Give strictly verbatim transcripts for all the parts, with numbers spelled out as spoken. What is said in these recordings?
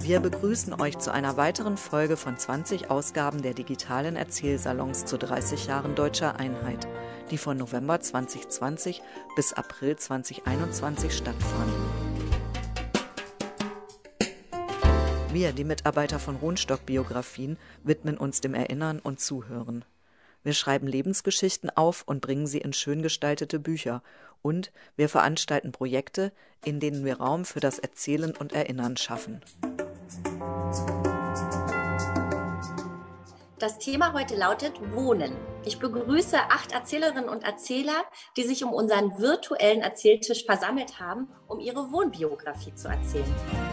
Wir begrüßen euch zu einer weiteren Folge von zwanzig Ausgaben der digitalen Erzählsalons zu dreißig Jahren Deutscher Einheit, die von November zweitausendzwanzig bis April zweitausendeinundzwanzig stattfanden. Wir, die Mitarbeiter von Rohnstock Biografien, widmen uns dem Erinnern und Zuhören. Wir schreiben Lebensgeschichten auf und bringen sie in schön gestaltete Bücher. Und wir veranstalten Projekte, in denen wir Raum für das Erzählen und Erinnern schaffen. Das Thema heute lautet Wohnen. Ich begrüße acht Erzählerinnen und Erzähler, die sich um unseren virtuellen Erzähltisch versammelt haben, um ihre Wohnbiografie zu erzählen.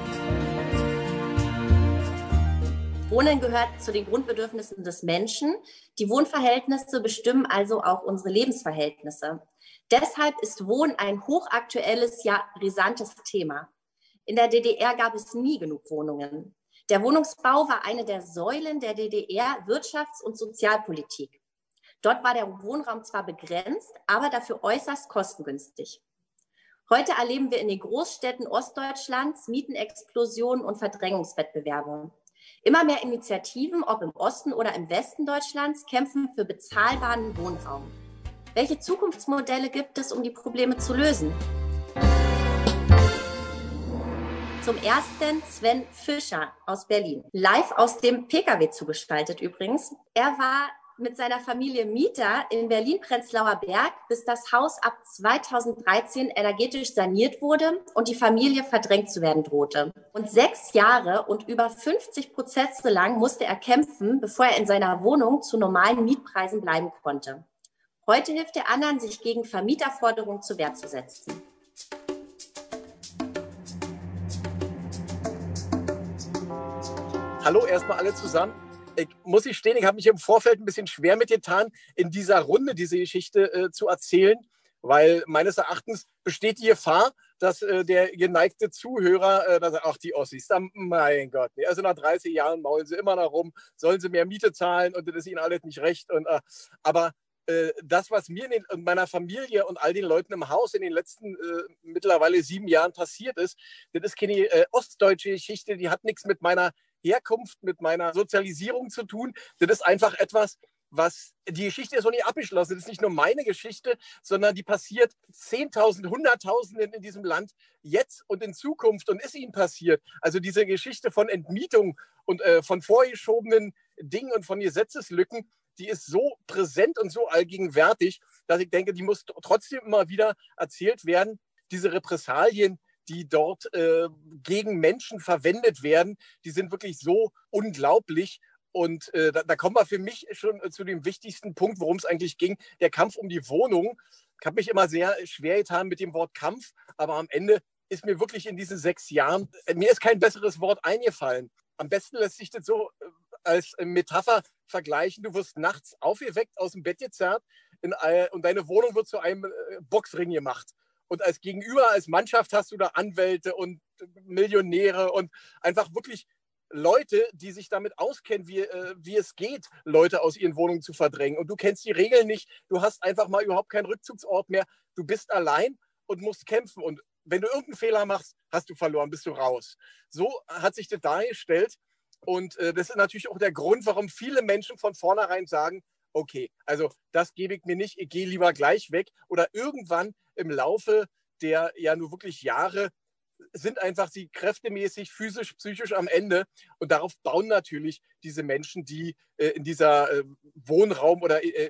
Wohnen gehört zu den Grundbedürfnissen des Menschen. Die Wohnverhältnisse bestimmen also auch unsere Lebensverhältnisse. Deshalb ist Wohnen ein hochaktuelles, ja brisantes Thema. In der D D R gab es nie genug Wohnungen. Der Wohnungsbau war eine der Säulen der D D R-Wirtschafts- und Sozialpolitik. Dort war der Wohnraum zwar begrenzt, aber dafür äußerst kostengünstig. Heute erleben wir in den Großstädten Ostdeutschlands Mietenexplosionen und Verdrängungswettbewerbe. Immer mehr Initiativen, ob im Osten oder im Westen Deutschlands, kämpfen für bezahlbaren Wohnraum. Welche Zukunftsmodelle gibt es, um die Probleme zu lösen? Zum ersten Sven Fischer aus Berlin, live aus dem P K W zugeschaltet übrigens. Er war mit seiner Familie Mieter in Berlin-Prenzlauer Berg, bis das Haus ab zweitausenddreizehn energetisch saniert wurde und die Familie verdrängt zu werden drohte. Und sechs Jahre und über fünfzig Prozesse lang musste er kämpfen, bevor er in seiner Wohnung zu normalen Mietpreisen bleiben konnte. Heute hilft er anderen, sich gegen Vermieterforderungen zur Wehr zu setzen. Hallo erstmal alle zusammen. Ich muss ich stehen, ich habe mich im Vorfeld ein bisschen schwer mitgetan, in dieser Runde diese Geschichte äh, zu erzählen, weil meines Erachtens besteht die Gefahr, dass äh, der geneigte Zuhörer, äh, dass er, ach die Ossis, dann, mein Gott, nee, also nach dreißig Jahren maulen sie immer noch rum, sollen sie mehr Miete zahlen und das ist ihnen alles nicht recht. Und, äh, aber äh, das, was mir in, den, in meiner Familie und all den Leuten im Haus in den letzten äh, mittlerweile sieben Jahren passiert ist, das ist keine äh, ostdeutsche Geschichte, die hat nichts mit meiner Herkunft, mit meiner Sozialisierung zu tun. Das ist einfach etwas, was, die Geschichte ist noch nicht abgeschlossen. Das ist nicht nur meine Geschichte, sondern die passiert Zehntausend, Hunderttausenden in diesem Land jetzt und in Zukunft und ist ihnen passiert. Also diese Geschichte von Entmietung und äh, von vorgeschobenen Dingen und von Gesetzeslücken, die ist so präsent und so allgegenwärtig, dass ich denke, die muss trotzdem immer wieder erzählt werden. Diese Repressalien, die dort äh, gegen Menschen verwendet werden, die sind wirklich so unglaublich. Und äh, da, da kommen wir für mich schon äh, zu dem wichtigsten Punkt, worum es eigentlich ging, der Kampf um die Wohnung. Ich habe mich immer sehr schwer getan mit dem Wort Kampf, aber am Ende ist mir wirklich in diesen sechs Jahren, äh, mir ist kein besseres Wort eingefallen. Am besten lässt sich das so äh, als Metapher vergleichen. Du wirst nachts aufgeweckt, aus dem Bett gezerrt in, äh, und deine Wohnung wird zu einem äh, Boxring gemacht. Und als Gegenüber, als Mannschaft hast du da Anwälte und Millionäre und einfach wirklich Leute, die sich damit auskennen, wie, äh, wie es geht, Leute aus ihren Wohnungen zu verdrängen. Und du kennst die Regeln nicht, du hast einfach mal überhaupt keinen Rückzugsort mehr. Du bist allein und musst kämpfen. Und wenn du irgendeinen Fehler machst, hast du verloren, bist du raus. So hat sich das dargestellt. Und äh, das ist natürlich auch der Grund, warum viele Menschen von vornherein sagen, okay, also das gebe ich mir nicht, ich gehe lieber gleich weg. Oder irgendwann im Laufe der ja nur wirklich Jahre sind einfach sie kräftemäßig, physisch, psychisch am Ende. Und darauf bauen natürlich diese Menschen, die äh, in dieser äh, Wohnraum- oder äh,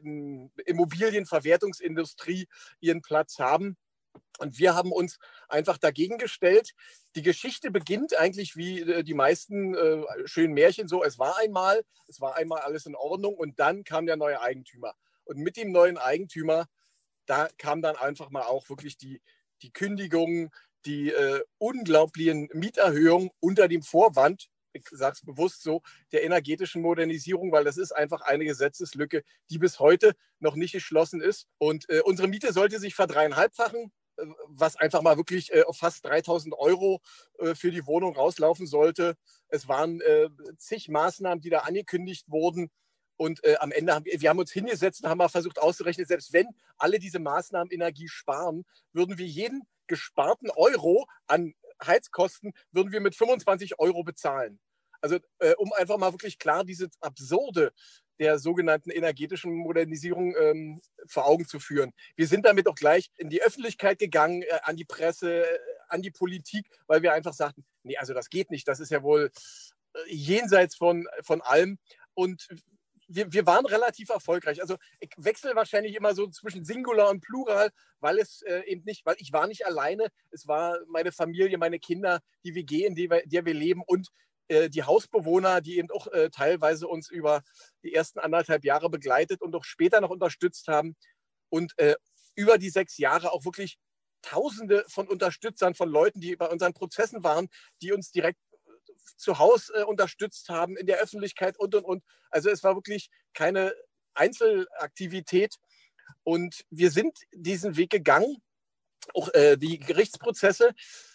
Immobilienverwertungsindustrie ihren Platz haben. Und wir haben uns einfach dagegen gestellt. Die Geschichte beginnt eigentlich wie äh, die meisten äh, schönen Märchen so. Es war einmal, es war einmal alles in Ordnung und dann kam der neue Eigentümer. Und mit dem neuen Eigentümer, da kam dann einfach mal auch wirklich die, die Kündigung, die äh, unglaublichen Mieterhöhungen unter dem Vorwand, ich sage es bewusst so, der energetischen Modernisierung, weil das ist einfach eine Gesetzeslücke, die bis heute noch nicht geschlossen ist. Und äh, unsere Miete sollte sich verdreieinhalbfachen, äh, was einfach mal wirklich äh, auf fast dreitausend Euro äh, für die Wohnung rauslaufen sollte. Es waren äh, zig Maßnahmen, die da angekündigt wurden. Und äh, am Ende haben wir, wir haben uns hingesetzt und haben mal versucht auszurechnen, selbst wenn alle diese Maßnahmen Energie sparen, würden wir jeden gesparten Euro an Heizkosten würden wir mit fünfundzwanzig Euro bezahlen. Also äh, um einfach mal wirklich klar diese Absurde der sogenannten energetischen Modernisierung ähm, vor Augen zu führen. Wir sind damit auch gleich in die Öffentlichkeit gegangen, äh, an die Presse, äh, an die Politik, weil wir einfach sagten, nee, also das geht nicht, das ist ja wohl äh, jenseits von, von allem. Und wir, wir waren relativ erfolgreich. Also ich wechsle wahrscheinlich immer so zwischen Singular und Plural, weil es äh, eben nicht, weil ich war nicht alleine, es war meine Familie, meine Kinder, die W G, in der wir, der wir leben und die Hausbewohner, die eben auch äh, teilweise uns über die ersten anderthalb Jahre begleitet und auch später noch unterstützt haben und äh, über die sechs Jahre auch wirklich Tausende von Unterstützern, von Leuten, die bei unseren Prozessen waren, die uns direkt zu Hause äh, unterstützt haben, in der Öffentlichkeit und, und, und. Also es war wirklich keine Einzelaktivität und wir sind diesen Weg gegangen, auch äh, die Gerichtsprozesse,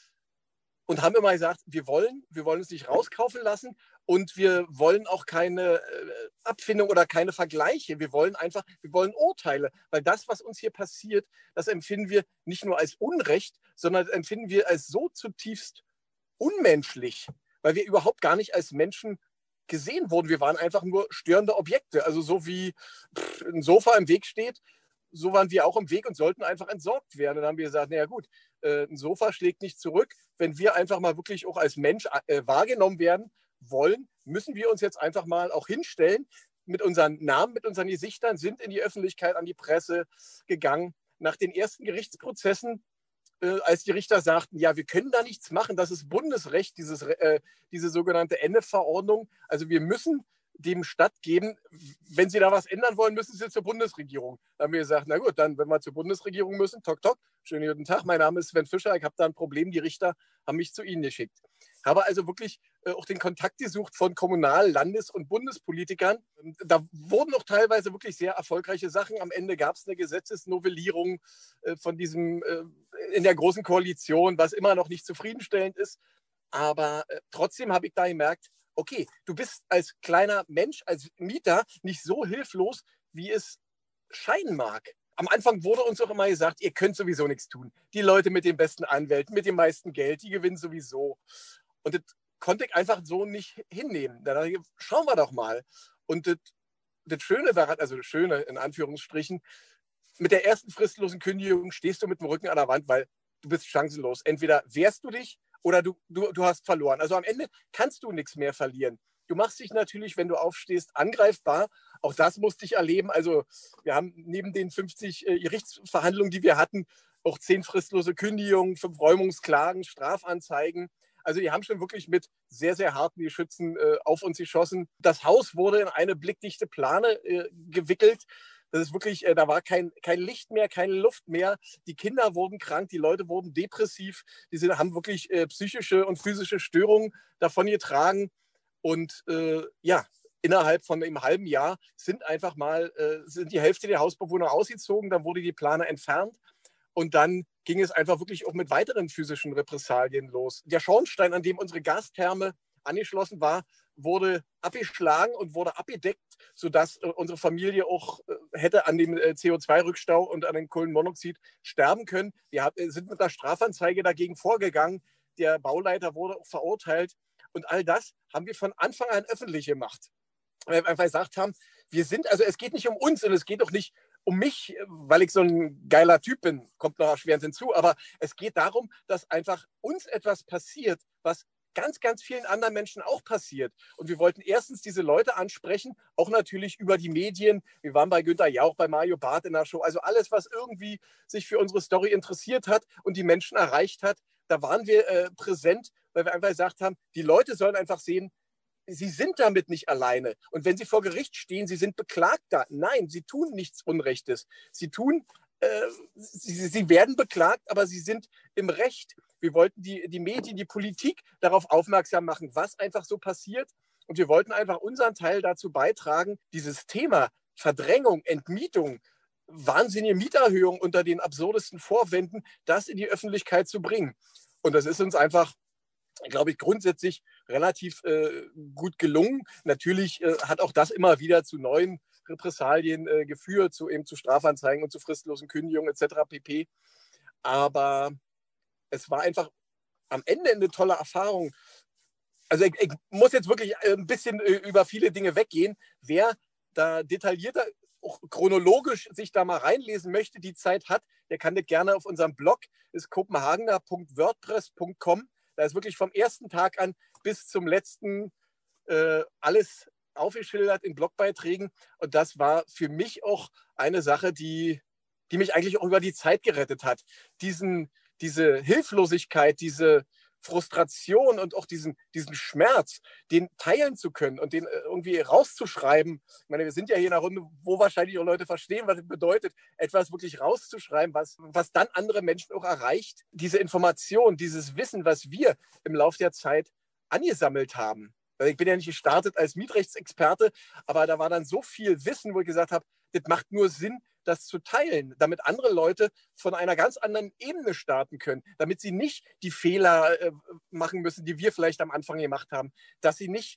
und haben immer gesagt, wir wollen, wir wollen uns nicht rauskaufen lassen und wir wollen auch keine äh, Abfindung oder keine Vergleiche. Wir wollen einfach, wir wollen Urteile, weil das, was uns hier passiert, das empfinden wir nicht nur als Unrecht, sondern das empfinden wir als so zutiefst unmenschlich, weil wir überhaupt gar nicht als Menschen gesehen wurden. Wir waren einfach nur störende Objekte. Also so wie pff, ein Sofa im Weg steht, so waren wir auch im Weg und sollten einfach entsorgt werden. Und dann haben wir gesagt, naja gut, äh, ein Sofa schlägt nicht zurück. Wenn wir einfach mal wirklich auch als Mensch äh, wahrgenommen werden wollen, müssen wir uns jetzt einfach mal auch hinstellen mit unseren Namen, mit unseren Gesichtern, sind in die Öffentlichkeit, an die Presse gegangen. Nach den ersten Gerichtsprozessen, äh, als die Richter sagten, ja, wir können da nichts machen, das ist Bundesrecht, dieses, äh, diese sogenannte N F-Verordnung. Also wir müssen dem stattgeben, wenn Sie da was ändern wollen, müssen Sie zur Bundesregierung. Da haben wir gesagt, na gut, dann, wenn wir zur Bundesregierung müssen, tok, tok, schönen guten Tag, mein Name ist Sven Fischer, ich habe da ein Problem, die Richter haben mich zu Ihnen geschickt. Habe also wirklich äh, auch den Kontakt gesucht von Kommunal-, Landes- und Bundespolitikern. Da wurden auch teilweise wirklich sehr erfolgreiche Sachen. Am Ende gab es eine Gesetzesnovellierung äh, von diesem, äh, in der Großen Koalition, was immer noch nicht zufriedenstellend ist. Aber äh, trotzdem habe ich da gemerkt, okay, du bist als kleiner Mensch, als Mieter nicht so hilflos, wie es scheinen mag. Am Anfang wurde uns auch immer gesagt, ihr könnt sowieso nichts tun. Die Leute mit den besten Anwälten, mit dem meisten Geld, die gewinnen sowieso. Und das konnte ich einfach so nicht hinnehmen. Da dachte ich, schauen wir doch mal. Und das, das Schöne daran, also das Schöne in Anführungsstrichen, mit der ersten fristlosen Kündigung stehst du mit dem Rücken an der Wand, weil du bist chancenlos. Entweder wehrst du dich oder du, du, du hast verloren. Also am Ende kannst du nichts mehr verlieren. Du machst dich natürlich, wenn du aufstehst, angreifbar. Auch das musste ich erleben. Also wir haben neben den fünfzig äh, Gerichtsverhandlungen, die wir hatten, auch zehn fristlose Kündigungen, fünf Räumungsklagen, Strafanzeigen. Also die haben schon wirklich mit sehr, sehr harten Geschützen äh, auf uns geschossen. Das Haus wurde in eine blickdichte Plane äh, gewickelt. Das ist wirklich, äh, da war kein, kein Licht mehr, keine Luft mehr. Die Kinder wurden krank, die Leute wurden depressiv. Die sind, haben wirklich äh, psychische und physische Störungen davon getragen. Und äh, ja, innerhalb von einem halben Jahr sind einfach mal äh, sind die Hälfte der Hausbewohner ausgezogen. Dann wurde die Plane entfernt. Und dann ging es einfach wirklich auch mit weiteren physischen Repressalien los. Der Schornstein, an dem unsere Gastherme angeschlossen war, wurde abgeschlagen und wurde abgedeckt, sodass äh, unsere Familie auch äh, hätte an dem äh, C O zwei Rückstau und an dem Kohlenmonoxid sterben können. Wir hab, äh, sind mit einer Strafanzeige dagegen vorgegangen. Der Bauleiter wurde auch verurteilt. Und all das haben wir von Anfang an öffentlich gemacht. Weil wir einfach gesagt haben, wir sind, also es geht nicht um uns und es geht auch nicht um mich, weil ich so ein geiler Typ bin, kommt noch erschwerend hinzu, aber es geht darum, dass einfach uns etwas passiert, was ganz, ganz vielen anderen Menschen auch passiert. Und wir wollten erstens diese Leute ansprechen, auch natürlich über die Medien. Wir waren bei Günther Jauch, bei Mario Barth in der Show. Also alles, was irgendwie sich für unsere Story interessiert hat und die Menschen erreicht hat, da waren wir äh, präsent, weil wir einfach gesagt haben, die Leute sollen einfach sehen, sie sind damit nicht alleine. Und wenn sie vor Gericht stehen, sie sind Beklagter. Nein, sie tun nichts Unrechtes. Sie tun, äh, sie, sie werden beklagt, aber sie sind im Recht. Wir wollten die, die Medien, die Politik darauf aufmerksam machen, was einfach so passiert. Und wir wollten einfach unseren Teil dazu beitragen, dieses Thema Verdrängung, Entmietung, wahnsinnige Mieterhöhung unter den absurdesten Vorwänden, das in die Öffentlichkeit zu bringen. Und das ist uns einfach, glaube ich, grundsätzlich relativ äh, gut gelungen. Natürlich äh, hat auch das immer wieder zu neuen Repressalien äh, geführt, zu, eben zu Strafanzeigen und zu fristlosen Kündigungen et cetera pp. Aber es war einfach am Ende eine tolle Erfahrung. Also ich, ich muss jetzt wirklich ein bisschen über viele Dinge weggehen. Wer da detaillierter, auch chronologisch sich da mal reinlesen möchte, die Zeit hat, der kann das gerne auf unserem Blog, ist kopenhagener punkt wordpress punkt com. Da ist wirklich vom ersten Tag an bis zum letzten äh, alles aufgeschildert in Blogbeiträgen. Und das war für mich auch eine Sache, die, die mich eigentlich auch über die Zeit gerettet hat. Diesen, diese Hilflosigkeit, diese Frustration und auch diesen, diesen Schmerz, den teilen zu können und den irgendwie rauszuschreiben. Ich meine, wir sind ja hier in einer Runde, wo wahrscheinlich auch Leute verstehen, was es bedeutet, etwas wirklich rauszuschreiben, was, was dann andere Menschen auch erreicht. Diese Information, dieses Wissen, was wir im Laufe der Zeit angesammelt haben. Ich bin ja nicht gestartet als Mietrechtsexperte, aber da war dann so viel Wissen, wo ich gesagt habe, das macht nur Sinn, das zu teilen, damit andere Leute von einer ganz anderen Ebene starten können, damit sie nicht die Fehler äh, machen müssen, die wir vielleicht am Anfang gemacht haben, dass sie nicht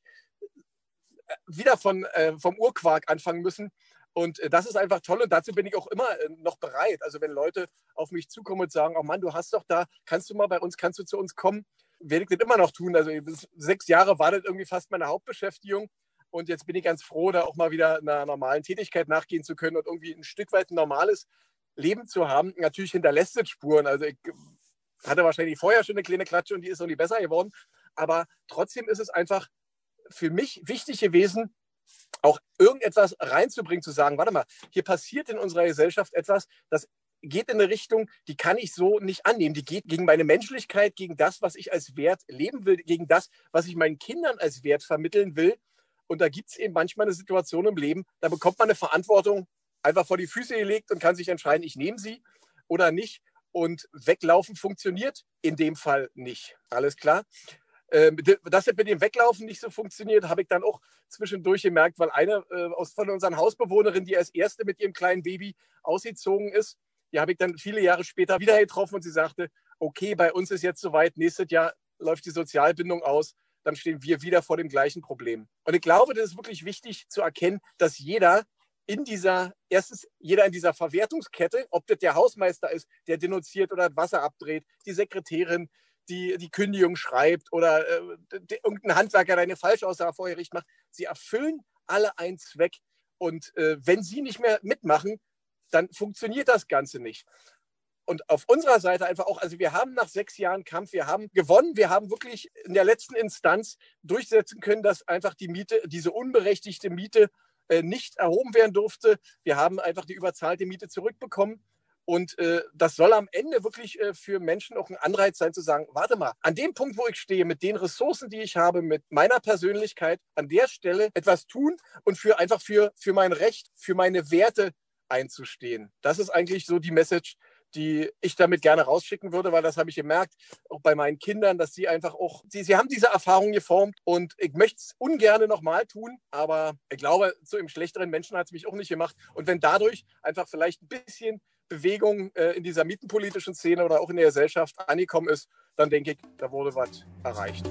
wieder von, äh, vom Urquark anfangen müssen. Und äh, das ist einfach toll und dazu bin ich auch immer äh, noch bereit. Also wenn Leute auf mich zukommen und sagen, oh Mann, du hast doch da, kannst du mal bei uns, kannst du zu uns kommen, werde ich das immer noch tun. Also bis sechs Jahre war das irgendwie fast meine Hauptbeschäftigung. Und jetzt bin ich ganz froh, da auch mal wieder einer normalen Tätigkeit nachgehen zu können und irgendwie ein Stück weit ein normales Leben zu haben. Natürlich hinterlässt es Spuren. Also ich hatte wahrscheinlich vorher schon eine kleine Klatsche und die ist noch nie besser geworden. Aber trotzdem ist es einfach für mich wichtig gewesen, auch irgendetwas reinzubringen, zu sagen, warte mal, hier passiert in unserer Gesellschaft etwas, das geht in eine Richtung, die kann ich so nicht annehmen. Die geht gegen meine Menschlichkeit, gegen das, was ich als Wert leben will, gegen das, was ich meinen Kindern als Wert vermitteln will. Und da gibt es eben manchmal eine Situation im Leben, da bekommt man eine Verantwortung einfach vor die Füße gelegt und kann sich entscheiden, ich nehme sie oder nicht. Und weglaufen funktioniert in dem Fall nicht. Alles klar? Ähm, dass das mit dem Weglaufen nicht so funktioniert, habe ich dann auch zwischendurch gemerkt, weil eine äh, aus, von unseren Hausbewohnerinnen, die als erste mit ihrem kleinen Baby ausgezogen ist, die habe ich dann viele Jahre später wieder getroffen und sie sagte, okay, bei uns ist jetzt soweit, nächstes Jahr läuft die Sozialbindung aus, dann stehen wir wieder vor dem gleichen Problem. Und ich glaube, das ist wirklich wichtig zu erkennen, dass jeder in dieser, erstens jeder in dieser Verwertungskette, ob das der Hausmeister ist, der denunziert oder das Wasser abdreht, die Sekretärin, die die Kündigung schreibt oder äh, der, irgendein Handwerker, der eine Falschaussage vor Gericht macht, sie erfüllen alle einen Zweck. Und äh, wenn sie nicht mehr mitmachen, dann funktioniert das Ganze nicht. Und auf unserer Seite einfach auch, also wir haben nach sechs Jahren Kampf, wir haben gewonnen, wir haben wirklich in der letzten Instanz durchsetzen können, dass einfach die Miete, diese unberechtigte Miete äh, nicht erhoben werden durfte. Wir haben einfach die überzahlte Miete zurückbekommen. Und äh, das soll am Ende wirklich äh, für Menschen auch ein Anreiz sein, zu sagen, warte mal, an dem Punkt, wo ich stehe, mit den Ressourcen, die ich habe, mit meiner Persönlichkeit, an der Stelle etwas tun und für einfach für, für mein Recht, für meine Werte einzustehen. Das ist eigentlich so die Message, die ich damit gerne rausschicken würde, weil das habe ich gemerkt, auch bei meinen Kindern, dass sie einfach auch, sie, sie haben diese Erfahrung geformt und ich möchte es ungern nochmal tun, aber ich glaube, zu einem schlechteren Menschen hat es mich auch nicht gemacht. Und wenn dadurch einfach vielleicht ein bisschen Bewegung äh, in dieser mietenpolitischen Szene oder auch in der Gesellschaft angekommen ist, dann denke ich, da wurde was erreicht.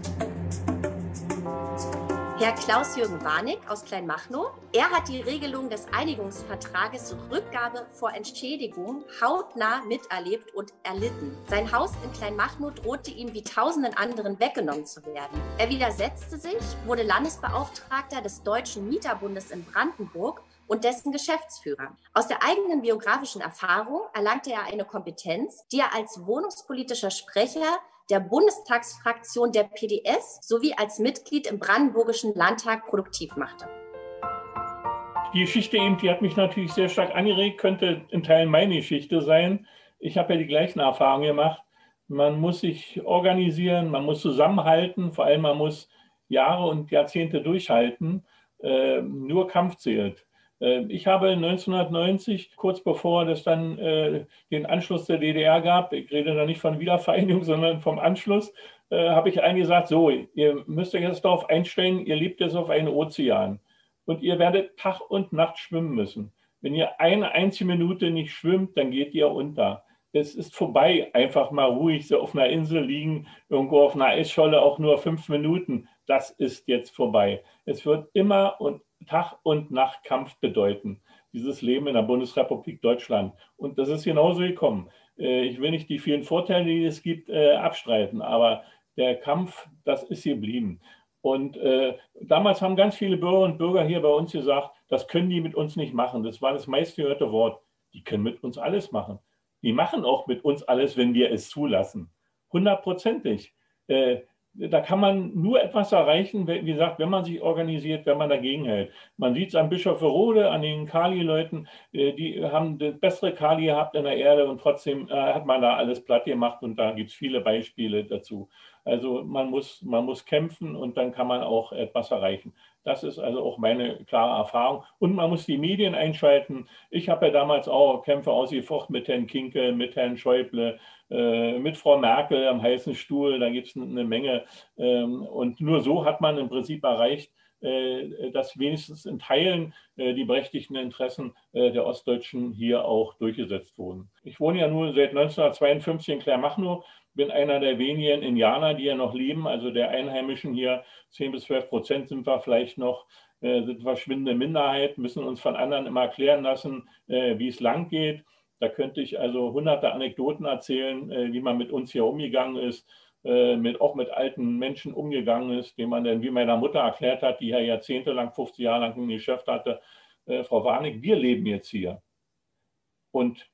Herr Klaus-Jürgen Warnig aus Kleinmachnow, er hat die Regelung des Einigungsvertrages Rückgabe vor Entschädigung hautnah miterlebt und erlitten. Sein Haus in Kleinmachnow drohte ihm wie tausenden anderen weggenommen zu werden. Er widersetzte sich, wurde Landesbeauftragter des Deutschen Mieterbundes in Brandenburg und dessen Geschäftsführer. Aus der eigenen biografischen Erfahrung erlangte er eine Kompetenz, die er als wohnungspolitischer Sprecher der Bundestagsfraktion der P D S sowie als Mitglied im Brandenburgischen Landtag produktiv machte. Die Geschichte eben, die hat mich natürlich sehr stark angeregt, könnte in Teilen meine Geschichte sein. Ich habe ja die gleichen Erfahrungen gemacht. Man muss sich organisieren, man muss zusammenhalten, vor allem man muss Jahre und Jahrzehnte durchhalten. Äh, nur Kampf zählt. Ich habe neunzehnhundertneunzig, kurz bevor es dann äh, den Anschluss der D D R gab, ich rede da nicht von Wiedervereinigung, sondern vom Anschluss, äh, habe ich allen gesagt, so, ihr müsst euch jetzt darauf einstellen, ihr lebt jetzt auf einem Ozean und ihr werdet Tag und Nacht schwimmen müssen. Wenn ihr eine einzige Minute nicht schwimmt, dann geht ihr unter. Es ist vorbei, einfach mal ruhig so auf einer Insel liegen, irgendwo auf einer Eisscholle, auch nur fünf Minuten. Das ist jetzt vorbei. Es wird immer und Tag und Nacht Kampf bedeuten, dieses Leben in der Bundesrepublik Deutschland. Und das ist genauso gekommen. Ich will nicht die vielen Vorteile, die es gibt, abstreiten, aber der Kampf, das ist geblieben. Und äh, damals haben ganz viele Bürgerinnen und Bürger hier bei uns gesagt, das können die mit uns nicht machen. Das war das meistgehörte Wort. Die können mit uns alles machen. Die machen auch mit uns alles, wenn wir es zulassen. Hundertprozentig. Äh, da kann man nur etwas erreichen, wie gesagt, wenn man sich organisiert, wenn man dagegen hält. Man sieht es an Bischofferode, an den Kali-Leuten, die haben das bessere Kali gehabt in der Erde und trotzdem hat man da alles platt gemacht und da gibt es viele Beispiele dazu. Also man muss, man muss kämpfen und dann kann man auch etwas erreichen. Das ist also auch meine klare Erfahrung. Und man muss die Medien einschalten. Ich habe ja damals auch Kämpfe ausgefochten mit Herrn Kinkel, mit Herrn Schäuble, äh, mit Frau Merkel am heißen Stuhl. Da gibt es eine Menge. Ähm, und nur so hat man im Prinzip erreicht, äh, dass wenigstens in Teilen äh, die berechtigten Interessen äh, der Ostdeutschen hier auch durchgesetzt wurden. Ich wohne ja nur seit neunzehnhundertzweiundfünfzig in Kleinmachnow. Bin einer der wenigen Indianer, die ja noch leben, also der Einheimischen hier, zehn bis zwölf Prozent sind wir vielleicht noch, äh, sind verschwindende Minderheit, müssen uns von anderen immer erklären lassen, äh, wie es lang geht. Da könnte ich also hunderte Anekdoten erzählen, äh, wie man mit uns hier umgegangen ist, äh, mit, auch mit alten Menschen umgegangen ist, denen man dann, wie meiner Mutter erklärt hat, die ja jahrzehntelang, fünfzig Jahre lang ein Geschäft hatte, äh, Frau Warnig, wir leben jetzt hier. Und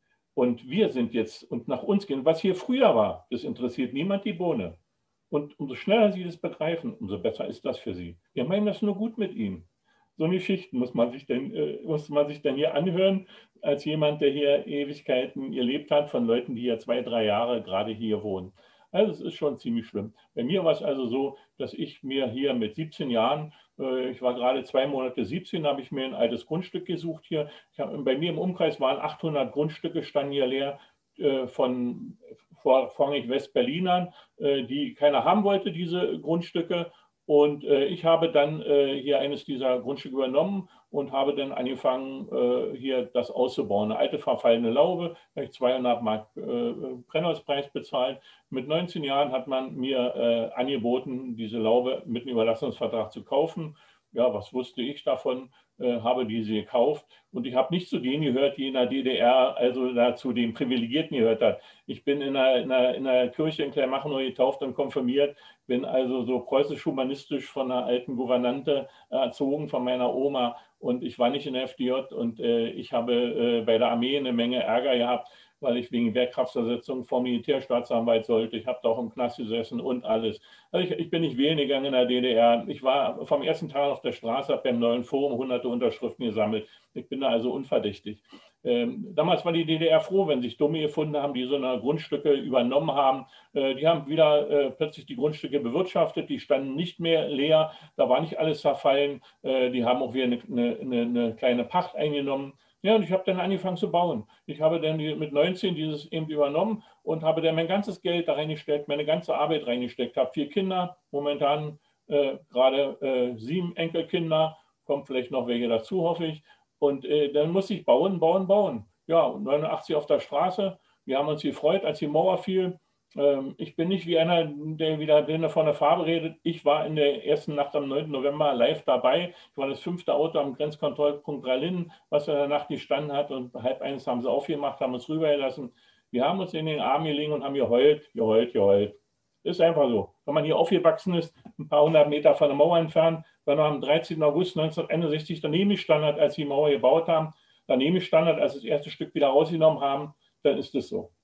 Und wir sind jetzt und nach uns gehen. Was hier früher war, das interessiert niemand die Bohne. Und umso schneller Sie das begreifen, umso besser ist das für Sie. Wir meinen das nur gut mit Ihnen. So eine Geschichte muss man sich denn, äh, muss man sich dann hier anhören, als jemand, der hier Ewigkeiten gelebt hat, von Leuten, die ja zwei, drei Jahre gerade hier wohnen. Also es ist schon ziemlich schlimm. Bei mir war es also so, dass ich mir hier mit siebzehn Jahren, äh, ich war gerade zwei Monate siebzehn, habe ich mir ein altes Grundstück gesucht hier. Ich hab, bei mir im Umkreis waren achthundert Grundstücke, standen hier leer äh, von vorrangig Westberlinern, äh, die keiner haben wollte, diese Grundstücke. Und äh, ich habe dann äh, hier eines dieser Grundstücke übernommen und habe dann angefangen, äh, hier das auszubauen. Eine alte verfallene Laube, da habe ich zweihundert Mark äh, Brennholzpreis bezahlt. Mit neunzehn Jahren hat man mir äh, angeboten, diese Laube mit einem Überlassungsvertrag zu kaufen. Ja, was wusste ich davon? Äh, habe diese gekauft und ich habe nicht zu denen gehört, die in der D D R, also da zu den Privilegierten gehört hat. Ich bin in einer, in einer, in einer Kirche in Kleinmachnow getauft und konfirmiert, bin also so preußisch-humanistisch von einer alten Gouvernante erzogen, von meiner Oma und ich war nicht in der F D J und äh, ich habe äh, bei der Armee eine Menge Ärger gehabt, weil ich wegen Wehrkraftersetzung vor Militärstaatsanwalt sollte. Ich habe da auch im Knast gesessen und alles. Also ich, ich bin nicht wählen gegangen in der D D R. Ich war vom ersten Tag auf der Straße, habe beim neuen Forum hunderte Unterschriften gesammelt. Ich bin da also unverdächtig. Ähm, damals war die D D R froh, wenn sich Dumme gefunden haben, die so eine Grundstücke übernommen haben. Äh, die haben wieder äh, plötzlich die Grundstücke bewirtschaftet, die standen nicht mehr leer, da war nicht alles zerfallen. Äh, die haben auch wieder eine, eine, eine kleine Pacht eingenommen. Ja, und ich habe dann angefangen zu bauen. Ich habe dann mit neunzehn dieses eben übernommen und habe dann mein ganzes Geld da reingesteckt, meine ganze Arbeit reingesteckt. Ich habe vier Kinder, momentan äh, gerade äh, sieben Enkelkinder, kommt vielleicht noch welche dazu, hoffe ich. Und äh, dann musste ich bauen, bauen, bauen. Ja, neunundachtzig auf der Straße. Wir haben uns gefreut, als die Mauer fiel. Ähm, ich bin nicht wie einer, der wieder von der Farbe redet. Ich war in der ersten Nacht am neunten November live dabei. Ich war das fünfte Auto am Grenzkontrollpunkt Drei-Linden, was in der Nacht gestanden hat. Und halb eins haben sie aufgemacht, haben uns rübergelassen. Wir haben uns in den Arm gelegen und haben geheult, geheult, geheult. Ist einfach so. Wenn man hier aufgewachsen ist, ein paar hundert Meter von der Mauer entfernt, wenn man am dreizehnten August neunzehnhunderteinundsechzig daneben gestanden hat, als sie die Mauer gebaut haben, daneben gestanden hat, als sie das erste Stück wieder rausgenommen haben, dann ist es so.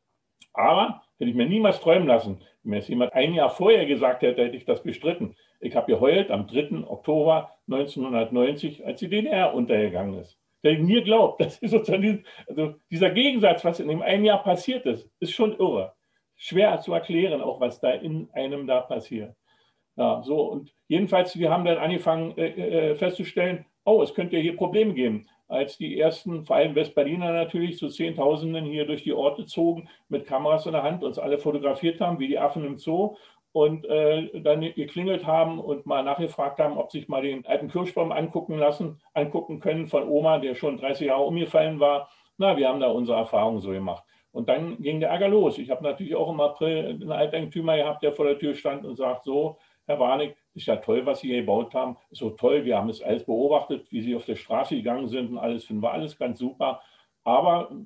Aber hätte ich mir niemals träumen lassen, wenn mir das jemand ein Jahr vorher gesagt hätte, hätte ich das bestritten. Ich habe geheult am dritten Oktober neunzehnhundertneunzig, als die D D R untergegangen ist. Der mir glaubt, das ist sozusagen also dieser Gegensatz, was in dem einen Jahr passiert ist, ist schon irre. Schwer zu erklären, auch was da in einem da passiert. Ja, so und jedenfalls, wir haben dann angefangen äh, festzustellen, oh, es könnte ja hier Probleme geben. Als die ersten, vor allem Westberliner natürlich, so Zehntausenden hier durch die Orte zogen, mit Kameras in der Hand, uns alle fotografiert haben, wie die Affen im Zoo und äh, dann geklingelt haben und mal nachgefragt haben, ob sich mal den alten Kirschbaum angucken lassen, angucken können von Oma, der schon dreißig Jahre umgefallen war. Na, wir haben da unsere Erfahrungen so gemacht. Und dann ging der Ärger los. Ich habe natürlich auch im April einen Alteigentümer gehabt, der vor der Tür stand und sagt, so, Herr Warnig, ist ja toll, was Sie hier gebaut haben. Ist so toll, wir haben es alles beobachtet, wie Sie auf der Straße gegangen sind und alles, finden wir alles ganz super. Aber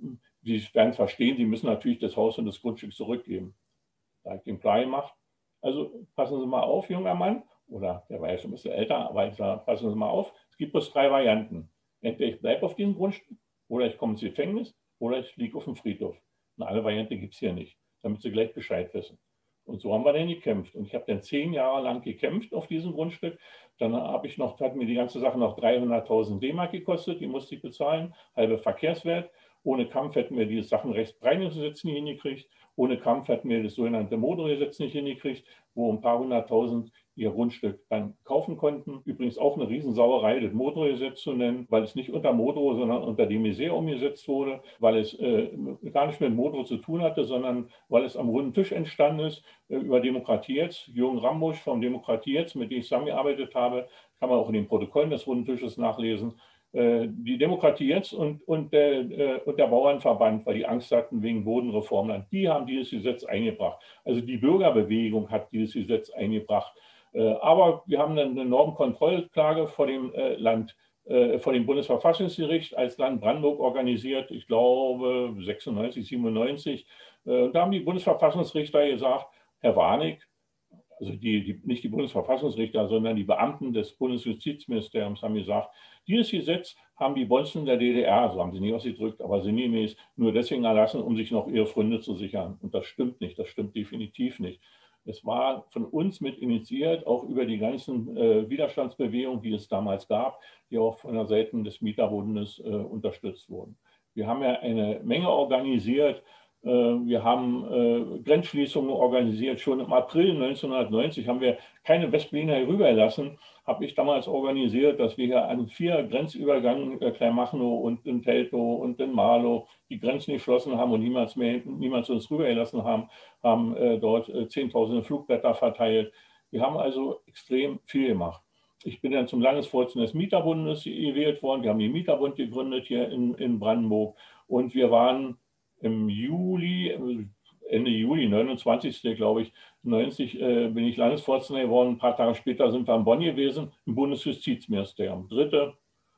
Sie werden verstehen, Sie müssen natürlich das Haus und das Grundstück zurückgeben. Da habe ich dem klar gemacht, also passen Sie mal auf, junger Mann, oder der war ja schon ein bisschen älter, aber ich sage, passen Sie mal auf, es gibt bloß drei Varianten. Entweder ich bleibe auf diesem Grundstück, oder ich komme ins Gefängnis, oder ich liege auf dem Friedhof. Eine andere Variante gibt es hier nicht, damit Sie gleich Bescheid wissen. Und so haben wir dann gekämpft. Und ich habe dann zehn Jahre lang gekämpft auf diesem Grundstück. Dann habe ich noch, hat mir die ganze Sache noch dreihunderttausend D-Mark gekostet, die musste ich bezahlen, halbe Verkehrswert. Ohne Kampf hätten wir dieses Sachenrechtsbereinigungsgesetz nie hingekriegt. Ohne Kampf hätten wir das sogenannte Modro-Gesetz nicht hingekriegt, wo ein paar hunderttausend ihr Grundstück dann kaufen konnten. Übrigens auch eine Riesensauerei, das Modro-Gesetz zu nennen, weil es nicht unter Modro, sondern unter de Maizière umgesetzt wurde, weil es äh, gar nicht mit Modro zu tun hatte, sondern weil es am runden Tisch entstanden ist, äh, über Demokratie jetzt. Jürgen Rambusch von Demokratie jetzt, mit dem ich zusammengearbeitet habe, kann man auch in den Protokollen des runden Tisches nachlesen. Die Demokratie jetzt und, und, der, und der Bauernverband, weil die Angst hatten wegen Bodenreformen, die haben dieses Gesetz eingebracht. Also die Bürgerbewegung hat dieses Gesetz eingebracht. Aber wir haben eine Normkontrollklage vor dem Land, vor dem Bundesverfassungsgericht als Land Brandenburg organisiert, ich glaube sechsundneunzig, siebenundneunzig. Da haben die Bundesverfassungsrichter gesagt, Herr Warnig, also die, die, nicht die Bundesverfassungsrichter, sondern die Beamten des Bundesjustizministeriums haben gesagt, dieses Gesetz haben die Bonzen der D D R, so haben sie nie ausgedrückt, aber sinngemäß nur deswegen erlassen, um sich noch ihre Pfründe zu sichern. Und das stimmt nicht, das stimmt definitiv nicht. Es war von uns mit initiiert, auch über die ganzen äh, Widerstandsbewegungen, die es damals gab, die auch von der Seite des Mieterbundes äh, unterstützt wurden. Wir haben ja eine Menge organisiert. Wir haben äh, Grenzschließungen organisiert. Schon im April neunzehnhundertneunzig haben wir keine Westberliner herübergelassen. Habe ich damals organisiert, dass wir hier an vier Grenzübergängen, äh, Kleinmachnow und in Teltow und in Marlow, die Grenzen geschlossen haben und niemals mehr, niemals uns rübergelassen haben, haben äh, dort äh, Zehntausende Flugblätter verteilt. Wir haben also extrem viel gemacht. Ich bin dann zum Landesvorsitzenden des Mieterbundes gewählt worden. Wir haben den Mieterbund gegründet hier in, in Brandenburg und wir waren im Juli, Ende Juli, neunundzwanzigsten glaube ich, neunzig, äh, bin ich Landesvorsitzender geworden. Ein paar Tage später sind wir in Bonn gewesen, im Bundesjustizministerium. dritter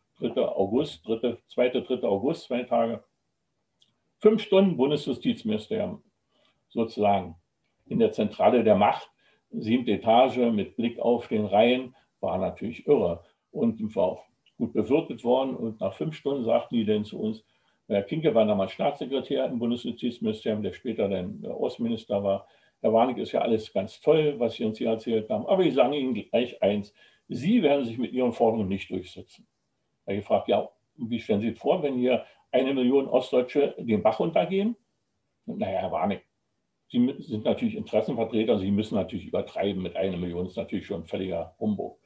August, zweiter, dritter August, zwei Tage. Fünf Stunden Bundesjustizministerium, sozusagen. In der Zentrale der Macht, siebte Etage mit Blick auf den Rhein, war natürlich irre. Und wir war auch gut bewirtet worden. Und nach fünf Stunden sagten die dann zu uns, Herr Kinke war damals Staatssekretär im Bundesjustizministerium, der später dann der Außenminister war. Herr Warnig, ist ja alles ganz toll, was Sie uns hier erzählt haben. Aber ich sage Ihnen gleich eins, Sie werden sich mit Ihren Forderungen nicht durchsetzen. Da habe ich gefragt, ja, wie stellen Sie sich vor, wenn hier eine Million Ostdeutsche den Bach runtergehen? Naja, Herr Warnig, Sie sind natürlich Interessenvertreter, Sie müssen natürlich übertreiben mit einer Million, das ist natürlich schon ein völliger Humbug.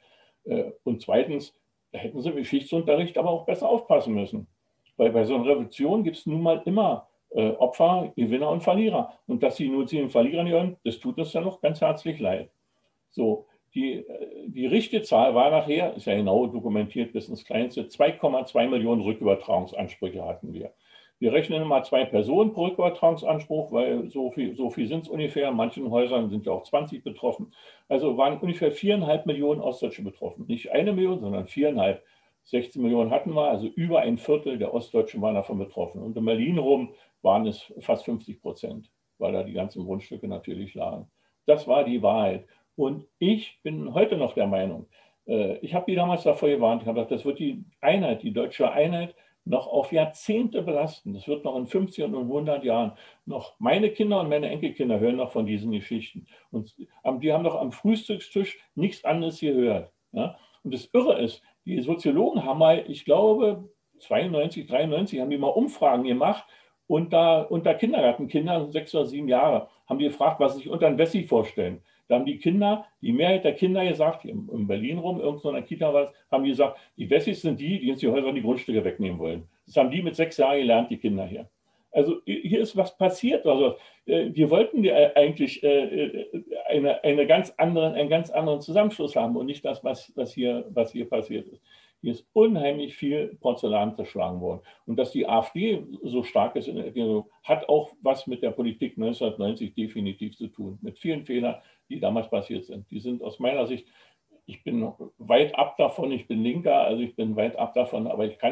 Und zweitens, da hätten Sie im Geschichtsunterricht aber auch besser aufpassen müssen. Weil bei so einer Revolution gibt es nun mal immer äh, Opfer, Gewinner und Verlierer. Und dass sie nur zu den Verlierern gehören, das tut uns ja noch ganz herzlich leid. So, die, die Richtezahl war nachher, ist ja genau dokumentiert bis ins Kleinste, zwei Komma zwei Millionen Rückübertragungsansprüche hatten wir. Wir rechnen immer zwei Personen pro Rückübertragungsanspruch, weil so viel, so viel sind es ungefähr. In manchen Häusern sind ja auch zwanzig betroffen. Also waren ungefähr viereinhalb Millionen Ostdeutsche betroffen. Nicht eine Million, sondern viereinhalb. sechzehn Millionen hatten wir, also über ein Viertel der Ostdeutschen waren davon betroffen. Und in Berlin rum waren es fast fünfzig Prozent, weil da die ganzen Grundstücke natürlich lagen. Das war die Wahrheit. Und ich bin heute noch der Meinung, äh, ich habe die damals davor gewarnt, ich habe gesagt, das wird die Einheit, die deutsche Einheit noch auf Jahrzehnte belasten. Das wird noch in fünfzig und hundert Jahren noch, meine Kinder und meine Enkelkinder hören noch von diesen Geschichten. Und die haben doch am Frühstückstisch nichts anderes gehört. Ja? Und das Irre ist, die Soziologen haben mal, ich glaube, zweiundneunzig, dreiundneunzig, haben die mal Umfragen gemacht unter, unter Kindergartenkindern, sechs oder sieben Jahre, haben die gefragt, was sie sich unter einem Wessi vorstellen. Da haben die Kinder, die Mehrheit der Kinder gesagt, in, in Berlin rum, irgendeiner Kita war es, haben die gesagt, die Wessis sind die, die uns die Häuser und die Grundstücke wegnehmen wollen. Das haben die mit sechs Jahren gelernt, die Kinder hier. Also hier ist was passiert. Also, wir wollten ja eigentlich eine, eine ganz anderen, einen ganz anderen Zusammenschluss haben und nicht das, was, was, hier, was hier passiert ist. Hier ist unheimlich viel Porzellan zerschlagen worden. Und dass die AfD so stark ist, hat auch was mit der Politik neunzehnhundertneunzig definitiv zu tun. Mit vielen Fehlern, die damals passiert sind. Die sind aus meiner Sicht, ich bin weit ab davon, ich bin Linker, also ich bin weit ab davon, aber ich kann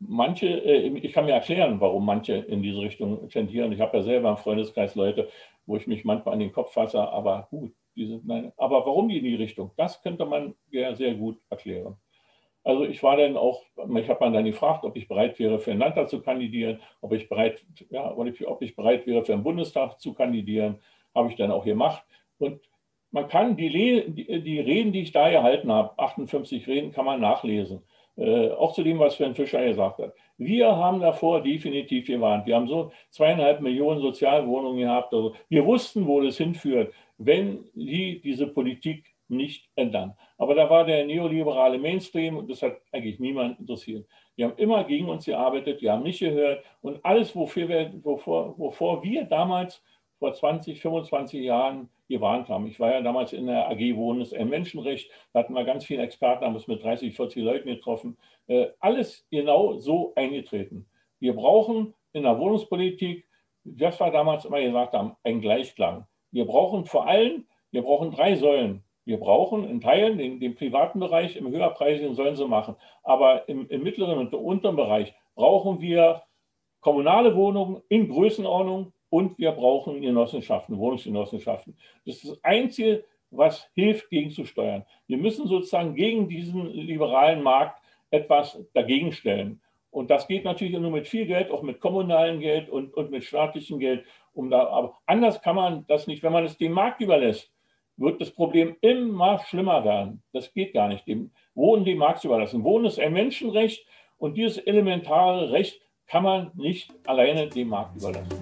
manche, ich kann mir erklären, warum manche in diese Richtung tendieren. Ich habe ja selber im Freundeskreis Leute, wo ich mich manchmal an den Kopf fasse, aber gut, die sind, nein, aber warum die in die Richtung? Das könnte man ja sehr gut erklären. Also ich war dann auch, ich habe dann gefragt, ob ich bereit wäre, für ein Landtag zu kandidieren, ob ich bereit, ja, ob ich bereit wäre, für den Bundestag zu kandidieren, habe ich dann auch gemacht. Und man kann die, die, die Reden, die ich da gehalten habe, achtundfünfzig Reden, kann man nachlesen. Äh, auch zu dem, was Sven Fischer gesagt hat. Wir haben davor definitiv gewarnt. Wir haben so zweieinhalb Millionen Sozialwohnungen gehabt. Also wir wussten, wo das hinführt, wenn sie diese Politik nicht ändern. Aber da war der neoliberale Mainstream und das hat eigentlich niemand interessiert. Wir haben immer gegen uns gearbeitet, wir haben nicht gehört und alles, wofür wir, wovor, wovor wir damals vor zwanzig, fünfundzwanzig Jahren gewarnt haben. Ich war ja damals in der A G Wohnen, das ist ein Menschenrecht, da hatten wir ganz viele Experten, haben uns mit dreißig, vierzig Leuten getroffen. Äh, alles genau so eingetreten. Wir brauchen in der Wohnungspolitik, das wir damals immer gesagt haben, einen Gleichklang. Wir brauchen vor allem, wir brauchen drei Säulen. Wir brauchen in Teilen den, den privaten Bereich, im höherpreisigen sollen sie machen. Aber im, im mittleren und unteren Bereich brauchen wir kommunale Wohnungen in Größenordnung und wir brauchen Genossenschaften, Wohnungsgenossenschaften. Das ist das Einzige, was hilft, gegenzusteuern. Wir müssen sozusagen gegen diesen liberalen Markt etwas dagegen stellen. Und das geht natürlich nur mit viel Geld, auch mit kommunalem Geld und, und mit staatlichem Geld. Um da, aber anders kann man das nicht, wenn man es dem Markt überlässt, wird das Problem immer schlimmer werden. Das geht gar nicht. Dem Wohnen dem Markt zu überlassen. Wohnen ist ein Menschenrecht und dieses elementare Recht kann man nicht alleine dem Markt überlassen.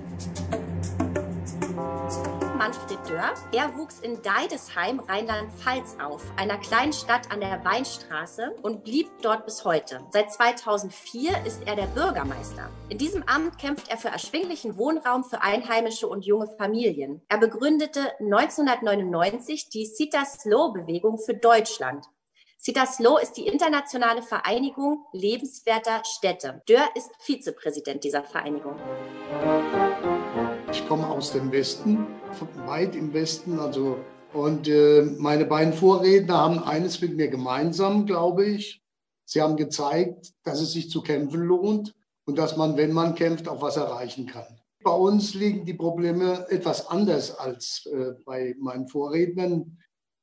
Manfred Dörr, er wuchs in Deidesheim, Rheinland-Pfalz auf, einer kleinen Stadt an der Weinstraße und blieb dort bis heute. Seit zweitausendvier ist er der Bürgermeister. In diesem Amt kämpft er für erschwinglichen Wohnraum für Einheimische und junge Familien. Er begründete neunzehnhundertneunundneunzig die Sita-Slow-Bewegung für Deutschland. Sita-Slow ist die internationale Vereinigung lebenswerter Städte. Dörr ist Vizepräsident dieser Vereinigung. Ich komme aus dem Westen, weit im Westen, also und äh, meine beiden Vorredner haben eines mit mir gemeinsam, glaube ich. Sie haben gezeigt, dass es sich zu kämpfen lohnt und dass man, wenn man kämpft, auch was erreichen kann. Bei uns liegen die Probleme etwas anders als äh, bei meinen Vorrednern.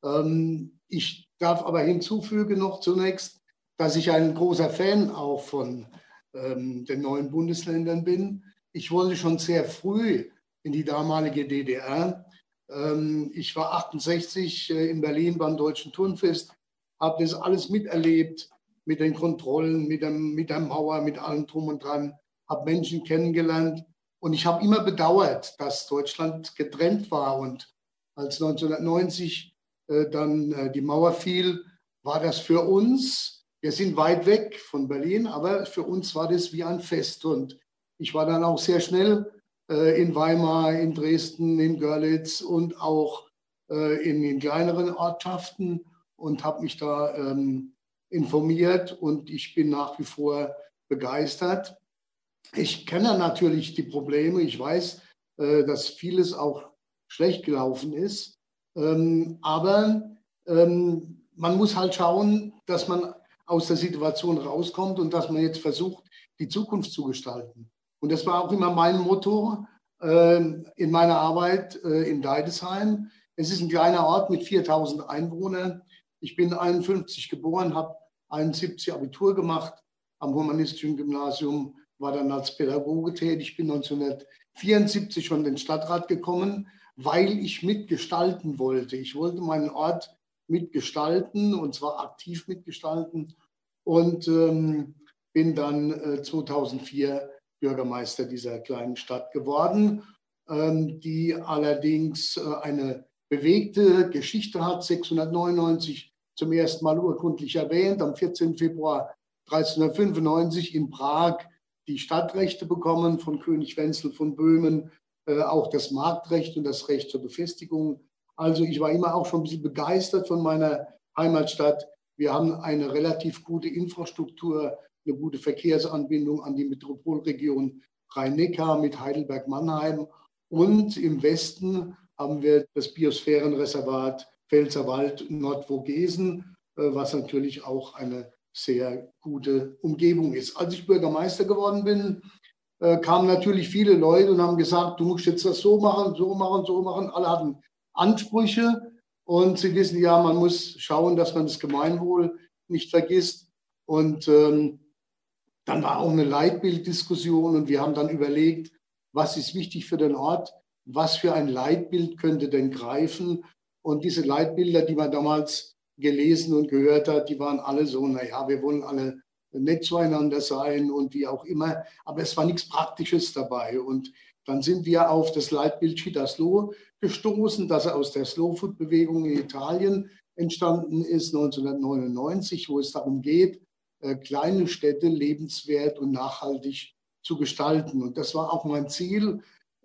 Ähm, ich darf aber hinzufügen noch zunächst, dass ich ein großer Fan auch von ähm, den neuen Bundesländern bin. Ich wollte schon sehr früh in die damalige D D R. Ähm, ich war achtundsechzig äh, in Berlin beim Deutschen Turnfest, habe das alles miterlebt mit den Kontrollen, mit, dem, mit der Mauer, mit allem drum und dran, habe Menschen kennengelernt und ich habe immer bedauert, dass Deutschland getrennt war und als neunzehnhundertneunzig äh, dann äh, die Mauer fiel, war das für uns, wir sind weit weg von Berlin, aber für uns war das wie ein Fest und ich war dann auch sehr schnell äh, in Weimar, in Dresden, in Görlitz und auch äh, in den kleineren Ortschaften und habe mich da ähm, informiert und ich bin nach wie vor begeistert. Ich kenne natürlich die Probleme. Ich weiß, äh, dass vieles auch schlecht gelaufen ist. Ähm, aber ähm, man muss halt schauen, dass man aus der Situation rauskommt und dass man jetzt versucht, die Zukunft zu gestalten. Und das war auch immer mein Motto äh, in meiner Arbeit äh, in Deidesheim. Es ist ein kleiner Ort mit viertausend Einwohnern. Ich bin einundfünfzig geboren, habe einundsiebzig Abitur gemacht am Humanistischen Gymnasium, war dann als Pädagoge tätig. Ich bin neunzehnhundertvierundsiebzig schon in den Stadtrat gekommen, weil ich mitgestalten wollte. Ich wollte meinen Ort mitgestalten und zwar aktiv mitgestalten und ähm, bin dann äh, zweitausendvier Bürgermeister dieser kleinen Stadt geworden, ähm, die allerdings äh, eine bewegte Geschichte hat. sechshundertneunundneunzig zum ersten Mal urkundlich erwähnt, am vierzehnten Februar dreizehnhundertfünfundneunzig in Prag die Stadtrechte bekommen von König Wenzel von Böhmen, äh, auch das Marktrecht und das Recht zur Befestigung. Also ich war immer auch schon ein bisschen begeistert von meiner Heimatstadt. Wir haben eine relativ gute Infrastruktur, eine gute Verkehrsanbindung an die Metropolregion Rhein-Neckar mit Heidelberg-Mannheim. Und im Westen haben wir das Biosphärenreservat Pfälzerwald Nordvogesen, was natürlich auch eine sehr gute Umgebung ist. Als ich Bürgermeister geworden bin, äh, kamen natürlich viele Leute und haben gesagt, du musst jetzt das so machen, so machen, so machen. Alle hatten Ansprüche und sie wissen ja, man muss schauen, dass man das Gemeinwohl nicht vergisst. Und ähm, dann war auch eine Leitbilddiskussion und wir haben dann überlegt, was ist wichtig für den Ort, was für ein Leitbild könnte denn greifen. Und diese Leitbilder, die man damals gelesen und gehört hat, die waren alle so, naja, wir wollen alle nett zueinander sein und wie auch immer. Aber es war nichts Praktisches dabei. Und dann sind wir auf das Leitbild Città Slow gestoßen, das aus der Slow-Food-Bewegung in Italien entstanden ist, neunzehnhundertneunundneunzig, wo es darum geht, kleine Städte lebenswert und nachhaltig zu gestalten. Und das war auch mein Ziel,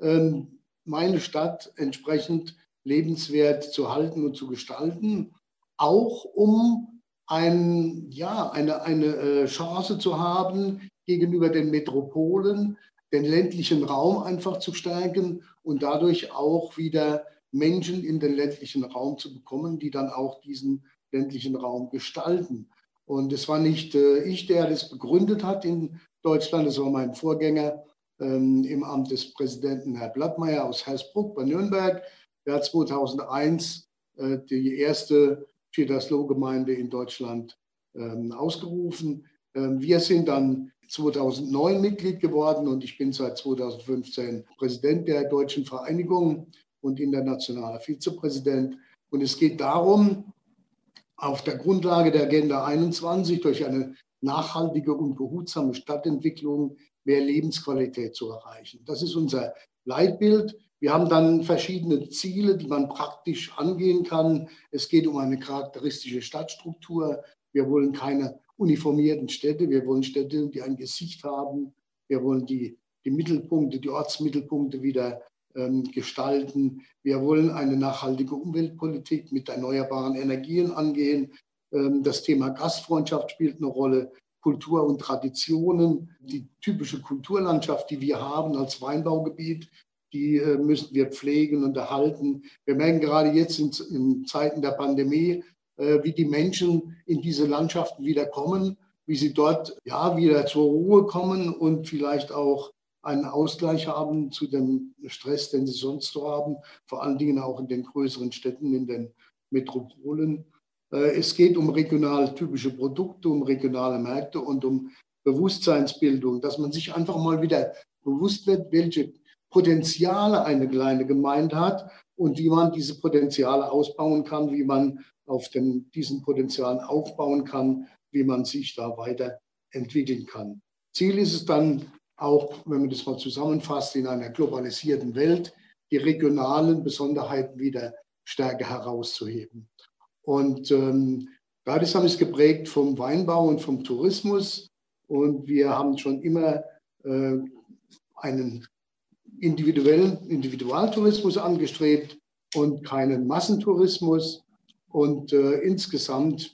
meine Stadt entsprechend lebenswert zu halten und zu gestalten, auch um ein, ja, eine, eine Chance zu haben, gegenüber den Metropolen den ländlichen Raum einfach zu stärken und dadurch auch wieder Menschen in den ländlichen Raum zu bekommen, die dann auch diesen ländlichen Raum gestalten. Und es war nicht äh, ich, der das begründet hat in Deutschland, es war mein Vorgänger ähm, im Amt des Präsidenten, Herr Blattmeier aus Hersbruck bei Nürnberg. Der hat zweitausendeins äh, die erste Città Slow-Gemeinde in Deutschland ähm, ausgerufen. Ähm, wir sind dann zweitausendneun Mitglied geworden und ich bin seit zweitausendfünfzehn Präsident der Deutschen Vereinigung und internationaler Vizepräsident. Und es geht darum, auf der Grundlage der Agenda einundzwanzig durch eine nachhaltige und behutsame Stadtentwicklung mehr Lebensqualität zu erreichen. Das ist unser Leitbild. Wir haben dann verschiedene Ziele, die man praktisch angehen kann. Es geht um eine charakteristische Stadtstruktur. Wir wollen keine uniformierten Städte. Wir wollen Städte, die ein Gesicht haben. Wir wollen die, die Mittelpunkte, die Ortsmittelpunkte wieder ähm, gestalten. Wir wollen eine nachhaltige Umweltpolitik mit erneuerbaren Energien angehen. Ähm, das Thema Gastfreundschaft spielt eine Rolle. Kultur und Traditionen, die typische Kulturlandschaft, die wir haben als Weinbaugebiet, die äh, müssen wir pflegen und erhalten. Wir merken gerade jetzt in, in Zeiten der Pandemie, äh, wie die Menschen in diese Landschaften wieder kommen, wie sie dort ja wieder zur Ruhe kommen und vielleicht auch einen Ausgleich haben zu dem Stress, den sie sonst so haben, vor allen Dingen auch in den größeren Städten, in den Metropolen. Es geht um regional typische Produkte, um regionale Märkte und um Bewusstseinsbildung, dass man sich einfach mal wieder bewusst wird, welche Potenziale eine kleine Gemeinde hat und wie man diese Potenziale ausbauen kann, wie man auf den, diesen Potenzialen aufbauen kann, wie man sich da weiterentwickeln kann. Ziel ist es dann auch, wenn man das mal zusammenfasst, in einer globalisierten Welt die regionalen Besonderheiten wieder stärker herauszuheben. Und ähm, Radisson ist geprägt vom Weinbau und vom Tourismus. Und wir haben schon immer äh, einen individuellen Individualtourismus angestrebt und keinen Massentourismus. Und äh, insgesamt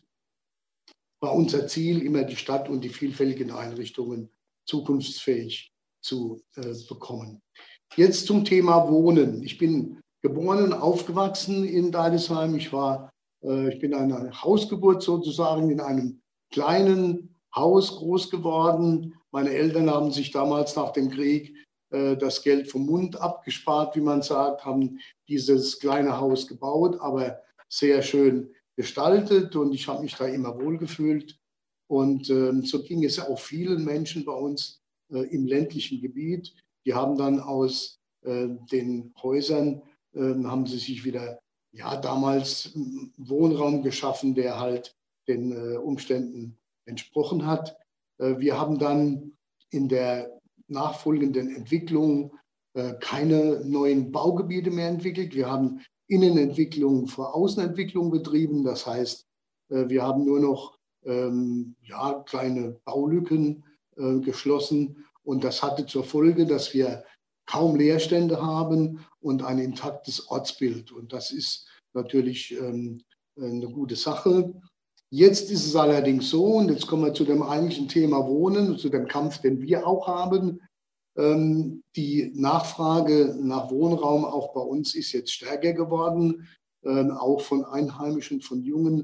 war unser Ziel, immer die Stadt und die vielfältigen Einrichtungen zukunftsfähig zu äh, bekommen. Jetzt zum Thema Wohnen. Ich bin geboren und aufgewachsen in Deidesheim. Ich war Ich bin eine Hausgeburt sozusagen in einem kleinen Haus groß geworden. Meine Eltern haben sich damals nach dem Krieg äh, das Geld vom Mund abgespart, wie man sagt, haben dieses kleine Haus gebaut, aber sehr schön gestaltet und ich habe mich da immer wohlgefühlt. Und äh, so ging es auch vielen Menschen bei uns äh, im ländlichen Gebiet. Die haben dann aus äh, den Häusern, äh, haben sie sich wieder ja, damals Wohnraum geschaffen, der halt den äh, Umständen entsprochen hat. Äh, wir haben dann in der nachfolgenden Entwicklung äh, keine neuen Baugebiete mehr entwickelt. Wir haben Innenentwicklung vor Außenentwicklung betrieben. Das heißt, äh, wir haben nur noch ähm, ja, kleine Baulücken äh, geschlossen. Und das hatte zur Folge, dass wir kaum Leerstände haben und ein intaktes Ortsbild. Und das ist natürlich ähm, eine gute Sache. Jetzt ist es allerdings so, und jetzt kommen wir zu dem eigentlichen Thema Wohnen, zu dem Kampf, den wir auch haben. Ähm, die Nachfrage nach Wohnraum auch bei uns ist jetzt stärker geworden, ähm, auch von Einheimischen, von jungen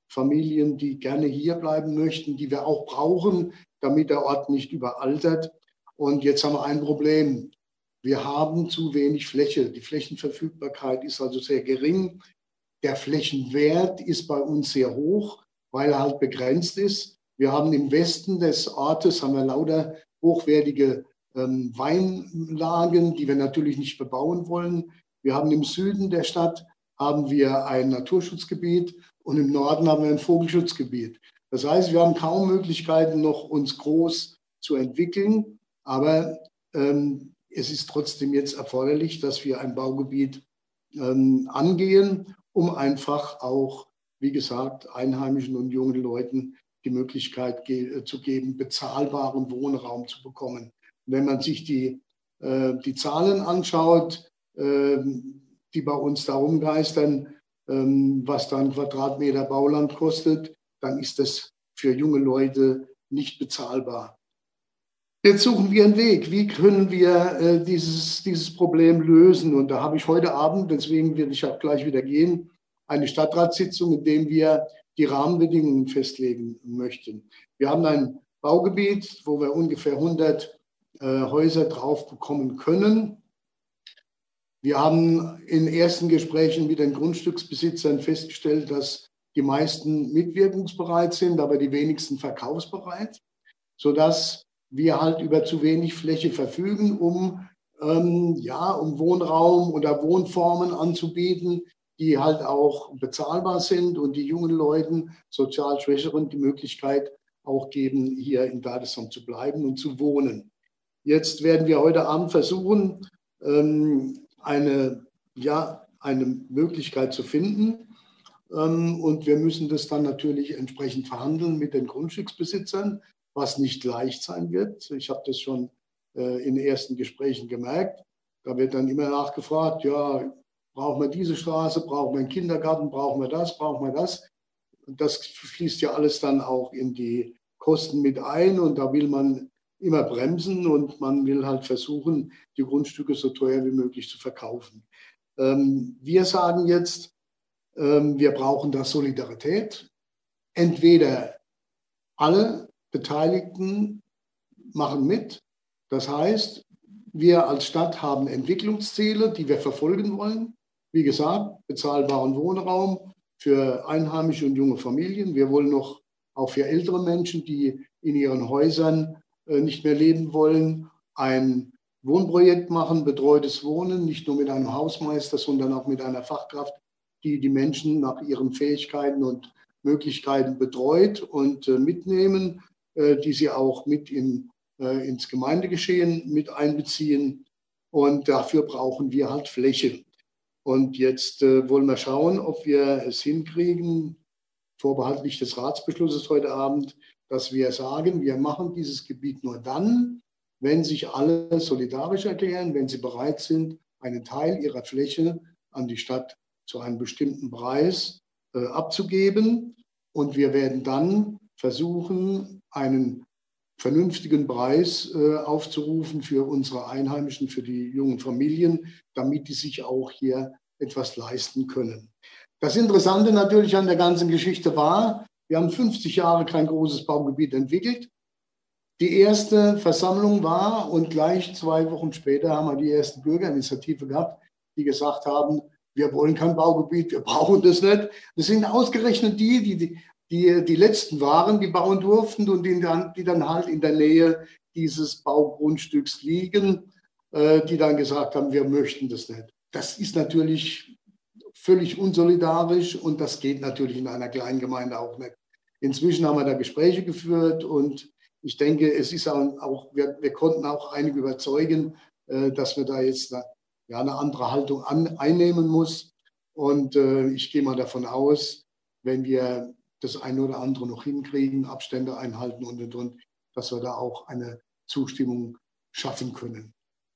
Familien, die gerne hier bleiben möchten, die wir auch brauchen, damit der Ort nicht überaltert. Und jetzt haben wir ein Problem. Wir haben zu wenig Fläche. Die Flächenverfügbarkeit ist also sehr gering. Der Flächenwert ist bei uns sehr hoch, weil er halt begrenzt ist. Wir haben im Westen des Ortes haben wir lauter hochwertige ähm, Weinlagen, die wir natürlich nicht bebauen wollen. Wir haben im Süden der Stadt haben wir ein Naturschutzgebiet und im Norden haben wir ein Vogelschutzgebiet. Das heißt, wir haben kaum Möglichkeiten, noch uns groß zu entwickeln, aber ähm, es ist trotzdem jetzt erforderlich, dass wir ein Baugebiet ähm, angehen, um einfach auch, wie gesagt, Einheimischen und jungen Leuten die Möglichkeit ge- zu geben, bezahlbaren Wohnraum zu bekommen. Wenn man sich die, äh, die Zahlen anschaut, äh, die bei uns da rumgeistern, ähm, was da ein Quadratmeter Bauland kostet, dann ist das für junge Leute nicht bezahlbar. Jetzt suchen wir einen Weg. Wie können wir äh, dieses, dieses Problem lösen? Und da habe ich heute Abend, deswegen werde ich auch gleich wieder gehen, eine Stadtratssitzung, in der wir die Rahmenbedingungen festlegen möchten. Wir haben ein Baugebiet, wo wir ungefähr hundert äh, Häuser drauf bekommen können. Wir haben in ersten Gesprächen mit den Grundstücksbesitzern festgestellt, dass die meisten mitwirkungsbereit sind, aber die wenigsten verkaufsbereit, sodass wir halt über zu wenig Fläche verfügen, um, ähm, ja, um Wohnraum oder Wohnformen anzubieten, die halt auch bezahlbar sind und die jungen Leuten, sozial Schwächeren, die Möglichkeit auch geben, hier in Gardesholm zu bleiben und zu wohnen. Jetzt werden wir heute Abend versuchen, ähm, eine, ja, eine Möglichkeit zu finden. Ähm, und wir müssen das dann natürlich entsprechend verhandeln mit den Grundstücksbesitzern, was nicht leicht sein wird. Ich habe das schon äh, in den ersten Gesprächen gemerkt. Da wird dann immer nachgefragt, ja, brauchen wir diese Straße, brauchen wir einen Kindergarten, brauchen wir das, brauchen wir das. Und das fließt ja alles dann auch in die Kosten mit ein und da will man immer bremsen und man will halt versuchen, die Grundstücke so teuer wie möglich zu verkaufen. Ähm, wir sagen jetzt, ähm, wir brauchen da Solidarität. Entweder alle Beteiligten machen mit. Das heißt, wir als Stadt haben Entwicklungsziele, die wir verfolgen wollen. Wie gesagt, bezahlbaren Wohnraum für Einheimische und junge Familien. Wir wollen noch auch für ältere Menschen, die in ihren Häusern äh, nicht mehr leben wollen, ein Wohnprojekt machen, betreutes Wohnen, nicht nur mit einem Hausmeister, sondern auch mit einer Fachkraft, die die Menschen nach ihren Fähigkeiten und Möglichkeiten betreut und äh, mitnehmen, äh, die sie auch mit in, äh, ins Gemeindegeschehen mit einbeziehen. Und dafür brauchen wir halt Fläche. Und jetzt äh, wollen wir schauen, ob wir es hinkriegen, vorbehaltlich des Ratsbeschlusses heute Abend, dass wir sagen, wir machen dieses Gebiet nur dann, wenn sich alle solidarisch erklären, wenn sie bereit sind, einen Teil ihrer Fläche an die Stadt zu einem bestimmten Preis äh, abzugeben. Und wir werden dann versuchen, einen vernünftigen Preis äh, aufzurufen für unsere Einheimischen, für die jungen Familien, damit die sich auch hier etwas leisten können. Das Interessante natürlich an der ganzen Geschichte war, wir haben fünfzig Jahre kein großes Baugebiet entwickelt. Die erste Versammlung war und gleich zwei Wochen später haben wir die erste Bürgerinitiative gehabt, die gesagt haben, wir wollen kein Baugebiet, wir brauchen das nicht. Das sind ausgerechnet die, die, die Die, die letzten waren, die bauen durften und die dann, die dann halt in der Nähe dieses Baugrundstücks liegen, äh, die dann gesagt haben, wir möchten das nicht. Das ist natürlich völlig unsolidarisch und das geht natürlich in einer kleinen Gemeinde auch nicht. Inzwischen haben wir da Gespräche geführt und ich denke, es ist auch, wir, wir konnten auch einige überzeugen, äh, dass wir da jetzt eine, ja, eine andere Haltung an, einnehmen muss. Und äh, ich gehe mal davon aus, wenn wir das eine oder andere noch hinkriegen, Abstände einhalten und, und, und, dass wir da auch eine Zustimmung schaffen können.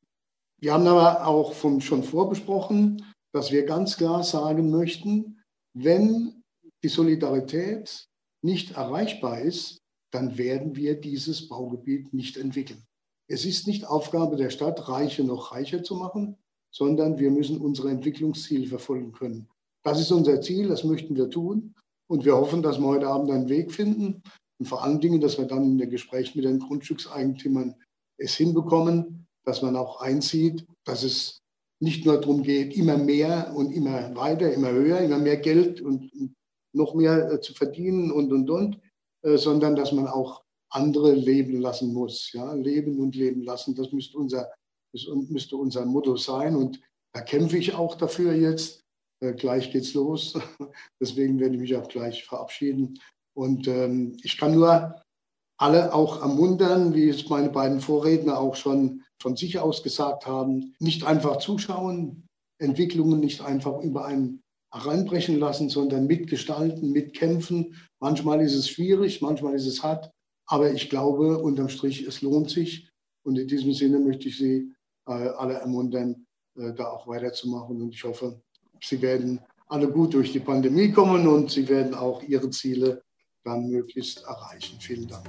Wir haben aber auch vom, schon vorbesprochen, dass wir ganz klar sagen möchten, wenn die Solidarität nicht erreichbar ist, dann werden wir dieses Baugebiet nicht entwickeln. Es ist nicht Aufgabe der Stadt, Reiche noch reicher zu machen, sondern wir müssen unsere Entwicklungsziele verfolgen können. Das ist unser Ziel, das möchten wir tun. Und wir hoffen, dass wir heute Abend einen Weg finden und vor allen Dingen, dass wir dann in den Gesprächen mit den Grundstückseigentümern es hinbekommen, dass man auch einsieht, dass es nicht nur darum geht, immer mehr und immer weiter, immer höher, immer mehr Geld und noch mehr äh, zu verdienen und, und, und, äh, sondern dass man auch andere leben lassen muss. Ja? Leben und leben lassen, das müsste unser, das müsste unser Motto sein. Und da kämpfe ich auch dafür jetzt. Äh, gleich geht's los. Deswegen werde ich mich auch gleich verabschieden. Und ähm, ich kann nur alle auch ermuntern, wie es meine beiden Vorredner auch schon von sich aus gesagt haben, nicht einfach zuschauen, Entwicklungen nicht einfach über einen hereinbrechen lassen, sondern mitgestalten, mitkämpfen. Manchmal ist es schwierig, manchmal ist es hart, aber ich glaube, unterm Strich, es lohnt sich. Und in diesem Sinne möchte ich Sie äh, alle ermuntern, äh, da auch weiterzumachen. Und ich hoffe, Sie werden alle gut durch die Pandemie kommen und Sie werden auch Ihre Ziele dann möglichst erreichen. Vielen Dank.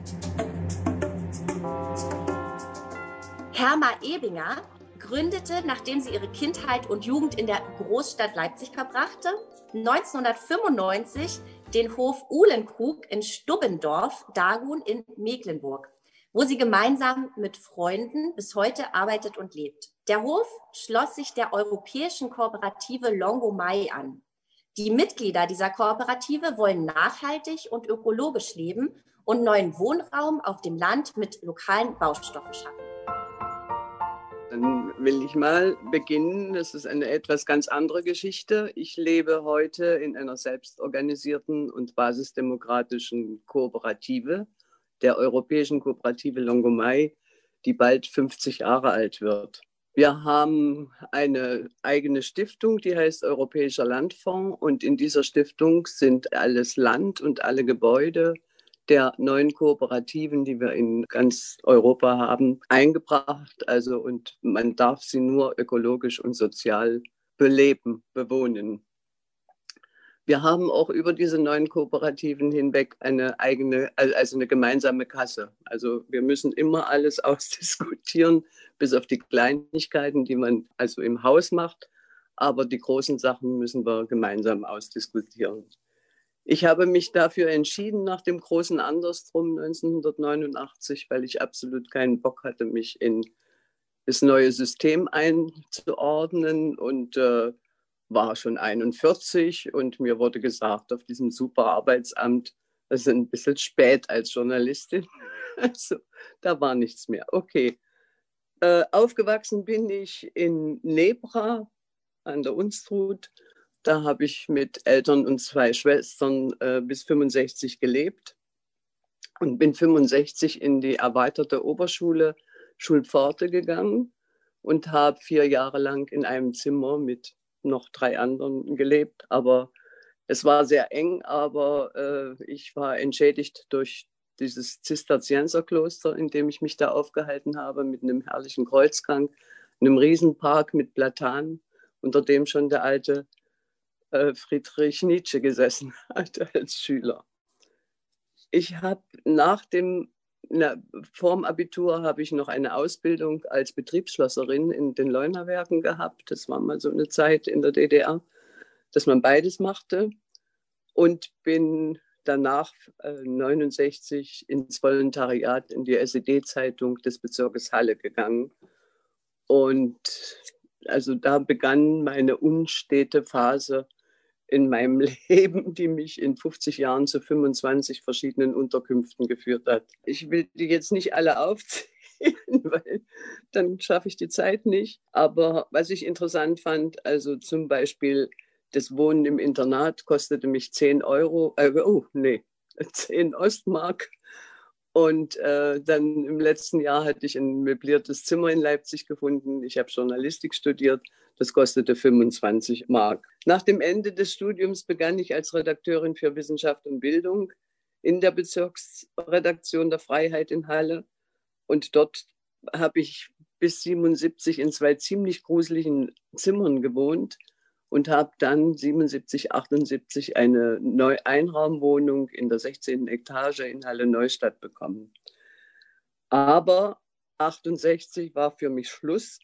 Herma Ebinger gründete, nachdem sie ihre Kindheit und Jugend in der Großstadt Leipzig verbrachte, neunzehnhundertfünfundneunzig den Hof Uhlenkrug in Stubbendorf, Dagun in Mecklenburg, wo sie gemeinsam mit Freunden bis heute arbeitet und lebt. Der Hof schloss sich der europäischen Kooperative Longomai an. Die Mitglieder dieser Kooperative wollen nachhaltig und ökologisch leben und neuen Wohnraum auf dem Land mit lokalen Baustoffen schaffen. Dann will ich mal beginnen. Das ist eine etwas ganz andere Geschichte. Ich lebe heute in einer selbstorganisierten und basisdemokratischen Kooperative, der Europäischen Kooperative Longomai, die bald fünfzig Jahre alt wird. Wir haben eine eigene Stiftung, die heißt Europäischer Landfonds. Und in dieser Stiftung sind alles Land und alle Gebäude der neuen Kooperativen, die wir in ganz Europa haben, eingebracht. Also, und man darf sie nur ökologisch und sozial beleben, bewohnen. Wir haben auch über diese neuen Kooperativen hinweg eine eigene, also eine gemeinsame Kasse. Also wir müssen immer alles ausdiskutieren, bis auf die Kleinigkeiten, die man also im Haus macht. Aber die großen Sachen müssen wir gemeinsam ausdiskutieren. Ich habe mich dafür entschieden nach dem großen Andersrum neunzehnhundertneunundachtzig, weil ich absolut keinen Bock hatte, mich in das neue System einzuordnen und äh, war schon einundvierzig und mir wurde gesagt, auf diesem super Arbeitsamt, das ist ein bisschen spät als Journalistin, also da war nichts mehr. Okay, äh, aufgewachsen bin ich in Nebra an der Unstrut. Da habe ich mit Eltern und zwei Schwestern äh, bis fünfundsechzig gelebt und bin fünfundsechzig in die erweiterte Oberschule Schulpforte gegangen und habe vier Jahre lang in einem Zimmer mit noch drei anderen gelebt. Aber es war sehr eng, aber äh, ich war entschädigt durch dieses Zisterzienserkloster, in dem ich mich da aufgehalten habe, mit einem herrlichen Kreuzgang, einem Riesenpark mit Platanen, unter dem schon der alte Friedrich Nietzsche gesessen hat als Schüler. Ich habe nach dem, na, vorm Abitur habe ich noch eine Ausbildung als Betriebsschlosserin in den Leunawerken gehabt. Das war mal so eine Zeit in der D D R, dass man beides machte. Und bin danach äh, neunundsechzig ins Volontariat in die S E D-Zeitung des Bezirkes Halle gegangen. Und also da begann meine unstete Phase in meinem Leben, die mich in fünfzig Jahren zu fünfundzwanzig verschiedenen Unterkünften geführt hat. Ich will die jetzt nicht alle aufzählen, weil dann schaffe ich die Zeit nicht. Aber was ich interessant fand, also zum Beispiel das Wohnen im Internat kostete mich zehn Euro, äh, oh nee, zehn Ostmark. Und äh, dann im letzten Jahr hatte ich ein möbliertes Zimmer in Leipzig gefunden. Ich habe Journalistik studiert. Das kostete fünfundzwanzig Mark. Nach dem Ende des Studiums begann ich als Redakteurin für Wissenschaft und Bildung in der Bezirksredaktion der Freiheit in Halle. Und dort habe ich bis siebenundsiebzig in zwei ziemlich gruseligen Zimmern gewohnt und habe dann siebenundsiebzig, achtundsiebzig eine Neueinraumwohnung in der sechzehnten Etage in Halle-Neustadt bekommen. Aber achtundsechzig war für mich Schluss.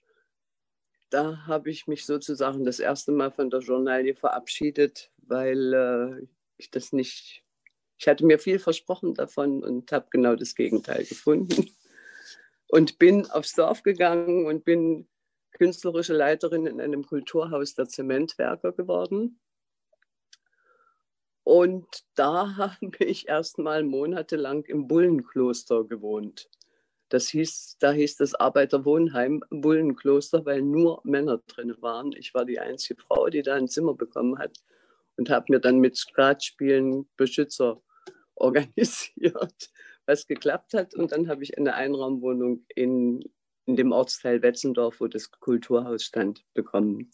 Da habe ich mich sozusagen das erste Mal von der Journalie verabschiedet, weil äh, ich das nicht, ich hatte mir viel versprochen davon und habe genau das Gegenteil gefunden. Und bin aufs Dorf gegangen und bin künstlerische Leiterin in einem Kulturhaus der Zementwerker geworden. Und da habe ich erst mal monatelang im Bullenkloster gewohnt. Das hieß, da hieß das Arbeiterwohnheim Bullenkloster, weil nur Männer drin waren. Ich war die einzige Frau, die da ein Zimmer bekommen hat und habe mir dann mit Skatspielen Beschützer organisiert, was geklappt hat. Und dann habe ich eine Einraumwohnung in, in dem Ortsteil Wetzendorf, wo das Kulturhaus stand, bekommen.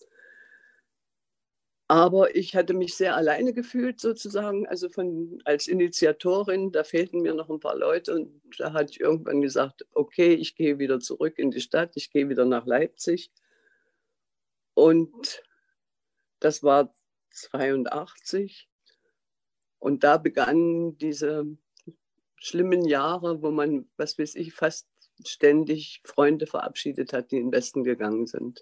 Aber ich hatte mich sehr alleine gefühlt sozusagen, also von, als Initiatorin, da fehlten mir noch ein paar Leute und da hatte ich irgendwann gesagt, okay, ich gehe wieder zurück in die Stadt, ich gehe wieder nach Leipzig. Und das war zweiundachtzig und da begannen diese schlimmen Jahre, wo man, was weiß ich, fast ständig Freunde verabschiedet hat, die in den Westen gegangen sind.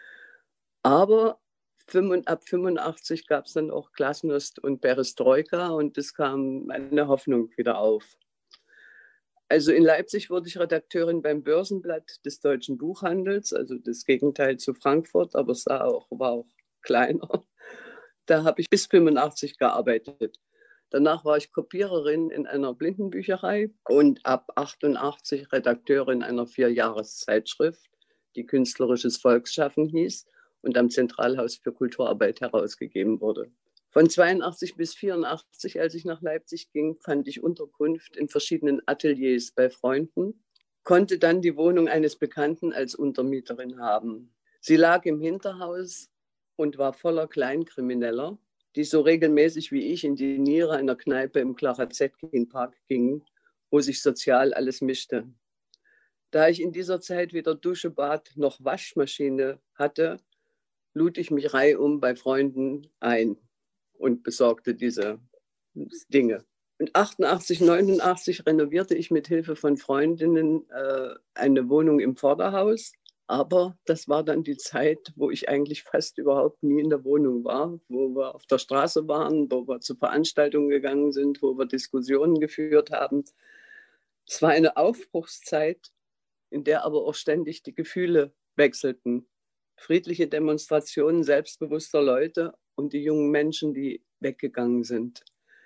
Aber ab fünfundachtzig gab es dann auch Glasnost und Perestroika und es kam meine Hoffnung wieder auf. Also in Leipzig wurde ich Redakteurin beim Börsenblatt des Deutschen Buchhandels, also das Gegenteil zu Frankfurt, aber es war auch, war auch kleiner. Da habe ich bis fünfundachtzig gearbeitet. Danach war ich Kopiererin in einer Blindenbücherei und ab achtundachtzig Redakteurin einer Vierjahreszeitschrift, die Künstlerisches Volksschaffen hieß und am Zentralhaus für Kulturarbeit herausgegeben wurde. Von zweiundachtzig bis vierundachtzig, als ich nach Leipzig ging, fand ich Unterkunft in verschiedenen Ateliers bei Freunden, konnte dann die Wohnung eines Bekannten als Untermieterin haben. Sie lag im Hinterhaus und war voller Kleinkrimineller, die so regelmäßig wie ich in die Niere einer Kneipe im Clara Zetkin-Park gingen, wo sich sozial alles mischte. Da ich in dieser Zeit weder Dusche, Bad noch Waschmaschine hatte, lud ich mich reihum bei Freunden ein und besorgte diese Dinge. Und achtundachtzig, neunundachtzig renovierte ich mit Hilfe von Freundinnen äh, eine Wohnung im Vorderhaus. Aber das war dann die Zeit, wo ich eigentlich fast überhaupt nie in der Wohnung war, wo wir auf der Straße waren, wo wir zu Veranstaltungen gegangen sind, wo wir Diskussionen geführt haben. Es war eine Aufbruchszeit, in der aber auch ständig die Gefühle wechselten. Friedliche Demonstrationen selbstbewusster Leute und die jungen Menschen, die weggegangen sind.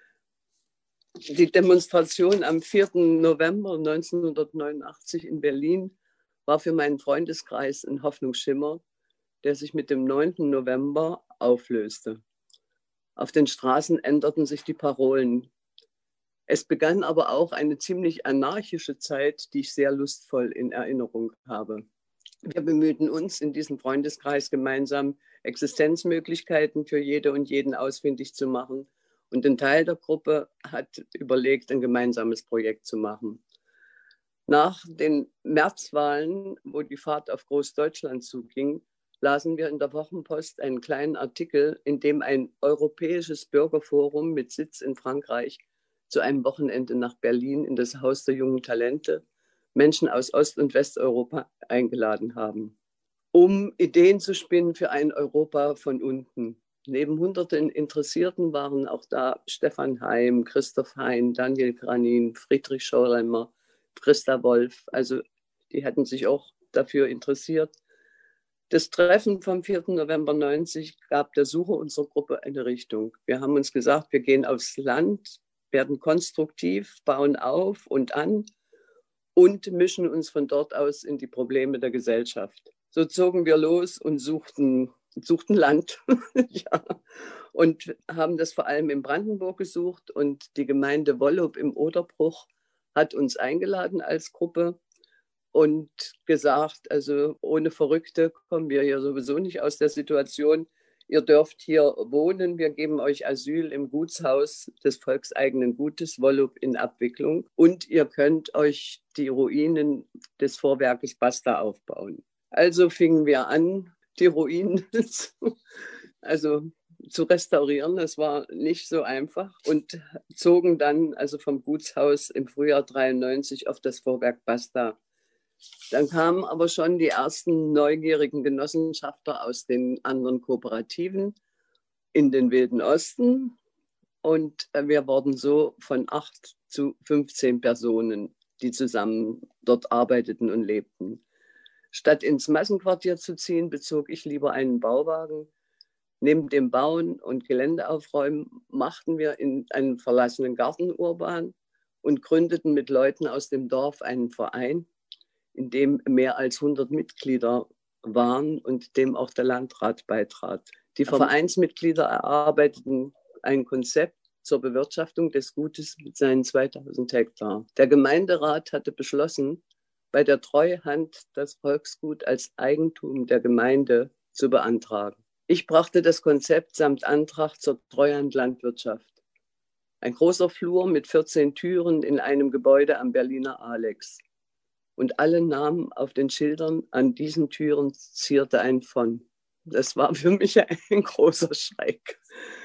Die Demonstration am vierten November neunzehnhundertneunundachtzig in Berlin war für meinen Freundeskreis ein Hoffnungsschimmer, der sich mit dem neunten November auflöste. Auf den Straßen änderten sich die Parolen. Es begann aber auch eine ziemlich anarchische Zeit, die ich sehr lustvoll in Erinnerung habe. Wir bemühten uns in diesem Freundeskreis gemeinsam, Existenzmöglichkeiten für jede und jeden ausfindig zu machen. Und ein Teil der Gruppe hat überlegt, ein gemeinsames Projekt zu machen. Nach den Märzwahlen, wo die Fahrt auf Großdeutschland zuging, lasen wir in der Wochenpost einen kleinen Artikel, in dem ein europäisches Bürgerforum mit Sitz in Frankreich zu einem Wochenende nach Berlin in das Haus der jungen Talente Menschen aus Ost- und Westeuropa eingeladen haben, um Ideen zu spinnen für ein Europa von unten. Neben hunderten Interessierten waren auch da Stefan Heim, Christoph Hein, Daniel Granin, Friedrich Schorlemmer, Christa Wolf. Also die hatten sich auch dafür interessiert. Das Treffen vom vierten November neunzig gab der Suche unserer Gruppe eine Richtung. Wir haben uns gesagt, wir gehen aufs Land, werden konstruktiv, bauen auf und an und mischen uns von dort aus in die Probleme der Gesellschaft. So zogen wir los und suchten, suchten Land ja. Und haben das vor allem in Brandenburg gesucht. Und die Gemeinde Wollop im Oderbruch hat uns eingeladen als Gruppe und gesagt, also ohne Verrückte kommen wir ja sowieso nicht aus der Situation. Ihr dürft hier wohnen, wir geben euch Asyl im Gutshaus des volkseigenen Gutes Wollop in Abwicklung und ihr könnt euch die Ruinen des Vorwerkes Basta aufbauen. Also fingen wir an, die Ruinen zu, also zu restaurieren. Das war nicht so einfach und zogen dann also vom Gutshaus im Frühjahr dreiundneunzig auf das Vorwerk Basta. Dann kamen aber schon die ersten neugierigen Genossenschafter aus den anderen Kooperativen in den Wilden Osten Und wir wurden so von acht zu fünfzehn Personen, die zusammen dort arbeiteten und lebten. Statt ins Massenquartier zu ziehen, bezog ich lieber einen Bauwagen. Neben dem Bauen und Geländeaufräumen machten wir in einem verlassenen Garten urban und gründeten mit Leuten aus dem Dorf einen Verein, in dem mehr als hundert Mitglieder waren und dem auch der Landrat beitrat. Die Vereinsmitglieder erarbeiteten ein Konzept zur Bewirtschaftung des Gutes mit seinen zweitausend Hektar. Der Gemeinderat hatte beschlossen, bei der Treuhand das Volksgut als Eigentum der Gemeinde zu beantragen. Ich brachte das Konzept samt Antrag zur Treuhandlandwirtschaft. Ein großer Flur mit vierzehn Türen in einem Gebäude am Berliner Alex. Und alle Namen auf den Schildern an diesen Türen zierte ein von. Das war für mich ein großer Schreck.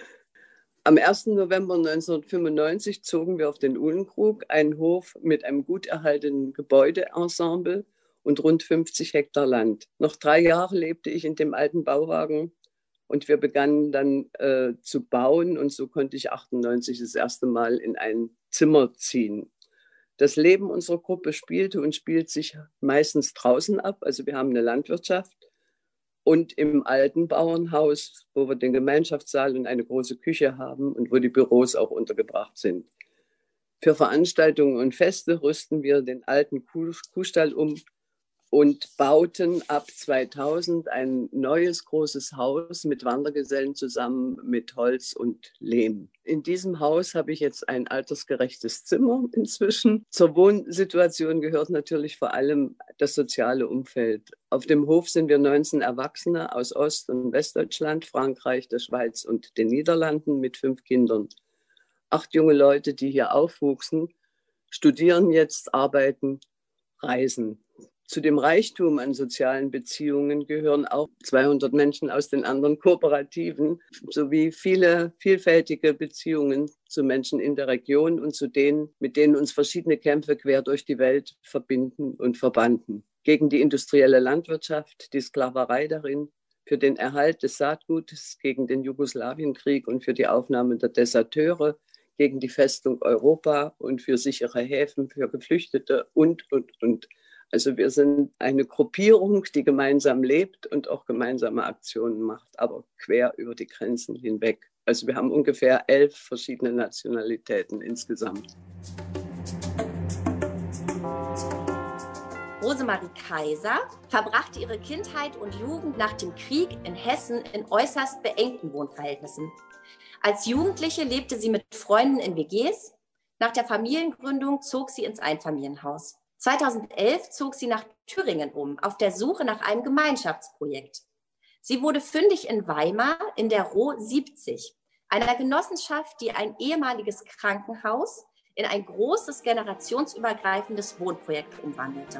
Am ersten November neunzehnhundertfünfundneunzig zogen wir auf den Uhlenkrug, einen Hof mit einem gut erhaltenen Gebäudeensemble und rund fünfzig Hektar Land. Noch drei Jahre lebte ich in dem alten Bauwagen und wir begannen dann äh, zu bauen und so konnte ich achtundneunzig das erste Mal in ein Zimmer ziehen. Das Leben unserer Gruppe spielte und spielt sich meistens draußen ab, also wir haben eine Landwirtschaft. Und im alten Bauernhaus, wo wir den Gemeinschaftssaal und eine große Küche haben und wo die Büros auch untergebracht sind. Für Veranstaltungen und Feste rüsten wir den alten Kuh- Kuhstall um und bauten ab zweitausend ein neues großes Haus mit Wandergesellen zusammen mit Holz und Lehm. In diesem Haus habe ich jetzt ein altersgerechtes Zimmer inzwischen. Zur Wohnsituation gehört natürlich vor allem das soziale Umfeld. Auf dem Hof sind wir neunzehn Erwachsene aus Ost- und Westdeutschland, Frankreich, der Schweiz und den Niederlanden mit fünf Kindern. Acht junge Leute, die hier aufwuchsen, studieren jetzt, arbeiten, reisen. Zu dem Reichtum an sozialen Beziehungen gehören auch zweihundert Menschen aus den anderen Kooperativen sowie viele vielfältige Beziehungen zu Menschen in der Region und zu denen, mit denen uns verschiedene Kämpfe quer durch die Welt verbinden und verbanden. Gegen die industrielle Landwirtschaft, die Sklaverei darin, für den Erhalt des Saatgutes, gegen den Jugoslawienkrieg und für die Aufnahme der Deserteure, gegen die Festung Europa und für sichere Häfen für Geflüchtete und, und, und. Also wir sind eine Gruppierung, die gemeinsam lebt und auch gemeinsame Aktionen macht, aber quer über die Grenzen hinweg. Also wir haben ungefähr elf verschiedene Nationalitäten insgesamt. Rosemarie Kaiser verbrachte ihre Kindheit und Jugend nach dem Krieg in Hessen in äußerst beengten Wohnverhältnissen. Als Jugendliche lebte sie mit Freunden in W Gs. Nach der Familiengründung zog sie ins Einfamilienhaus. zweitausendelf zog sie nach Thüringen um, auf der Suche nach einem Gemeinschaftsprojekt. Sie wurde fündig in Weimar in der Roh siebzig, einer Genossenschaft, die ein ehemaliges Krankenhaus in ein großes generationsübergreifendes Wohnprojekt umwandelte.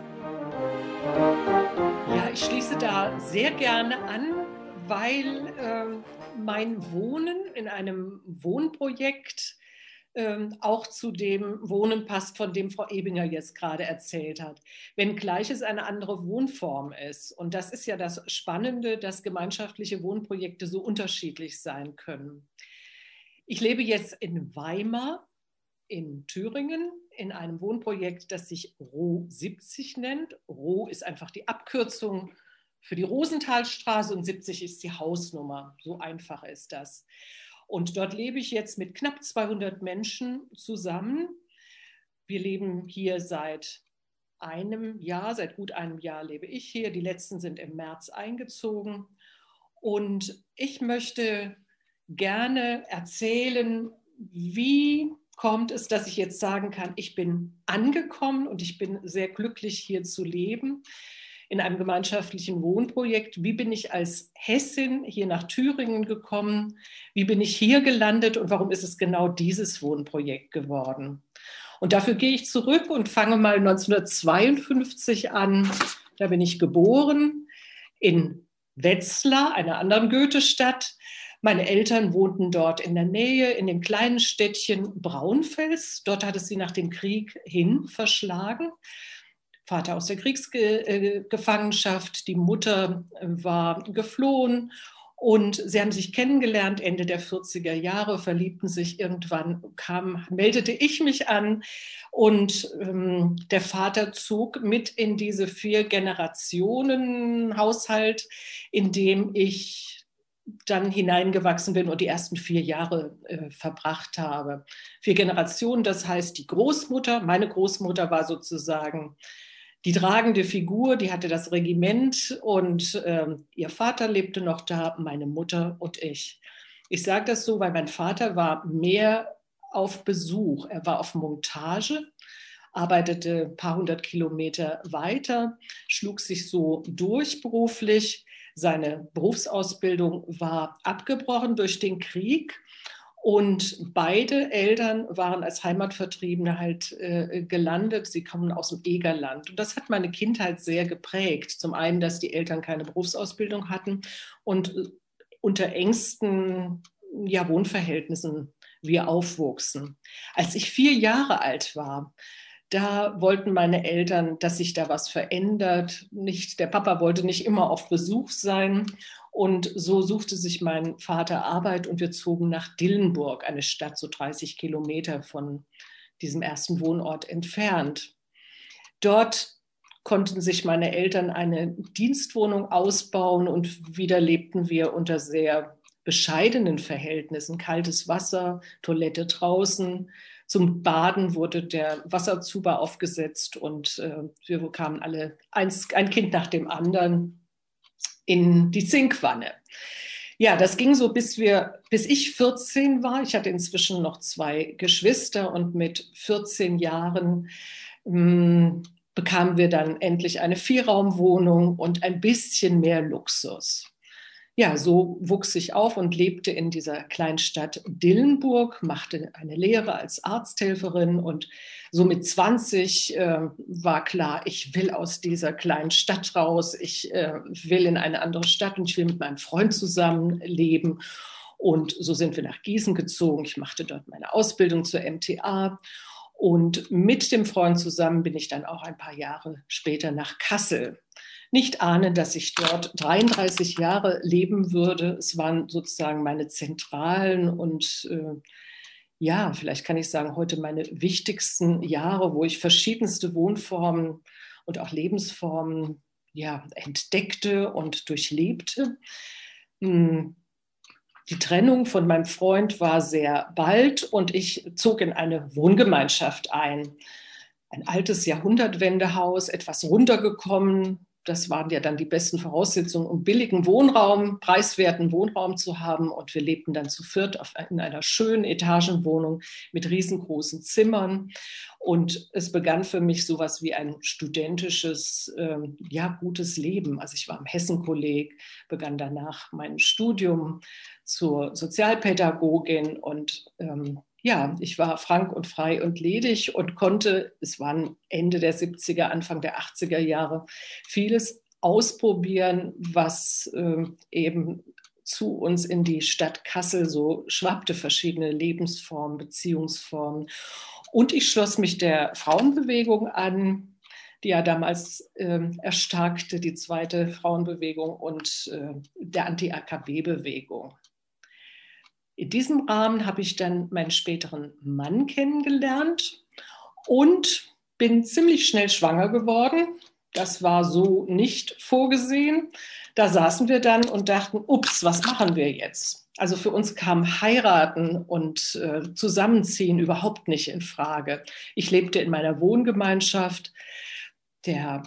Ja, ich schließe da sehr gerne an, weil äh, mein Wohnen in einem Wohnprojekt äh, auch zu dem Wohnen passt, von dem Frau Ebinger jetzt gerade erzählt hat. Wenngleich es eine andere Wohnform ist. Und das ist ja das Spannende, dass gemeinschaftliche Wohnprojekte so unterschiedlich sein können. Ich lebe jetzt in Weimar in Thüringen in einem Wohnprojekt, das sich Roh siebzig nennt. Roh ist einfach die Abkürzung für die Rosenthalstraße und siebzig ist die Hausnummer. So einfach ist das. Und dort lebe ich jetzt mit knapp zweihundert Menschen zusammen. Wir leben hier seit einem Jahr, seit gut einem Jahr lebe ich hier. Die letzten sind im März eingezogen. Und ich möchte gerne erzählen, wie kommt es, dass ich jetzt sagen kann, ich bin angekommen und ich bin sehr glücklich, hier zu leben in einem gemeinschaftlichen Wohnprojekt. Wie bin ich als Hessin hier nach Thüringen gekommen? Wie bin ich hier gelandet und warum ist es genau dieses Wohnprojekt geworden? Und dafür gehe ich zurück und fange mal neunzehnhundertzweiundfünfzig an. Da bin ich geboren in Wetzlar, einer anderen Goethestadt. Meine Eltern wohnten dort in der Nähe, in dem kleinen Städtchen Braunfels. Dort hat es sie nach dem Krieg hin verschlagen. Vater aus der Kriegsgefangenschaft, die Mutter war geflohen Und sie haben sich kennengelernt Ende der vierziger Jahre, verliebten sich. Irgendwann kam, meldete ich mich an und ähm, der Vater zog mit in diese Vier-Generationen-Haushalt, in dem ich dann hineingewachsen bin und die ersten vier Jahre äh, verbracht habe. Vier Generationen, das heißt die Großmutter, meine Großmutter war sozusagen die tragende Figur, die hatte das Regiment und äh, ihr Vater lebte noch da, meine Mutter und ich. Ich sage das so, weil mein Vater war mehr auf Besuch. Er war auf Montage, arbeitete ein paar hundert Kilometer weiter, schlug sich so durch beruflich. Seine Berufsausbildung war abgebrochen durch den Krieg. Und beide Eltern waren als Heimatvertriebene halt äh, gelandet. Sie kommen aus dem Egerland. Und das hat meine Kindheit sehr geprägt. Zum einen, dass die Eltern keine Berufsausbildung hatten und unter engsten ja, Wohnverhältnissen wir aufwuchsen. Als ich vier Jahre alt war, da wollten meine Eltern, dass sich da was verändert. Nicht, der Papa wollte nicht immer auf Besuch sein. Und so suchte sich mein Vater Arbeit und wir zogen nach Dillenburg, eine Stadt so dreißig Kilometer von diesem ersten Wohnort entfernt. Dort konnten sich meine Eltern eine Dienstwohnung ausbauen und wieder lebten wir unter sehr bescheidenen Verhältnissen. Kaltes Wasser, Toilette draußen. Zum Baden wurde der Wasserzuber aufgesetzt und äh, wir bekamen alle eins, ein Kind nach dem anderen in die Zinkwanne. Ja, das ging so, bis wir, bis ich vierzehn war. Ich hatte inzwischen noch zwei Geschwister und mit vierzehn Jahren mh, bekamen wir dann endlich eine Vierraumwohnung und ein bisschen mehr Luxus. Ja, so wuchs ich auf und lebte in dieser kleinen Stadt Dillenburg, machte eine Lehre als Arzthelferin und so mit zwanzig äh, war klar, ich will aus dieser kleinen Stadt raus, ich äh, will in eine andere Stadt und ich will mit meinem Freund zusammenleben. Und so sind wir nach Gießen gezogen. Ich machte dort meine Ausbildung zur M T A. Und mit dem Freund zusammen bin ich dann auch ein paar Jahre später nach Kassel. Nicht ahnen, dass ich dort dreiunddreißig Jahre leben würde. Es waren sozusagen meine zentralen und äh, ja, vielleicht kann ich sagen, heute meine wichtigsten Jahre, wo ich verschiedenste Wohnformen und auch Lebensformen ja, entdeckte und durchlebte. Die Trennung von meinem Freund war sehr bald und ich zog in eine Wohngemeinschaft ein. Ein altes Jahrhundertwendehaus, etwas runtergekommen. Das waren ja dann die besten Voraussetzungen, um billigen Wohnraum, preiswerten Wohnraum zu haben. Und wir lebten dann zu viert auf, in einer schönen Etagenwohnung mit riesengroßen Zimmern. Und es begann für mich sowas wie ein studentisches, ähm, ja, gutes Leben. Also ich war am Hessen-Kolleg, begann danach mein Studium zur Sozialpädagogin und ähm, ja, ich war frank und frei und ledig und konnte, es waren Ende der siebziger, Anfang der achtziger Jahre, vieles ausprobieren, was äh, eben zu uns in die Stadt Kassel so schwappte, verschiedene Lebensformen, Beziehungsformen. Und ich schloss mich der Frauenbewegung an, die ja damals äh, erstarkte, die zweite Frauenbewegung und äh, der Anti-A K B-Bewegung. In diesem Rahmen habe ich dann meinen späteren Mann kennengelernt und bin ziemlich schnell schwanger geworden. Das war so nicht vorgesehen. Da saßen wir dann und dachten, ups, was machen wir jetzt? Also für uns kam Heiraten und äh, Zusammenziehen überhaupt nicht in Frage. Ich lebte in meiner Wohngemeinschaft. Der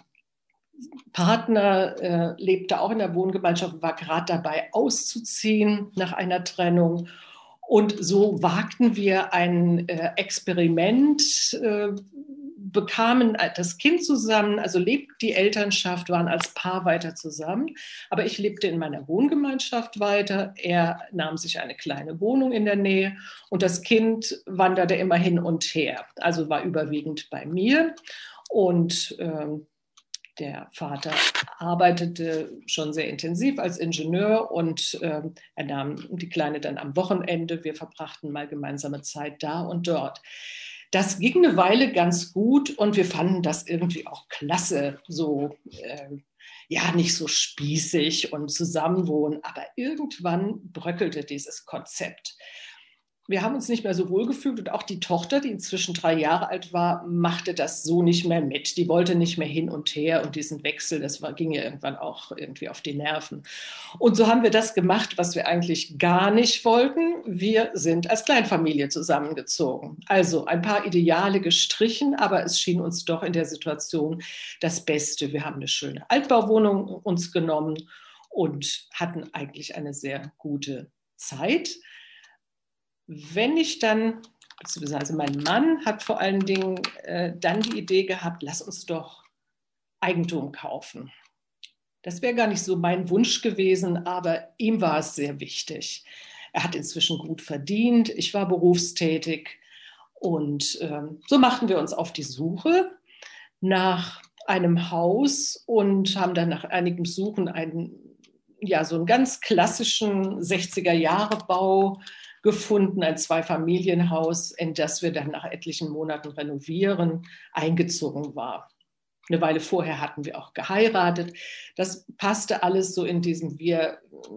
Partner äh, lebte auch in der Wohngemeinschaft und war gerade dabei auszuziehen nach einer Trennung. Und so wagten wir ein äh, Experiment, äh, bekamen das Kind zusammen, also lebten die Elternschaft, waren als Paar weiter zusammen. Aber ich lebte in meiner Wohngemeinschaft weiter. Er nahm sich eine kleine Wohnung in der Nähe und das Kind wanderte immer hin und her. Also war überwiegend bei mir und äh, der Vater arbeitete schon sehr intensiv als Ingenieur und äh, er nahm die Kleine dann am Wochenende. Wir verbrachten mal gemeinsame Zeit da und dort. Das ging eine Weile ganz gut und wir fanden das irgendwie auch klasse, so äh, ja, nicht so spießig und zusammenwohnen. Aber irgendwann bröckelte dieses Konzept. Wir haben uns nicht mehr so wohl gefühlt und auch die Tochter, die inzwischen drei Jahre alt war, machte das so nicht mehr mit. Die wollte nicht mehr hin und her und diesen Wechsel, das war, ging ja irgendwann auch irgendwie auf die Nerven. Und so haben wir das gemacht, was wir eigentlich gar nicht wollten. Wir sind als Kleinfamilie zusammengezogen. Also ein paar Ideale gestrichen, aber es schien uns doch in der Situation das Beste. Wir haben eine schöne Altbauwohnung uns genommen und hatten eigentlich eine sehr gute Zeit. Wenn ich dann, also mein Mann hat vor allen Dingen äh, dann die Idee gehabt, lass uns doch Eigentum kaufen. Das wäre gar nicht so mein Wunsch gewesen, aber ihm war es sehr wichtig. Er hat inzwischen gut verdient, ich war berufstätig und ähm, so machten wir uns auf die Suche nach einem Haus und haben dann nach einigem Suchen einen, ja, so einen ganz klassischen sechziger-Jahre-Bau gefunden, ein Zweifamilienhaus, in das wir dann nach etlichen Monaten renovieren, eingezogen war. Eine Weile vorher hatten wir auch geheiratet. Das passte alles so in diesem, wir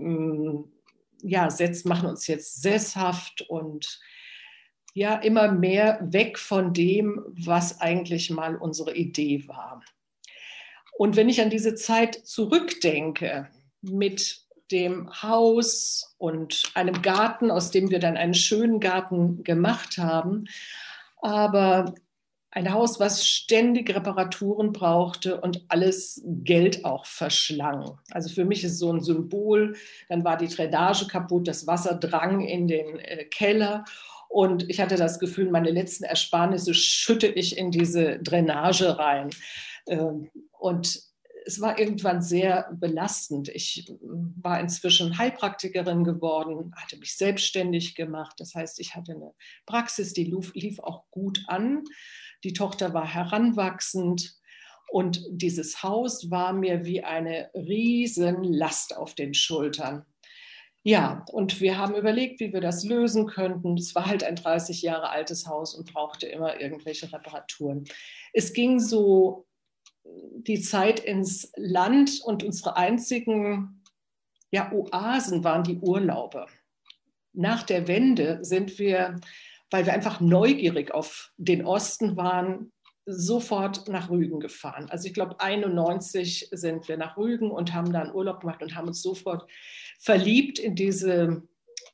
ja, setz, machen uns jetzt sesshaft und ja, immer mehr weg von dem, was eigentlich mal unsere Idee war. Und wenn ich an diese Zeit zurückdenke, mit dem Haus und einem Garten, aus dem wir dann einen schönen Garten gemacht haben. Aber ein Haus, was ständig Reparaturen brauchte und alles Geld auch verschlang. Also für mich ist so ein Symbol, dann war die Drainage kaputt, das Wasser drang in den äh, Keller und ich hatte das Gefühl, meine letzten Ersparnisse schütte ich in diese Drainage rein. Ähm, und es war irgendwann sehr belastend. Ich war inzwischen Heilpraktikerin geworden, hatte mich selbstständig gemacht. Das heißt, ich hatte eine Praxis, die lief, lief auch gut an. Die Tochter war heranwachsend und dieses Haus war mir wie eine riesen Last auf den Schultern. Ja, und wir haben überlegt, wie wir das lösen könnten. Es war halt ein dreißig Jahre altes Haus und brauchte immer irgendwelche Reparaturen. Es ging so die Zeit ins Land und unsere einzigen ja, Oasen waren die Urlaube. Nach der Wende sind wir, weil wir einfach neugierig auf den Osten waren, sofort nach Rügen gefahren. Also ich glaube, einundneunzig sind wir nach Rügen und haben da einen Urlaub gemacht und haben uns sofort verliebt in diese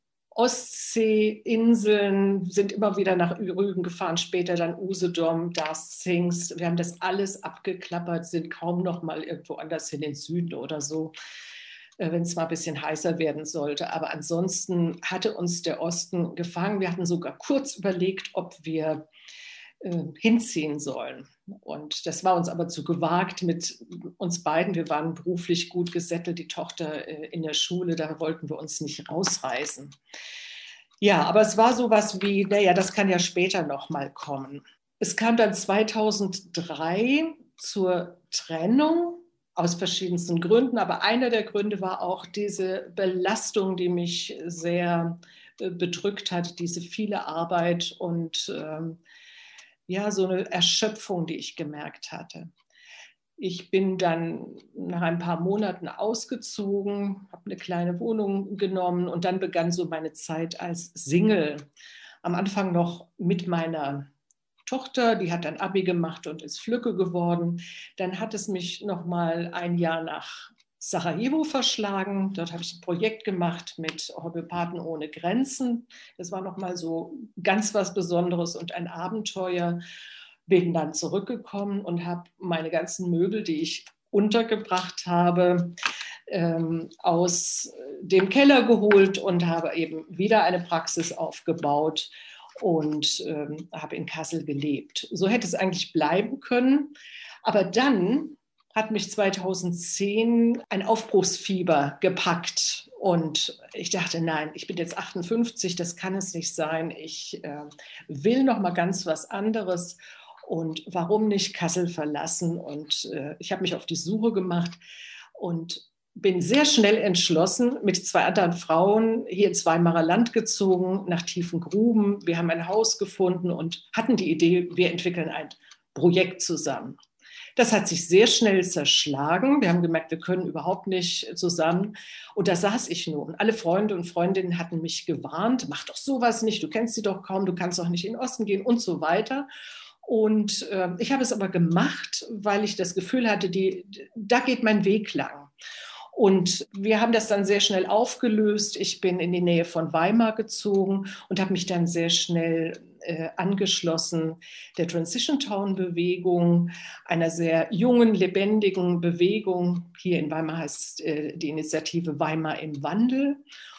Ostseeinseln, sind immer wieder nach Rügen gefahren, später dann Usedom, das Zingst. Wir haben das alles abgeklappert, sind kaum noch mal irgendwo anders hin, in den Süden oder so, wenn es mal ein bisschen heißer werden sollte. Aber ansonsten hatte uns der Osten gefangen. Wir hatten sogar kurz überlegt, ob wir äh, hinziehen sollen. Und das war uns aber zu gewagt mit uns beiden. Wir waren beruflich gut gesettelt, die Tochter äh, in der Schule, da wollten wir uns nicht rausreißen. Ja, aber es war sowas wie, naja, das kann ja später noch mal kommen. Es kam dann zweitausenddrei zur Trennung aus verschiedensten Gründen, aber einer der Gründe war auch diese Belastung, die mich sehr äh, bedrückt hat, diese viele Arbeit und ähm, ja, so eine Erschöpfung, die ich gemerkt hatte. Ich bin dann nach ein paar Monaten ausgezogen, habe eine kleine Wohnung genommen und dann begann so meine Zeit als Single. Am Anfang noch mit meiner Tochter, die hat dann Abi gemacht und ist Flücke geworden. Dann hat es mich noch mal ein Jahr nach Sarajevo verschlagen. Dort habe ich ein Projekt gemacht mit Homöopathen ohne Grenzen. Das war noch mal so ganz was Besonderes und ein Abenteuer. Bin dann zurückgekommen und habe meine ganzen Möbel, die ich untergebracht habe, ähm, aus dem Keller geholt und habe eben wieder eine Praxis aufgebaut und ähm, habe in Kassel gelebt. So hätte es eigentlich bleiben können. Aber dann hat mich zweitausendzehn ein Aufbruchsfieber gepackt und ich dachte, nein, ich bin jetzt achtundfünfzig, das kann es nicht sein. Ich äh, will noch mal ganz was anderes. Und warum nicht Kassel verlassen? Und äh, ich habe mich auf die Suche gemacht und bin sehr schnell entschlossen, mit zwei anderen Frauen hier ins Weimarer Land gezogen, nach tiefen Gruben. Wir haben ein Haus gefunden und hatten die Idee, wir entwickeln ein Projekt zusammen. Das hat sich sehr schnell zerschlagen. Wir haben gemerkt, wir können überhaupt nicht zusammen. Und da saß ich nun. Alle Freunde und Freundinnen hatten mich gewarnt, mach doch sowas nicht, du kennst sie doch kaum, du kannst doch nicht in den Osten gehen und so weiter. Und äh, ich habe es aber gemacht, weil ich das Gefühl hatte, die, da geht mein Weg lang. Und wir haben das dann sehr schnell aufgelöst. Ich bin in die Nähe von Weimar gezogen und habe mich dann sehr schnell äh, angeschlossen der Transition Town Bewegung, einer sehr jungen, lebendigen Bewegung. Hier in Weimar heißt äh, die Initiative Weimar im Wandel.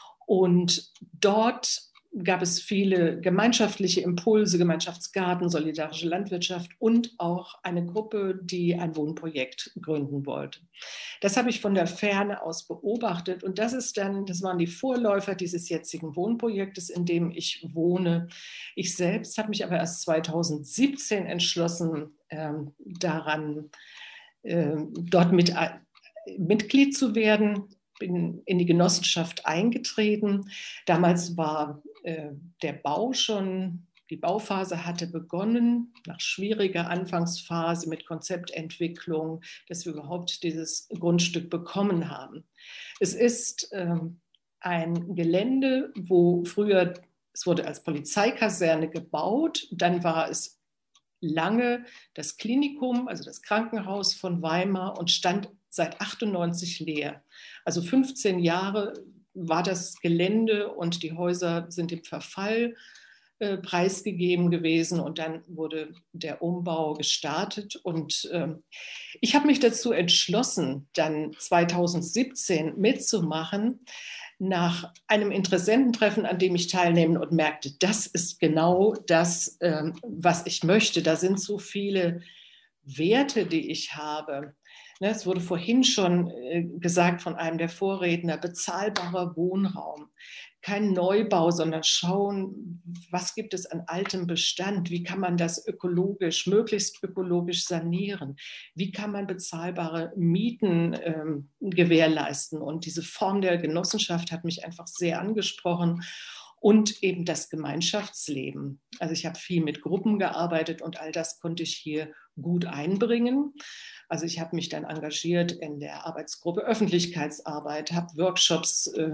Und dort gab es viele gemeinschaftliche Impulse, Gemeinschaftsgarten, solidarische Landwirtschaft und auch eine Gruppe, die ein Wohnprojekt gründen wollte. Das habe ich von der Ferne aus beobachtet und das ist dann, das waren die Vorläufer dieses jetzigen Wohnprojektes, in dem ich wohne. Ich selbst habe mich aber erst zweitausendsiebzehn entschlossen, ähm, daran, äh, dort mit, äh, Mitglied zu werden. Bin in die Genossenschaft eingetreten. Damals war äh, der Bau schon, die Bauphase hatte begonnen, nach schwieriger Anfangsphase mit Konzeptentwicklung, dass wir überhaupt dieses Grundstück bekommen haben. Es ist ähm, ein Gelände, wo früher, es wurde als Polizeikaserne gebaut, dann war es lange das Klinikum, also das Krankenhaus von Weimar und stand seit achtundneunzig leer. Also fünfzehn Jahre war das Gelände und die Häuser sind im Verfall äh, preisgegeben gewesen und dann wurde der Umbau gestartet und äh, ich habe mich dazu entschlossen, dann zweitausendsiebzehn mitzumachen, nach einem Interessententreffen, an dem ich teilnehme und merkte, das ist genau das, äh, was ich möchte. Da sind so viele Werte, die ich habe. Es wurde vorhin schon gesagt von einem der Vorredner, bezahlbarer Wohnraum. Kein Neubau, sondern schauen, was gibt es an altem Bestand? Wie kann man das ökologisch, möglichst ökologisch sanieren? Wie kann man bezahlbare Mieten ähm, gewährleisten? Und diese Form der Genossenschaft hat mich einfach sehr angesprochen. Und eben das Gemeinschaftsleben. Also ich habe viel mit Gruppen gearbeitet und all das konnte ich hier gut einbringen. Also ich habe mich dann engagiert in der Arbeitsgruppe Öffentlichkeitsarbeit, habe Workshops äh,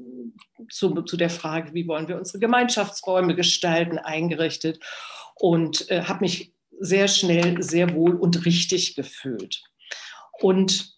zu, zu der Frage, wie wollen wir unsere Gemeinschaftsräume gestalten, eingerichtet und äh, habe mich sehr schnell sehr wohl und richtig gefühlt. Und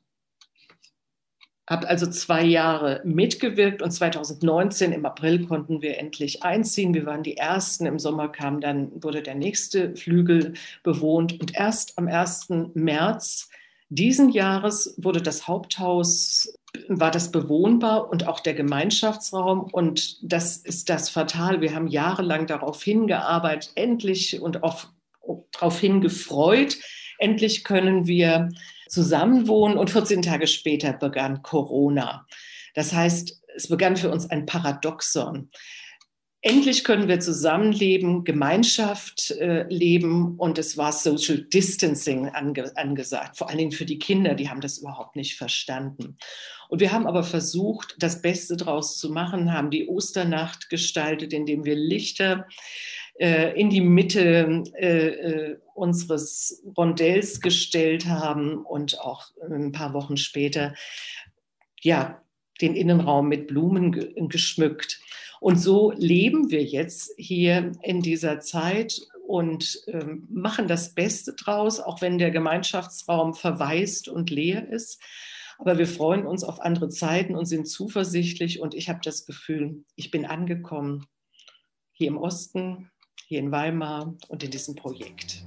habe also zwei Jahre mitgewirkt und zweitausendneunzehn im April konnten wir endlich einziehen. Wir waren die Ersten. Im Sommer kam dann, wurde der nächste Flügel bewohnt. Und erst am ersten März diesen Jahres wurde das Haupthaus, war das bewohnbar und auch der Gemeinschaftsraum. Und das ist das Fatale. Wir haben jahrelang darauf hingearbeitet, endlich und auf, darauf hingefreut. Endlich können wir zusammenwohnen und vierzehn Tage später begann Corona. Das heißt, es begann für uns ein Paradoxon. Endlich können wir zusammenleben, Gemeinschaft äh, leben und es war Social Distancing ange- angesagt, vor allen Dingen für die Kinder, die haben das überhaupt nicht verstanden. Und wir haben aber versucht, das Beste draus zu machen, haben die Osternacht gestaltet, indem wir Lichter in die Mitte äh, unseres Rondells gestellt haben und auch ein paar Wochen später ja, den Innenraum mit Blumen ge- geschmückt. Und so leben wir jetzt hier in dieser Zeit und ähm, machen das Beste draus, auch wenn der Gemeinschaftsraum verwaist und leer ist. Aber wir freuen uns auf andere Zeiten und sind zuversichtlich. Und ich habe das Gefühl, ich bin angekommen hier im Osten, hier in Weimar und in diesem Projekt.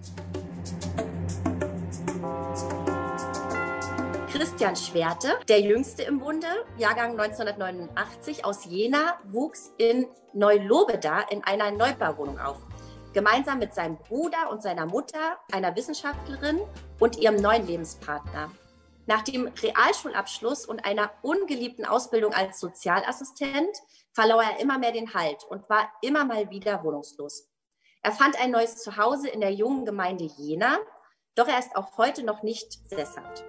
Christian Schwerte, der Jüngste im Bunde, Jahrgang neunzehnhundertneunundachtzig aus Jena, wuchs in Neulobeda in einer Neubauwohnung auf. Gemeinsam mit seinem Bruder und seiner Mutter, einer Wissenschaftlerin und ihrem neuen Lebenspartner. Nach dem Realschulabschluss und einer ungeliebten Ausbildung als Sozialassistent verlor er immer mehr den Halt und war immer mal wieder wohnungslos. Er fand ein neues Zuhause in der jungen Gemeinde Jena, doch er ist auch heute noch nicht sesshaft.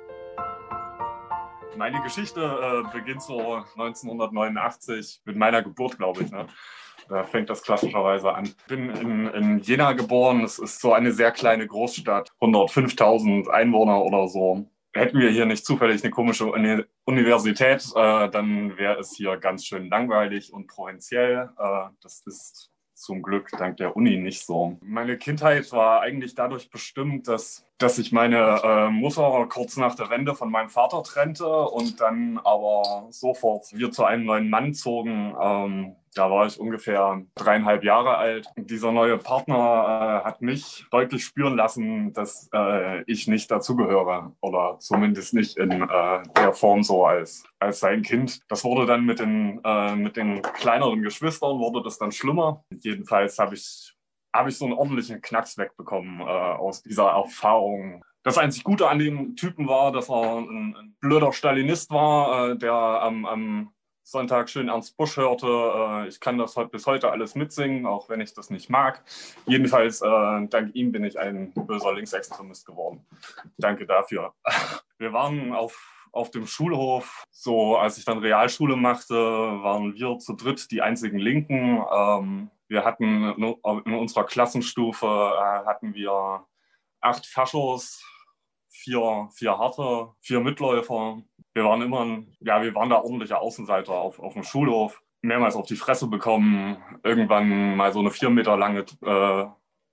Meine Geschichte äh, beginnt so neunzehnhundertneunundachtzig mit meiner Geburt, glaube ich. Ne? Da fängt das klassischerweise an. Ich bin in, in Jena geboren. Es ist so eine sehr kleine Großstadt, hundertfünftausend Einwohner oder so. Hätten wir hier nicht zufällig eine komische Uni- Universität, äh, dann wäre es hier ganz schön langweilig und provinziell. Äh, das ist zum Glück dank der Uni nicht so. Meine Kindheit war eigentlich dadurch bestimmt, dass, dass sich meine äh, Mutter kurz nach der Wende von meinem Vater trennte und dann aber sofort wir zu einem neuen Mann zogen. Ähm, da war ich ungefähr dreieinhalb Jahre alt. Dieser neue Partner äh, hat mich deutlich spüren lassen, dass äh, ich nicht dazugehöre oder zumindest nicht in äh, der Form so als, als sein Kind. Das wurde dann mit den, äh, mit den kleineren Geschwistern, wurde das dann schlimmer. Jedenfalls habe ich, hab ich so einen ordentlichen Knacks wegbekommen äh, aus dieser Erfahrung. Das einzig Gute an dem Typen war, dass er ein, ein blöder Stalinist war, äh, der am, am Sonntag schön Ernst Busch hörte. Ich kann das bis heute alles mitsingen, auch wenn ich das nicht mag. Jedenfalls, äh, dank ihm bin ich ein böser Linksextremist geworden. Danke dafür. Wir waren auf, auf dem Schulhof, so als ich dann Realschule machte, waren wir zu dritt die einzigen Linken. Ähm, wir hatten in unserer Klassenstufe äh, hatten wir acht Faschos, vier, vier Harte, vier Mitläufer. Wir waren immer, ein, ja, wir waren da ordentliche Außenseiter auf, auf dem Schulhof, mehrmals auf die Fresse bekommen, irgendwann mal so eine vier Meter lange äh,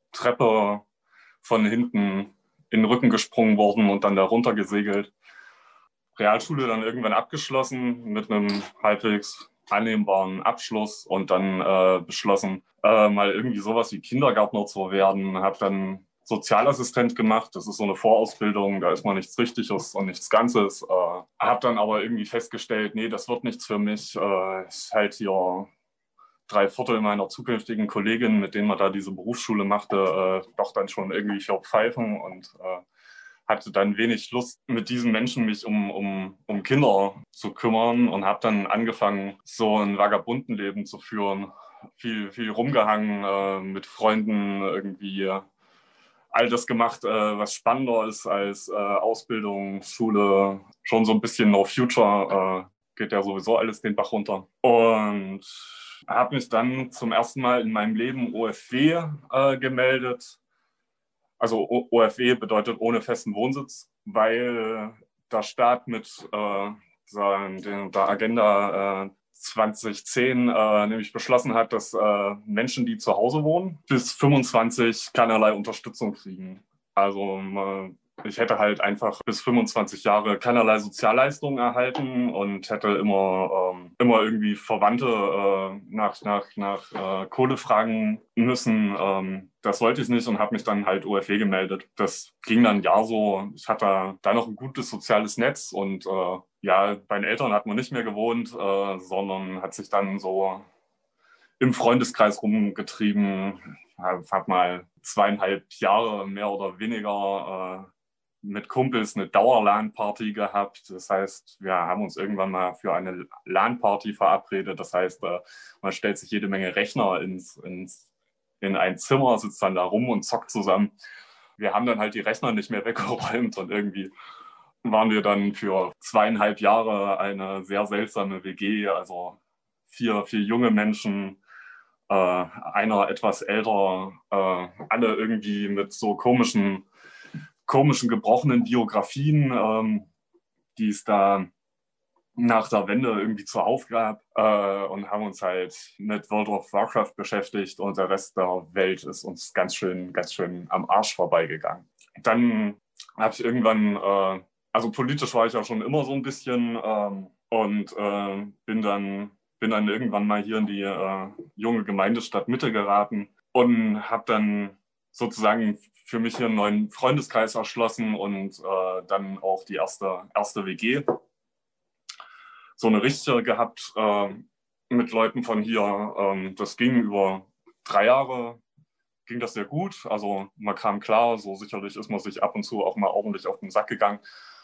Treppe von hinten in den Rücken gesprungen worden und dann da runter gesegelt. Realschule dann irgendwann abgeschlossen mit einem halbwegs annehmbaren Abschluss und dann äh, beschlossen, äh, mal irgendwie sowas wie Kindergärtner zu werden. Habe dann Sozialassistent gemacht. Das ist so eine Vorausbildung, da ist man nichts Richtiges und nichts Ganzes. Äh, habe dann aber irgendwie festgestellt, nee, das wird nichts für mich. Äh, ich halt hier drei Viertel meiner zukünftigen Kolleginnen, mit denen man da diese Berufsschule machte, äh, doch dann schon irgendwie für Pfeifen und äh, hatte dann wenig Lust, mit diesen Menschen mich um, um, um Kinder zu kümmern und habe dann angefangen, so ein Vagabundenleben zu führen. Viel, viel rumgehangen, äh, mit Freunden irgendwie all das gemacht, äh, was spannender ist als äh, Ausbildung, Schule, schon so ein bisschen No Future, äh, geht ja sowieso alles den Bach runter. Und habe mich dann zum ersten Mal in meinem Leben O F W äh, gemeldet. Also o- OFW bedeutet ohne festen Wohnsitz, weil der Staat mit äh, der, der Agenda äh, zwanzig zehn äh, nämlich beschlossen hat, dass äh, Menschen, die zu Hause wohnen, bis fünfundzwanzig keinerlei Unterstützung kriegen. Also äh, ich hätte halt einfach bis fünfundzwanzig Jahre keinerlei Sozialleistungen erhalten und hätte immer, ähm, immer irgendwie Verwandte äh, nach, nach, nach äh, Kohle fragen müssen. Ähm, das wollte ich nicht und habe mich dann halt O F W gemeldet. Das ging dann ein Jahr so. Ich hatte da noch ein gutes soziales Netz und äh, ja, bei den Eltern hat man nicht mehr gewohnt, äh, sondern hat sich dann so im Freundeskreis rumgetrieben. Ich habe mal zweieinhalb Jahre mehr oder weniger äh, mit Kumpels eine Dauer-LAN-Party gehabt. Das heißt, wir haben uns irgendwann mal für eine LAN-Party verabredet. Das heißt, äh, man stellt sich jede Menge Rechner ins, ins, in ein Zimmer, sitzt dann da rum und zockt zusammen. Wir haben dann halt die Rechner nicht mehr weggeräumt und irgendwie waren wir dann für zweieinhalb Jahre eine sehr seltsame W G, also vier, vier junge Menschen, äh, einer etwas älter, äh, alle irgendwie mit so komischen, komischen gebrochenen Biografien, ähm, die es da nach der Wende irgendwie zuhauf gab, äh, und haben uns halt mit World of Warcraft beschäftigt und der Rest der Welt ist uns ganz schön, ganz schön am Arsch vorbeigegangen. Dann habe ich irgendwann äh, Also politisch war ich ja schon immer so ein bisschen ähm, und äh, bin, dann, bin dann irgendwann mal hier in die äh, junge Gemeindestadt Mitte geraten und habe dann sozusagen für mich hier einen neuen Freundeskreis erschlossen und äh, dann auch die erste, erste W G. So eine richtige gehabt äh, mit Leuten von hier. Ähm, das ging über drei Jahre. Ging das sehr gut. Also man kam klar, so sicherlich ist man sich ab und zu auch mal ordentlich auf den Sack gegangen.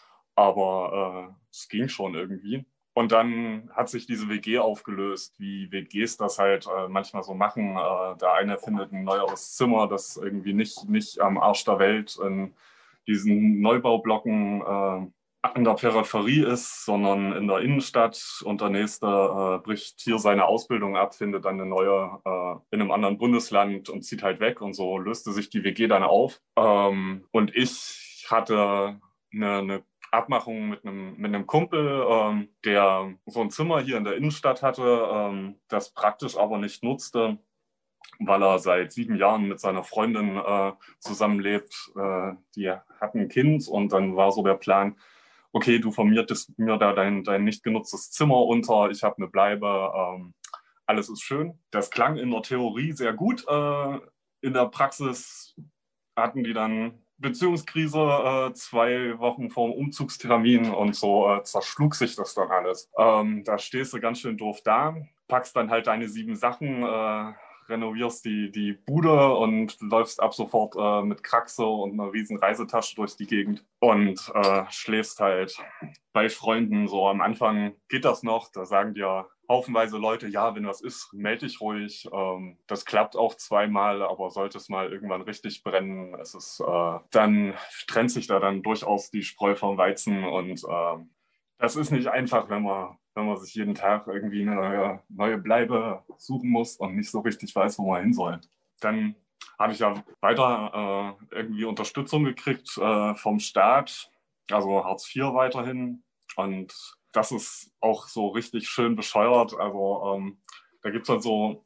Aber äh, es ging schon irgendwie. Und dann hat sich diese W G aufgelöst, wie W Gs das halt äh, manchmal so machen. Äh, der eine findet ein neueres Zimmer, das irgendwie nicht, nicht am Arsch der Welt in diesen Neubaublocken äh, an der Peripherie ist, sondern in der Innenstadt, und der Nächste äh, bricht hier seine Ausbildung ab, findet dann eine neue äh, in einem anderen Bundesland und zieht halt weg, und so löste sich die W G dann auf. Ähm, und ich hatte eine, eine Abmachung mit einem, mit einem Kumpel, ähm, der so ein Zimmer hier in der Innenstadt hatte, ähm, das praktisch aber nicht nutzte, weil er seit sieben Jahren mit seiner Freundin äh, zusammenlebt. Äh, die hatten ein Kind, und dann war so der Plan, okay, du vermietest mir da dein, dein nicht genutztes Zimmer unter, ich habe eine Bleibe, ähm, alles ist schön. Das klang in der Theorie sehr gut. Äh, in der Praxis hatten die dann Beziehungskrise äh, zwei Wochen vor dem Umzugstermin, und so äh, zerschlug sich das dann alles. Ähm, da stehst du ganz schön doof da, packst dann halt deine sieben Sachen, äh, renovierst die, die Bude und läufst ab sofort äh, mit Kraxe und einer riesen Reisetasche durch die Gegend und äh, schläfst halt bei Freunden. So am Anfang geht das noch, da sagen dir haufenweise Leute, ja, wenn was ist, melde dich ruhig. Ähm, das klappt auch zweimal, aber sollte es mal irgendwann richtig brennen, es ist, äh, dann trennt sich da dann durchaus die Spreu vom Weizen, und äh, das ist nicht einfach, wenn man, wenn man sich jeden Tag irgendwie eine neue, neue Bleibe suchen muss und nicht so richtig weiß, wo man hin soll. Dann habe ich ja weiter äh, irgendwie Unterstützung gekriegt äh, vom Staat, also Hartz vier weiterhin, und das ist auch so richtig schön bescheuert. Also ähm, da gibt es dann so,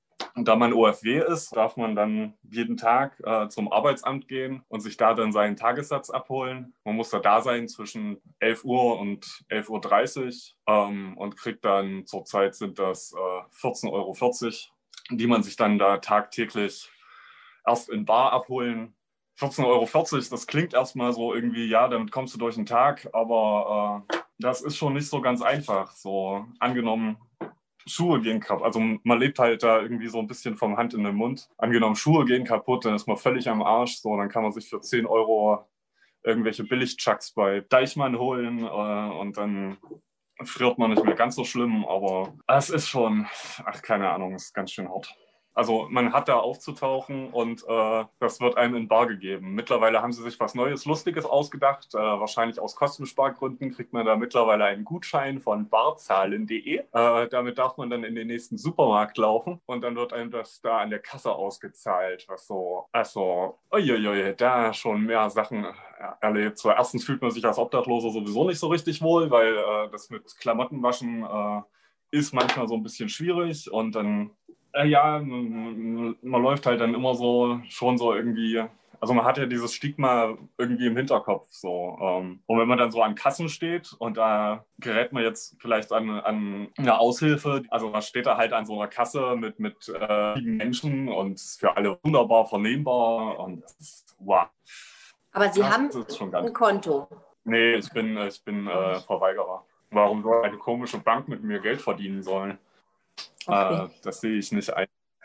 da man O F W ist, darf man dann jeden Tag äh, zum Arbeitsamt gehen und sich da dann seinen Tagessatz abholen. Man muss da da sein zwischen elf Uhr und elf Uhr dreißig ähm, und kriegt dann, zurzeit sind das äh, vierzehn Euro vierzig, die man sich dann da tagtäglich erst in bar abholen. vierzehn Euro vierzig, das klingt erstmal so irgendwie, ja, damit kommst du durch den Tag, aber äh, das ist schon nicht so ganz einfach. So angenommen, Schuhe gehen kaputt. Also man lebt halt da irgendwie so ein bisschen vom Hand in den Mund. Angenommen, Schuhe gehen kaputt, dann ist man völlig am Arsch. So, dann kann man sich für zehn Euro irgendwelche Billig-Chucks bei Deichmann holen, äh, und dann friert man nicht mehr ganz so schlimm. Aber es ist schon, ach, keine Ahnung, es ist ganz schön hart. Also man hat da aufzutauchen, und äh, das wird einem in bar gegeben. Mittlerweile haben sie sich was Neues, Lustiges ausgedacht. Äh, wahrscheinlich aus Kostenspargründen kriegt man da mittlerweile einen Gutschein von barzahlen punkt de. Äh, damit darf man dann in den nächsten Supermarkt laufen, und dann wird einem das da an der Kasse ausgezahlt. Was so, also, uiuiui, da schon mehr Sachen erlebt. So, erstens fühlt man sich als Obdachloser sowieso nicht so richtig wohl, weil äh, das mit Klamottenwaschen äh, ist manchmal so ein bisschen schwierig, und dann Äh, ja, man, man läuft halt dann immer so, schon so irgendwie, also man hat ja dieses Stigma irgendwie im Hinterkopf so. Ähm, und wenn man dann so an Kassen steht und da gerät man jetzt vielleicht an, an eine Aushilfe, also man steht da halt an so einer Kasse mit, mit äh, sieben Menschen und ist für alle wunderbar vernehmbar, und das ist wow. Aber Sie das haben ein Konto? Nee, ich bin, ich bin äh, Verweigerer. Warum soll eine komische Bank mit mir Geld verdienen sollen? Okay. Äh, das sehe ich nicht ein.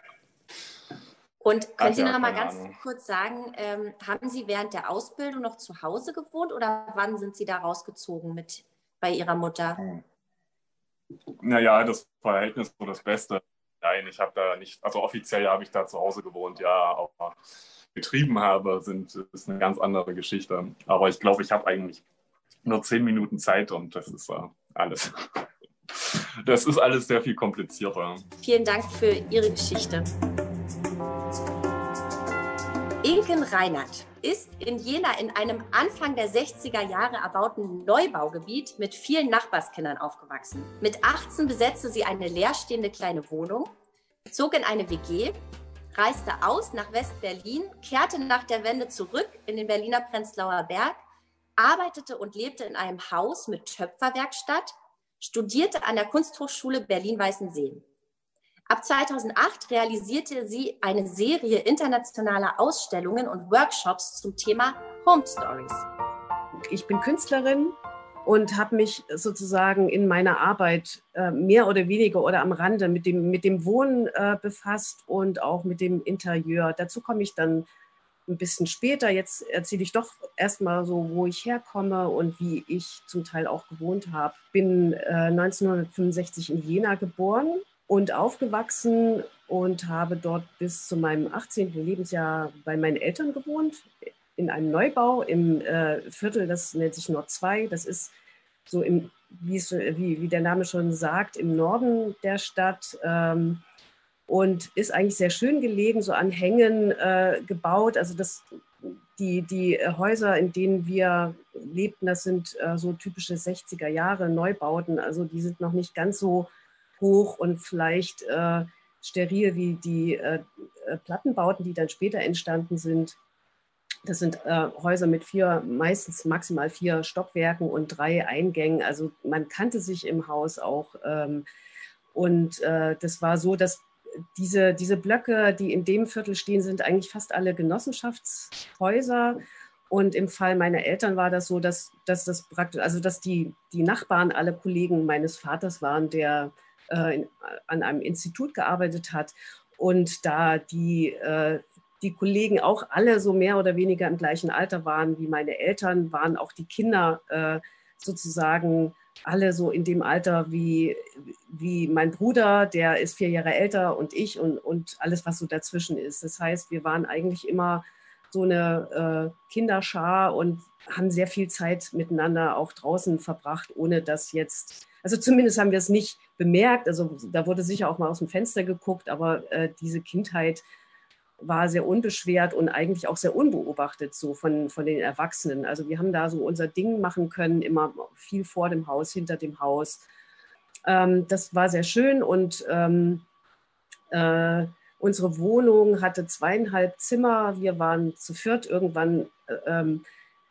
Und können Sie noch mal ganz Ahnung. kurz sagen, ähm, haben Sie während der Ausbildung noch zu Hause gewohnt, oder wann sind Sie da rausgezogen mit bei Ihrer Mutter? Hm. Naja, das Verhältnis war das Beste. Nein, ich habe da nicht, also offiziell habe ich da zu Hause gewohnt, ja, aber getrieben habe, sind, ist eine ganz andere Geschichte. Aber ich glaube, ich habe eigentlich nur zehn Minuten Zeit, und das ist äh, alles. Das ist alles sehr viel komplizierter. Vielen Dank für Ihre Geschichte. Inken Reinert ist in Jena in einem Anfang der sechziger Jahre erbauten Neubaugebiet mit vielen Nachbarskindern aufgewachsen. Mit achtzehn besetzte sie eine leerstehende kleine Wohnung, zog in eine W G, reiste aus nach West-Berlin, kehrte nach der Wende zurück in den Berliner Prenzlauer Berg, arbeitete und lebte in einem Haus mit Töpferwerkstatt, studierte an der Kunsthochschule Berlin-Weißensee. Ab zweitausendacht realisierte sie eine Serie internationaler Ausstellungen und Workshops zum Thema Home Stories. Ich bin Künstlerin und habe mich sozusagen in meiner Arbeit äh, mehr oder weniger oder am Rande mit dem, mit dem Wohnen äh, befasst und auch mit dem Interieur. Dazu komme ich dann ein bisschen später. Jetzt erzähle ich doch erstmal so, wo ich herkomme und wie ich zum Teil auch gewohnt habe. Ich bin äh, neunzehnhundertfünfundsechzig in Jena geboren und aufgewachsen und habe dort bis zu meinem achtzehnten Lebensjahr bei meinen Eltern gewohnt. in einem Neubau im äh, Viertel, das nennt sich Nord zwei. Das ist so, im, wie, es, wie, wie der Name schon sagt, im Norden der Stadt. Ähm, und ist eigentlich sehr schön gelegen, so an Hängen äh, gebaut. Also das, die, die Häuser, in denen wir lebten, das sind äh, so typische sechziger Jahre Neubauten. Also die sind noch nicht ganz so hoch und vielleicht äh, steril wie die äh, Plattenbauten, die dann später entstanden sind. Das sind äh, Häuser mit vier, meistens maximal vier Stockwerken und drei Eingängen. Also man kannte sich im Haus auch. Ähm, und äh, das war so, dass diese, diese Blöcke, die in dem Viertel stehen, sind eigentlich fast alle Genossenschaftshäuser. Und im Fall meiner Eltern war das so, dass, dass das praktisch, also dass die, die Nachbarn alle Kollegen meines Vaters waren, der äh, in, an einem Institut gearbeitet hat. Und da die, äh, die Kollegen auch alle so mehr oder weniger im gleichen Alter waren wie meine Eltern, waren auch die Kinder äh, sozusagen alle so in dem Alter wie, wie mein Bruder, der ist vier Jahre älter und ich und, und alles, was so dazwischen ist. Das heißt, wir waren eigentlich immer so eine äh, Kinderschar und haben sehr viel Zeit miteinander auch draußen verbracht, ohne dass jetzt, also zumindest haben wir es nicht bemerkt, also da wurde sicher auch mal aus dem Fenster geguckt, aber äh, diese Kindheit war sehr unbeschwert und eigentlich auch sehr unbeobachtet so von, von den Erwachsenen. Also wir haben da so unser Ding machen können, immer viel vor dem Haus, hinter dem Haus. Ähm, das war sehr schön und ähm, äh, unsere Wohnung hatte zweieinhalb Zimmer. Wir waren zu viert. Irgendwann äh, ähm,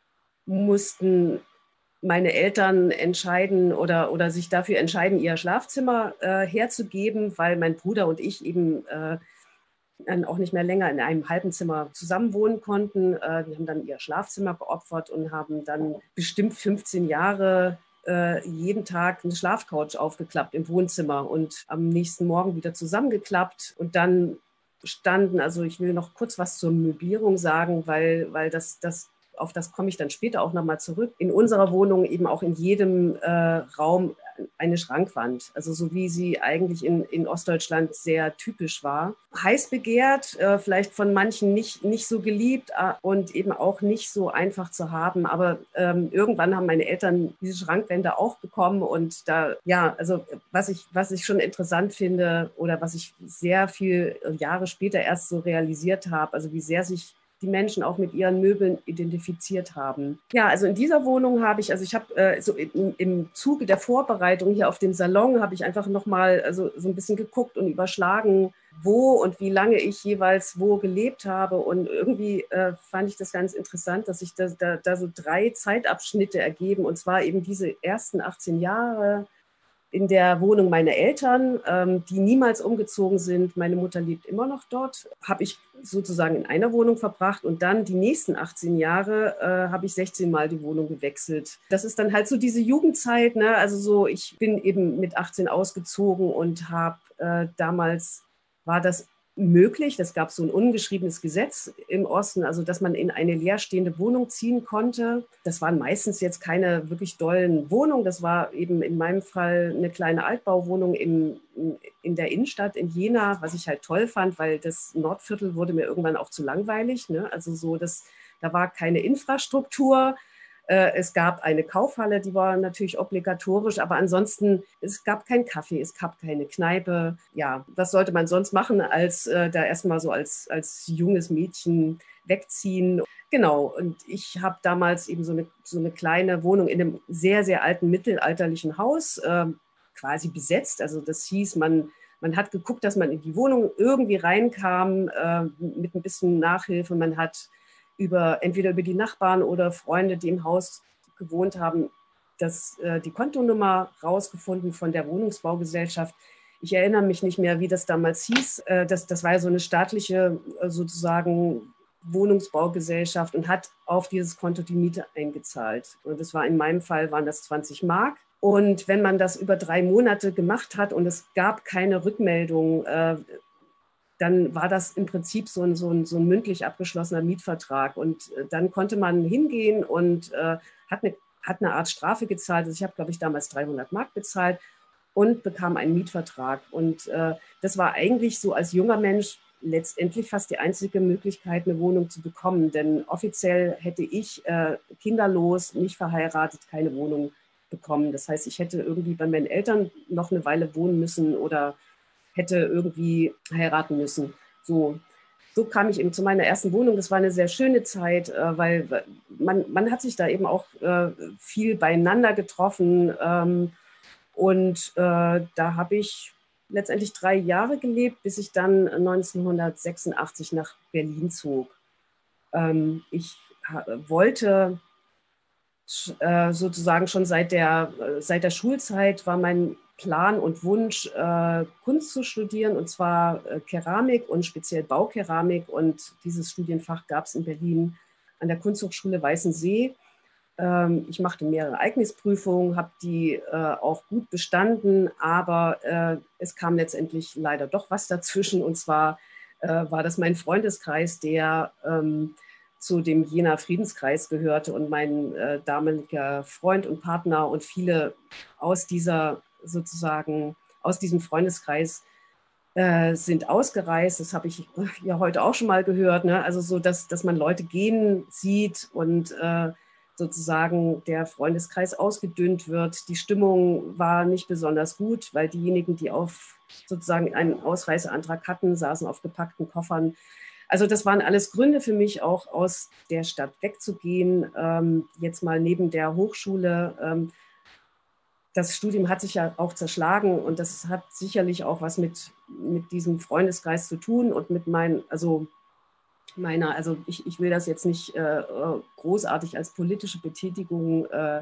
mussten meine Eltern entscheiden oder, oder sich dafür entscheiden, ihr Schlafzimmer äh, herzugeben, weil mein Bruder und ich eben äh, dann auch nicht mehr länger in einem halben Zimmer zusammenwohnen konnten. Äh, die haben dann ihr Schlafzimmer geopfert und haben dann bestimmt fünfzehn Jahre äh, jeden Tag eine Schlafcouch aufgeklappt im Wohnzimmer und am nächsten Morgen wieder zusammengeklappt. Und dann standen, also ich will noch kurz was zur Möblierung sagen, weil, weil das, das, auf das komme ich dann später auch nochmal zurück. In unserer Wohnung eben auch in jedem äh, Raum eine Schrankwand, also so wie sie eigentlich in, in Ostdeutschland sehr typisch war. Heiß begehrt, äh, vielleicht von manchen nicht, nicht so geliebt äh, und eben auch nicht so einfach zu haben. Aber ähm, irgendwann haben meine Eltern diese Schrankwände auch bekommen und da, ja, also was ich, was ich schon interessant finde oder was ich sehr viele Jahre später erst so realisiert habe, also wie sehr sich die Menschen auch mit ihren Möbeln identifiziert haben. Ja, also in dieser Wohnung habe ich, also ich habe äh, so im, im Zuge der Vorbereitung hier auf dem Salon habe ich einfach nochmal also so ein bisschen geguckt und überschlagen, wo und wie lange ich jeweils wo gelebt habe. Und irgendwie äh, fand ich das ganz interessant, dass sich da, da, da so drei Zeitabschnitte ergeben. Und zwar eben diese ersten achtzehn Jahre in der Wohnung meiner Eltern, ähm, die niemals umgezogen sind. Meine Mutter lebt immer noch dort. Habe ich sozusagen in einer Wohnung verbracht und dann die nächsten achtzehn Jahre äh, habe ich sechzehn Mal die Wohnung gewechselt. Das ist dann halt so diese Jugendzeit, ne? Also so, ich bin eben mit achtzehn ausgezogen und habe äh, damals war das möglich. Es gab so ein ungeschriebenes Gesetz im Osten, also dass man in eine leerstehende Wohnung ziehen konnte. Das waren meistens jetzt keine wirklich dollen Wohnungen. Das war eben in meinem Fall eine kleine Altbauwohnung im, in der Innenstadt in Jena, was ich halt toll fand, weil das Nordviertel wurde mir irgendwann auch zu langweilig. Ne? Also so, das, da war keine Infrastruktur. Es gab eine Kaufhalle, die war natürlich obligatorisch, aber ansonsten, es gab keinen Kaffee, es gab keine Kneipe. Ja, was sollte man sonst machen, als äh, da erstmal so als, als junges Mädchen wegziehen? Genau, und ich habe damals eben so eine, so eine kleine Wohnung in einem sehr, sehr alten mittelalterlichen Haus äh, quasi besetzt. Also das hieß, man, man hat geguckt, dass man in die Wohnung irgendwie reinkam äh, mit ein bisschen Nachhilfe. Man hat über entweder über die Nachbarn oder Freunde, die im Haus gewohnt haben, das, äh, die Kontonummer rausgefunden von der Wohnungsbaugesellschaft. Ich erinnere mich nicht mehr, wie das damals hieß. Äh, das, das war ja so eine staatliche äh, sozusagen Wohnungsbaugesellschaft und hat auf dieses Konto die Miete eingezahlt. Und das war in meinem Fall waren das zwanzig Mark. Und wenn man das über drei Monate gemacht hat und es gab keine Rückmeldung, äh, dann war das im Prinzip so ein, so ein, so ein mündlich abgeschlossener Mietvertrag. Und äh, dann konnte man hingehen und äh, hat, eine, hat eine Art Strafe gezahlt. Also ich habe, glaube ich, damals dreihundert Mark bezahlt und bekam einen Mietvertrag. Und äh, das war eigentlich so als junger Mensch letztendlich fast die einzige Möglichkeit, eine Wohnung zu bekommen. Denn offiziell hätte ich äh, kinderlos, nicht verheiratet, keine Wohnung bekommen. Das heißt, ich hätte irgendwie bei meinen Eltern noch eine Weile wohnen müssen oder hätte irgendwie heiraten müssen. So, so kam ich eben zu meiner ersten Wohnung. Das war eine sehr schöne Zeit, äh, weil man, man hat sich da eben auch äh, viel beieinander getroffen. Ähm, und äh, da habe ich letztendlich drei Jahre gelebt, bis ich dann neunzehnhundertsechsundachtzig nach Berlin zog. Ähm, ich wollte äh, sozusagen schon seit der, äh, seit der Schulzeit war mein Plan und Wunsch, äh, Kunst zu studieren, und zwar äh, Keramik und speziell Baukeramik. Und dieses Studienfach gab es in Berlin an der Kunsthochschule Weißensee. Ich machte mehrere Ereignisprüfungen, habe die äh, auch gut bestanden, aber äh, es kam letztendlich leider doch was dazwischen. Und zwar äh, war das mein Freundeskreis, der ähm, zu dem Jenaer Friedenskreis gehörte, und mein äh, damaliger Freund und Partner und viele aus dieser sozusagen aus diesem Freundeskreis äh, sind ausgereist. Das habe ich ja heute auch schon mal gehört. Ne? Also so, dass, dass man Leute gehen sieht und äh, sozusagen der Freundeskreis ausgedünnt wird. Die Stimmung war nicht besonders gut, weil diejenigen, die auf sozusagen einen Ausreiseantrag hatten, saßen auf gepackten Koffern. Also das waren alles Gründe für mich, auch aus der Stadt wegzugehen, ähm, jetzt mal neben der Hochschule. Ähm, das Studium hat sich ja auch zerschlagen, und das hat sicherlich auch was mit, mit diesem Freundeskreis zu tun und mit meinen, also meiner, also ich, ich will das jetzt nicht äh, großartig als politische Betätigung äh,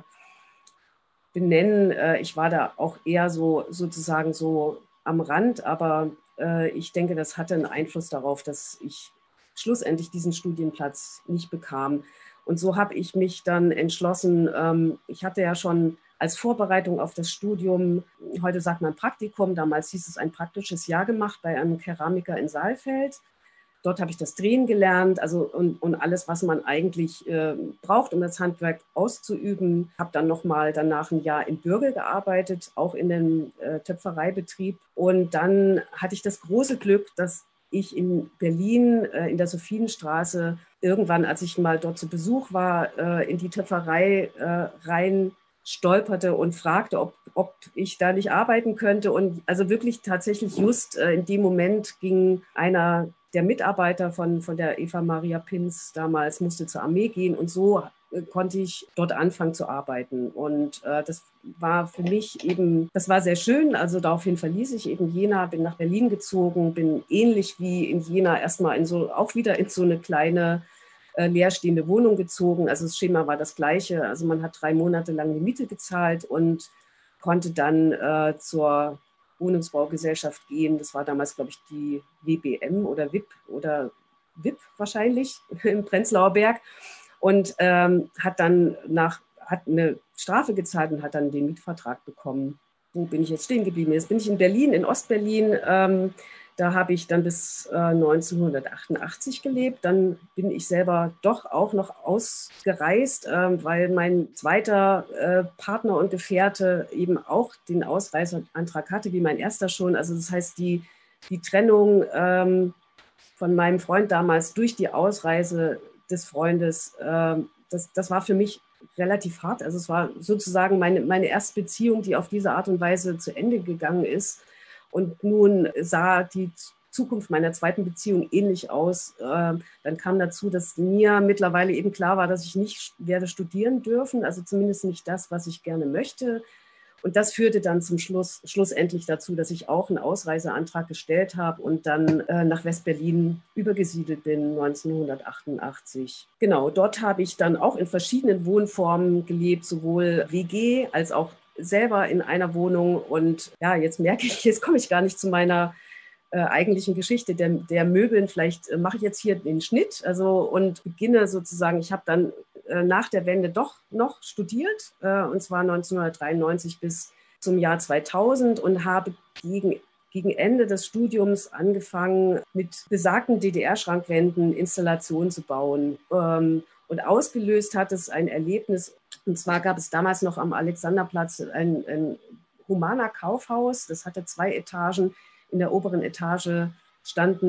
benennen. Äh, ich war da auch eher so sozusagen so am Rand, aber äh, ich denke, das hatte einen Einfluss darauf, dass ich schlussendlich diesen Studienplatz nicht bekam. Und so habe ich mich dann entschlossen, ähm, ich hatte ja schon als Vorbereitung auf das Studium, heute sagt man Praktikum, damals hieß es ein praktisches Jahr gemacht bei einem Keramiker in Saalfeld. Dort habe ich das Drehen gelernt, also und, und alles, was man eigentlich äh, braucht, um das Handwerk auszuüben. Habe dann nochmal danach ein Jahr in Bürgel gearbeitet, auch in dem äh, Töpfereibetrieb. Und dann hatte ich das große Glück, dass ich in Berlin äh, in der Sophienstraße irgendwann, als ich mal dort zu Besuch war, äh, in die Töpferei äh, rein stolperte und fragte, ob, ob ich da nicht arbeiten könnte. Und also wirklich tatsächlich just äh, in dem Moment ging einer der Mitarbeiter von, von der Eva Maria Pins damals, musste zur Armee gehen, und so äh, konnte ich dort anfangen zu arbeiten. Und äh, das war für mich eben, das war sehr schön. Also daraufhin verließ ich eben Jena, bin nach Berlin gezogen, bin ähnlich wie in Jena erstmal in so, auch wieder in so eine kleine äh, leerstehende Wohnung gezogen. Also das Schema war das gleiche. Also man hat drei Monate lang die Miete gezahlt und konnte dann äh, zur Wohnungsbaugesellschaft gehen. Das war damals, glaube ich, die W B M oder W I P oder W I P wahrscheinlich im Prenzlauer Berg, und ähm, hat dann nach, hat eine Strafe gezahlt und hat dann den Mietvertrag bekommen. Wo bin ich jetzt stehen geblieben? Jetzt bin ich in Berlin, in Ostberlin. Ähm, da habe ich dann bis äh, neunzehnhundertachtundachtzig gelebt. Dann bin ich selber doch auch noch ausgereist, äh, weil mein zweiter äh, Partner und Gefährte eben auch den Ausreiseantrag hatte, wie mein erster schon. Also das heißt, die, die Trennung ähm, von meinem Freund damals durch die Ausreise des Freundes, äh, das, das war für mich relativ hart. Also es war sozusagen meine, meine erste Beziehung, die auf diese Art und Weise zu Ende gegangen ist. Und nun sah die Zukunft meiner zweiten Beziehung ähnlich aus. Dann kam dazu, dass mir mittlerweile eben klar war, dass ich nicht werde studieren dürfen, also zumindest nicht das, was ich gerne möchte. Und das führte dann zum Schluss, schlussendlich dazu, dass ich auch einen Ausreiseantrag gestellt habe und dann äh, nach West-Berlin übergesiedelt bin, neunzehnhundertachtundachtzig. Genau, dort habe ich dann auch in verschiedenen Wohnformen gelebt, sowohl W G als auch selber in einer Wohnung. Und ja, jetzt merke ich, jetzt komme ich gar nicht zu meiner äh, eigentlichen Geschichte der, der Möbeln. Vielleicht äh, mache ich jetzt hier den Schnitt, also und beginne sozusagen, ich habe dann nach der Wende doch noch studiert, und zwar neunzehnhundertdreiundneunzig bis zum Jahr zweitausend, und habe gegen, gegen Ende des Studiums angefangen, mit besagten D D R-Schrankwänden Installationen zu bauen. Und ausgelöst hat es ein Erlebnis, und zwar gab es damals noch am Alexanderplatz ein, ein Humaner Kaufhaus, das hatte zwei Etagen. In der oberen Etage standen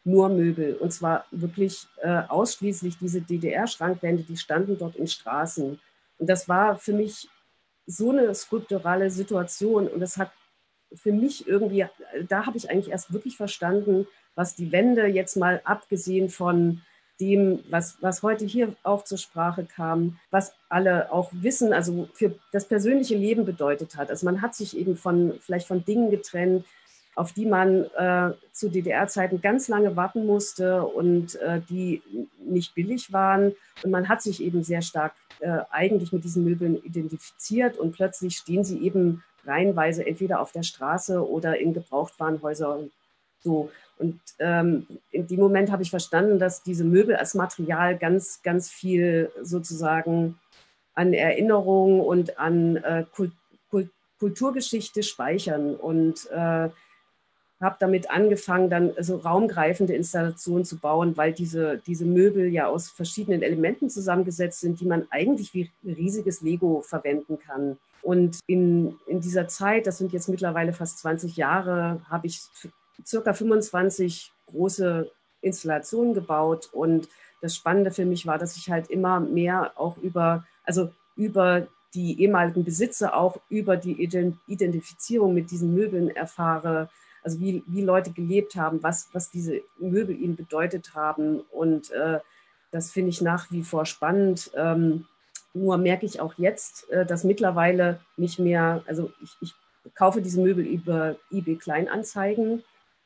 nur Möbel. Und zwar wirklich äh, ausschließlich diese D D R-Schrankwände, die standen dort in Straßen. Und das war für mich so eine skulpturale Situation. Und das hat für mich irgendwie, da habe ich eigentlich erst wirklich verstanden, was die Wände jetzt mal abgesehen von dem, was, was heute hier auch zur Sprache kam, was alle auch wissen, also für das persönliche Leben bedeutet hat. Also man hat sich eben von, vielleicht von Dingen getrennt, auf die man äh, zu D D R-Zeiten ganz lange warten musste und äh, die nicht billig waren. Und man hat sich eben sehr stark äh, eigentlich mit diesen Möbeln identifiziert und plötzlich stehen sie eben reihenweise entweder auf der Straße oder in Gebrauchtwarenhäusern. So. Und ähm, in dem Moment habe ich verstanden, dass diese Möbel als Material ganz, ganz viel sozusagen an Erinnerung und an äh, Kult, Kult, Kulturgeschichte speichern und äh, habe damit angefangen, dann so raumgreifende Installationen zu bauen, weil diese, diese Möbel ja aus verschiedenen Elementen zusammengesetzt sind, die man eigentlich wie riesiges Lego verwenden kann. Und in, in dieser Zeit, das sind jetzt mittlerweile fast zwanzig Jahre, habe ich circa fünfundzwanzig große Installationen gebaut. Und das Spannende für mich war, dass ich halt immer mehr auch über, also über die ehemaligen Besitzer, auch über die Identifizierung mit diesen Möbeln erfahre, also wie, wie Leute gelebt haben, was, was diese Möbel ihnen bedeutet haben. Und äh, das finde ich nach wie vor spannend. Ähm, nur merke ich auch jetzt, äh, dass mittlerweile nicht mehr, also ich, ich kaufe diese Möbel über eBay Kleinanzeigen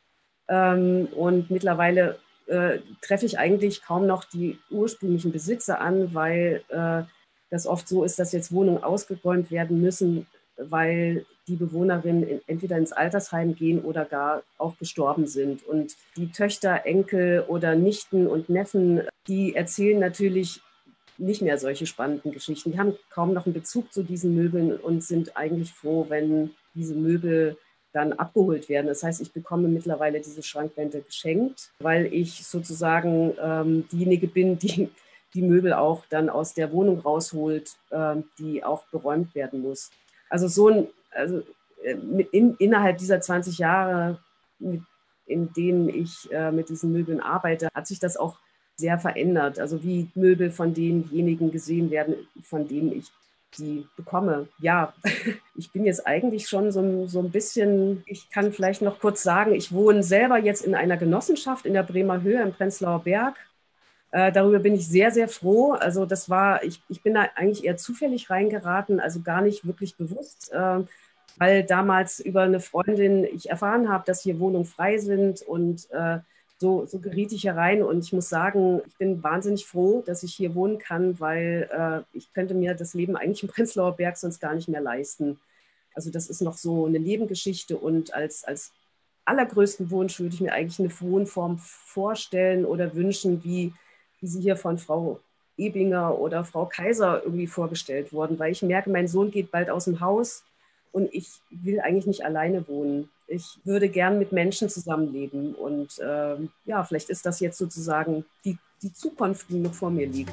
ähm, und mittlerweile äh, treffe ich eigentlich kaum noch die ursprünglichen Besitzer an, weil äh, das oft so ist, dass jetzt Wohnungen ausgeräumt werden müssen, weil die Bewohnerinnen entweder ins Altersheim gehen oder gar auch gestorben sind. Und die Töchter, Enkel oder Nichten und Neffen, die erzählen natürlich nicht mehr solche spannenden Geschichten. Die haben kaum noch einen Bezug zu diesen Möbeln und sind eigentlich froh, wenn diese Möbel dann abgeholt werden. Das heißt, ich bekomme mittlerweile diese Schrankwände geschenkt, weil ich sozusagen ähm, diejenige bin, die die Möbel auch dann aus der Wohnung rausholt, ähm, die auch geräumt werden muss. Also so ein, also in, innerhalb dieser zwanzig Jahre, mit, in denen ich äh, mit diesen Möbeln arbeite, hat sich das auch sehr verändert. Also wie Möbel von denjenigen gesehen werden, von denen ich sie bekomme. Ja, ich bin jetzt eigentlich schon so, so ein bisschen, ich kann vielleicht noch kurz sagen, ich wohne selber jetzt in einer Genossenschaft in der Bremer Höhe im Prenzlauer Berg. Äh, darüber bin ich sehr, sehr froh. Also das war, ich, ich bin da eigentlich eher zufällig reingeraten, also gar nicht wirklich bewusst, äh, weil damals über eine Freundin ich erfahren habe, dass hier Wohnungen frei sind und äh, so, so geriet ich herein. Und ich muss sagen, ich bin wahnsinnig froh, dass ich hier wohnen kann, weil äh, ich könnte mir das Leben eigentlich im Prenzlauer Berg sonst gar nicht mehr leisten. Also das ist noch so eine Nebengeschichte und als, als allergrößten Wunsch würde ich mir eigentlich eine Wohnform vorstellen oder wünschen, wie wie sie hier von Frau Ebinger oder Frau Kaiser irgendwie vorgestellt wurden, weil ich merke, mein Sohn geht bald aus dem Haus und ich will eigentlich nicht alleine wohnen. Ich würde gern mit Menschen zusammenleben und äh, ja, vielleicht ist das jetzt sozusagen die, die Zukunft, die noch vor mir liegt.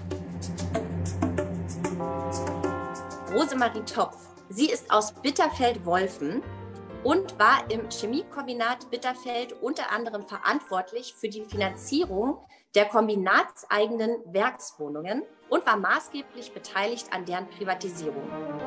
Rosemarie Topf, sie ist aus Bitterfeld-Wolfen und war im Chemiekombinat Bitterfeld unter anderem verantwortlich für die Finanzierung der kombinatseigenen Werkswohnungen und war maßgeblich beteiligt an deren Privatisierung.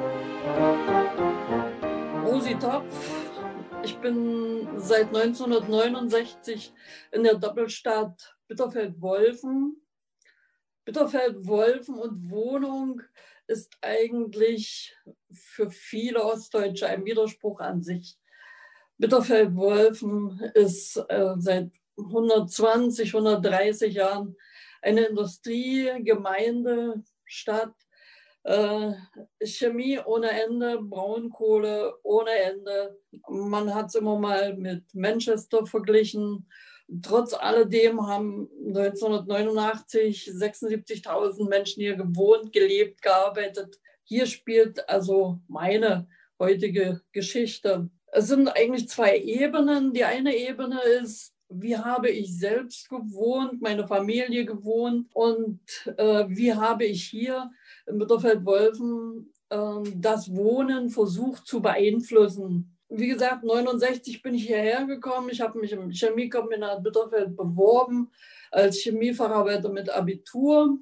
Rosi Topf, ich bin seit neunzehnhundertneunundsechzig in der Doppelstadt Bitterfeld-Wolfen. Bitterfeld-Wolfen und Wohnung ist eigentlich für viele Ostdeutsche ein Widerspruch an sich. Bitterfeld-Wolfen ist äh, seit hundertzwanzig, hundertdreißig Jahren eine Industriegemeinde, Stadt, äh, Chemie ohne Ende, Braunkohle ohne Ende. Man hat es immer mal mit Manchester verglichen. Trotz alledem haben neunzehnhundertneunundachtzig sechsundsiebzigtausend Menschen hier gewohnt, gelebt, gearbeitet. Hier spielt also meine heutige Geschichte. Es sind eigentlich zwei Ebenen. Die eine Ebene ist, wie habe ich selbst gewohnt, meine Familie gewohnt und äh, wie habe ich hier in Bitterfeld-Wolfen äh, das Wohnen versucht zu beeinflussen. wie gesagt, neunundsechzig bin ich hierher gekommen. Ich habe mich im Chemiekombinat Bitterfeld beworben als Chemiefacharbeiter mit Abitur.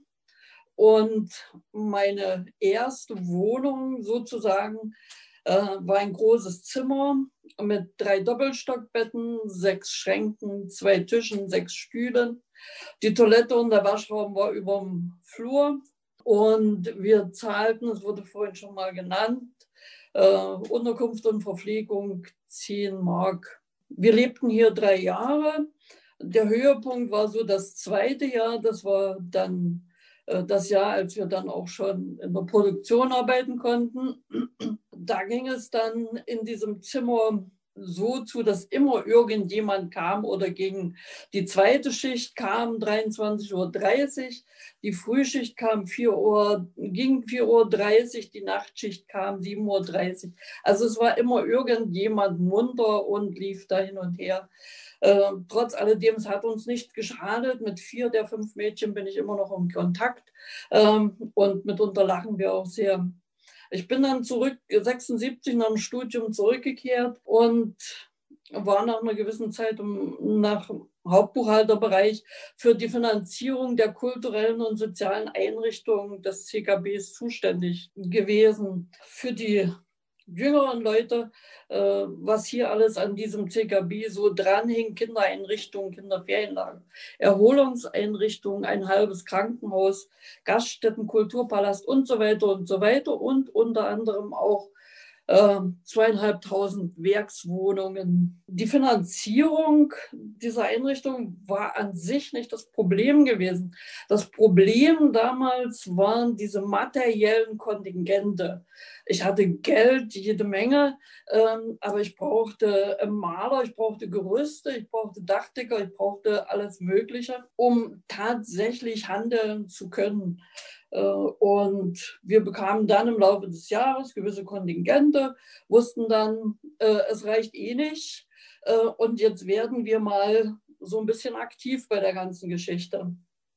Und meine erste Wohnung sozusagen äh, war ein großes Zimmer mit drei Doppelstockbetten, sechs Schränken, zwei Tischen, sechs Stühlen. Die Toilette und der Waschraum war über dem Flur. Und wir zahlten, es wurde vorhin schon mal genannt, Uh, Unterkunft und Verpflegung zehn Mark. Wir lebten hier drei Jahre. Der Höhepunkt war so das zweite Jahr, das war dann uh, das Jahr, als wir dann auch schon in der Produktion arbeiten konnten. Da ging es dann in diesem Zimmer so zu, dass immer irgendjemand kam oder gegen die zweite Schicht kam, dreiundzwanzig Uhr dreißig, die Frühschicht kam vier Uhr, ging vier Uhr dreißig, die Nachtschicht kam sieben Uhr dreißig. Also es war immer irgendjemand munter und lief da hin und her. Äh, trotz alledem, es hat uns nicht geschadet. Mit vier der fünf Mädchen bin ich immer noch in Kontakt ähm, und mitunter lachen wir auch sehr. Ich bin dann zurück, sechsundsiebzig, nach dem Studium zurückgekehrt und war nach einer gewissen Zeit im nach Hauptbuchhalterbereich für die Finanzierung der kulturellen und sozialen Einrichtungen des C K Bs zuständig gewesen. Für die jüngeren Leute, äh, was hier alles an diesem C K B so dranhing: Kindereinrichtungen, Kinderferienlager, Erholungseinrichtungen, ein halbes Krankenhaus, Gaststätten, Kulturpalast und so weiter und so weiter und unter anderem auch äh, zweieinhalbtausend Werkswohnungen. Die Finanzierung dieser Einrichtung war an sich nicht das Problem gewesen. Das Problem damals waren diese materiellen Kontingente. Ich hatte Geld, jede Menge, ähm, aber ich brauchte Maler, ich brauchte Gerüste, ich brauchte Dachdecker, ich brauchte alles Mögliche, um tatsächlich handeln zu können. Äh, und wir bekamen dann im Laufe des Jahres gewisse Kontingente, wussten dann, äh, es reicht eh nicht. Äh, und jetzt werden wir mal so ein bisschen aktiv bei der ganzen Geschichte.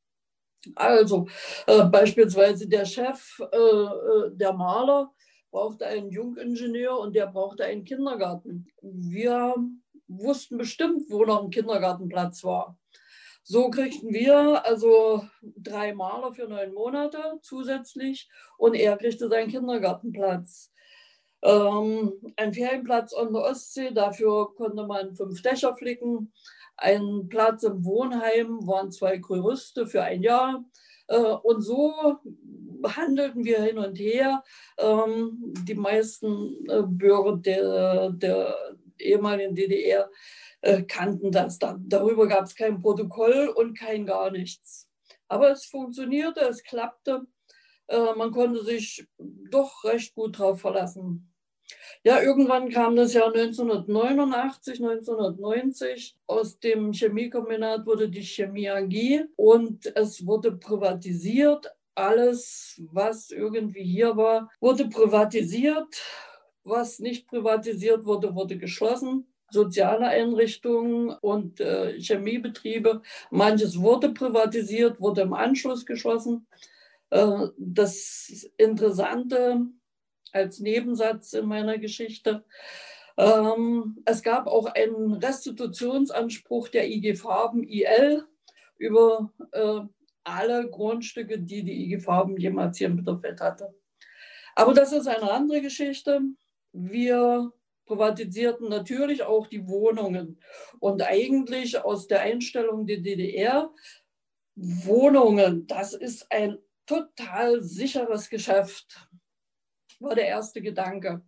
Also äh, beispielsweise der Chef, äh, der Maler, brauchte einen Jungingenieur und der brauchte einen Kindergarten. Wir wussten bestimmt, wo noch ein Kindergartenplatz war. So kriegten wir also drei Maler für neun Monate zusätzlich und er kriegte seinen Kindergartenplatz. Ähm, ein Ferienplatz an der Ostsee, dafür konnte man fünf Dächer flicken. Ein Platz im Wohnheim waren zwei Gerüste für ein Jahr. Äh, und so handelten wir hin und her. Ähm, die meisten äh, Bürger der, der ehemaligen D D R äh, kannten das dann. Darüber gab es kein Protokoll und kein gar nichts. Aber es funktionierte, es klappte. Äh, man konnte sich doch recht gut drauf verlassen. Ja, irgendwann kam das Jahr neunzehnhundertneunundachtzig, neunzehnhundertneunzig. Aus dem Chemiekombinat wurde die Chemie A G und es wurde privatisiert. Alles, was irgendwie hier war, wurde privatisiert. Was nicht privatisiert wurde, wurde geschlossen. Soziale Einrichtungen und äh, Chemiebetriebe. Manches wurde privatisiert, wurde im Anschluss geschlossen. Äh, das Interessante als Nebensatz in meiner Geschichte: ähm, es gab auch einen Restitutionsanspruch der I G Farben I L über äh, alle Grundstücke, die die I G Farben jemals hier in Bitterfeld hatte. Aber das ist eine andere Geschichte. Wir privatisierten natürlich auch die Wohnungen. Und eigentlich aus der Einstellung der D D R, Wohnungen, das ist ein total sicheres Geschäft, war der erste Gedanke.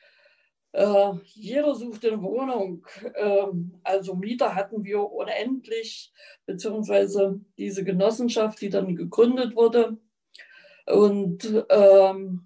Äh, jeder suchte eine Wohnung. Äh, also Mieter hatten wir unendlich, beziehungsweise diese Genossenschaft, die dann gegründet wurde. Und ähm,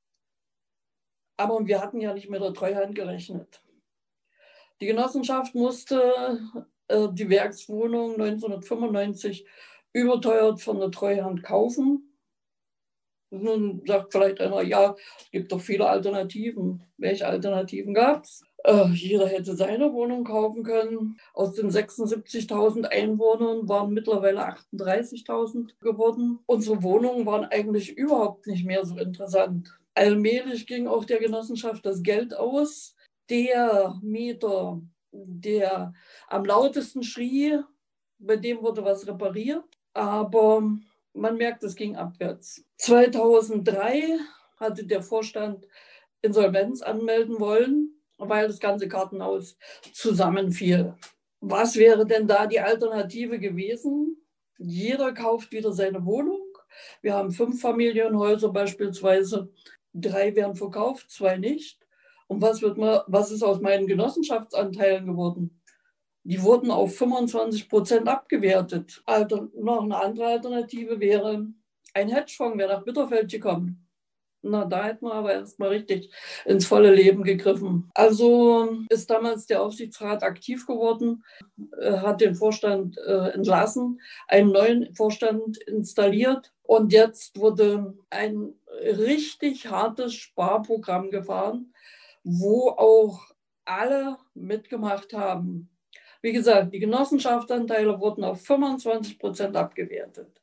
aber wir hatten ja nicht mit der Treuhand gerechnet. Die Genossenschaft musste äh, die Werkswohnung neunzehnhundertfünfundneunzig überteuert von der Treuhand kaufen. Nun sagt vielleicht einer, ja, es gibt doch viele Alternativen. Welche Alternativen gab es? Äh, jeder hätte seine Wohnung kaufen können. Aus den sechsundsiebzigtausend Einwohnern waren mittlerweile achtunddreißigtausend geworden. Unsere Wohnungen waren eigentlich überhaupt nicht mehr so interessant. Allmählich ging auch der Genossenschaft das Geld aus. der Mieter, der am lautesten schrie, bei dem wurde was repariert, aber man merkt, es ging abwärts. zweitausenddrei hatte der Vorstand Insolvenz anmelden wollen, weil das ganze Kartenhaus zusammenfiel. Was wäre denn da die Alternative gewesen? Jeder kauft wieder seine Wohnung. Wir haben fünf Familienhäuser beispielsweise. Drei werden verkauft, zwei nicht. Und was, wird mal, was ist aus meinen Genossenschaftsanteilen geworden? Die wurden auf fünfundzwanzig Prozent abgewertet. Alter, noch eine andere Alternative wäre, ein Hedgefonds wäre nach Bitterfeld gekommen. Na, da hätten wir aber erstmal richtig ins volle Leben gegriffen. Also ist damals der Aufsichtsrat aktiv geworden, hat den Vorstand äh, entlassen, einen neuen Vorstand installiert und jetzt wurde ein richtig hartes Sparprogramm gefahren, wo auch alle mitgemacht haben. Wie gesagt, die Genossenschaftsanteile wurden auf fünfundzwanzig Prozent abgewertet.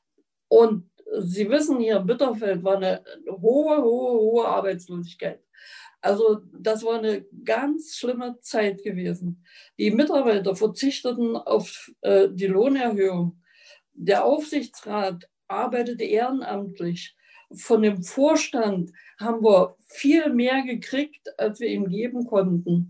Und Sie wissen, hier in Bitterfeld war eine hohe, hohe, hohe Arbeitslosigkeit. Also das war eine ganz schlimme Zeit gewesen. Die Mitarbeiter verzichteten auf äh, die Lohnerhöhung. Der Aufsichtsrat arbeitete ehrenamtlich. Von dem Vorstand haben wir viel mehr gekriegt, als wir ihm geben konnten.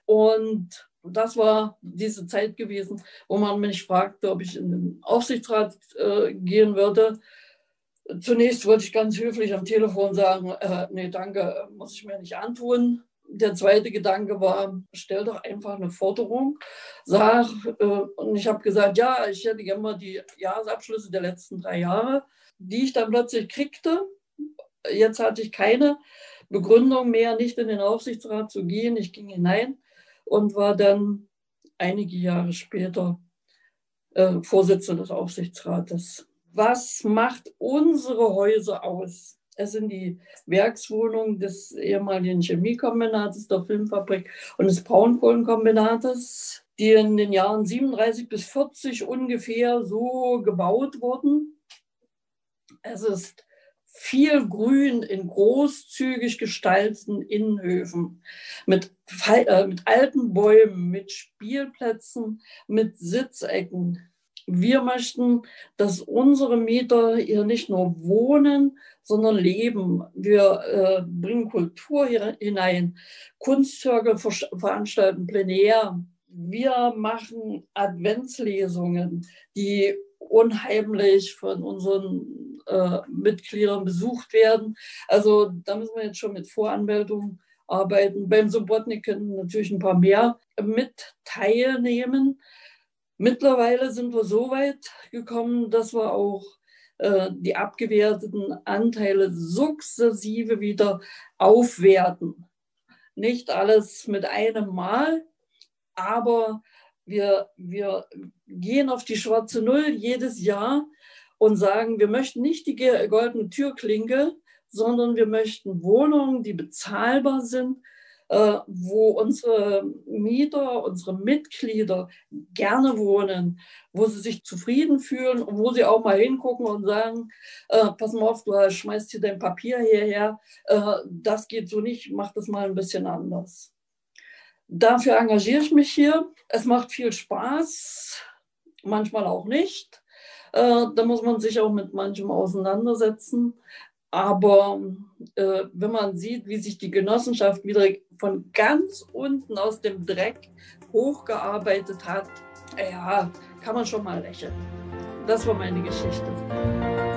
Und das war diese Zeit gewesen, wo man mich fragte, ob ich in den Aufsichtsrat äh, gehen würde. Zunächst wollte ich ganz höflich am Telefon sagen, äh, nee, danke, muss ich mir nicht antun. Der zweite Gedanke war, stell doch einfach eine Forderung. Sag, äh, und ich habe gesagt, ja, ich hätte gerne mal die Jahresabschlüsse der letzten drei Jahre, die ich dann plötzlich kriegte. Jetzt hatte ich keine Begründung mehr, nicht in den Aufsichtsrat zu gehen. Ich ging hinein und war dann einige Jahre später äh, Vorsitzende des Aufsichtsrates. Was macht unsere Häuser aus? Es sind die Werkswohnungen des ehemaligen Chemiekombinates, der Filmfabrik und des Braunkohlenkombinates, die in den Jahren siebenunddreißig bis vierzig ungefähr so gebaut wurden. Es ist viel Grün in großzügig gestalteten Innenhöfen mit, äh, mit alten Bäumen, mit Spielplätzen, mit Sitzecken. Wir möchten, dass unsere Mieter hier nicht nur wohnen, sondern leben. Wir äh, bringen Kultur hier hinein, Kunstzirkel veranstalten plenär. Wir machen Adventslesungen, die unheimlich von unseren äh, Mitgliedern besucht werden. Also da müssen wir jetzt schon mit Voranmeldungen arbeiten. Beim Subotnik können natürlich ein paar mehr mit teilnehmen. Mittlerweile sind wir so weit gekommen, dass wir auch äh, die abgewerteten Anteile sukzessive wieder aufwerten. Nicht alles mit einem Mal, aber wir, wir gehen auf die schwarze Null jedes Jahr und sagen, wir möchten nicht die goldene Türklinke, sondern wir möchten Wohnungen, die bezahlbar sind, wo unsere Mieter, unsere Mitglieder gerne wohnen, wo sie sich zufrieden fühlen und wo sie auch mal hingucken und sagen, äh, pass mal auf, du schmeißt hier dein Papier hierher, äh, das geht so nicht, mach das mal ein bisschen anders. Dafür engagiere ich mich hier. Es macht viel Spaß, manchmal auch nicht. Äh, da muss man sich auch mit manchem auseinandersetzen. Aber äh, wenn man sieht, wie sich die Genossenschaft wieder von ganz unten aus dem Dreck hochgearbeitet hat, ja, kann man schon mal lächeln. Das war meine Geschichte.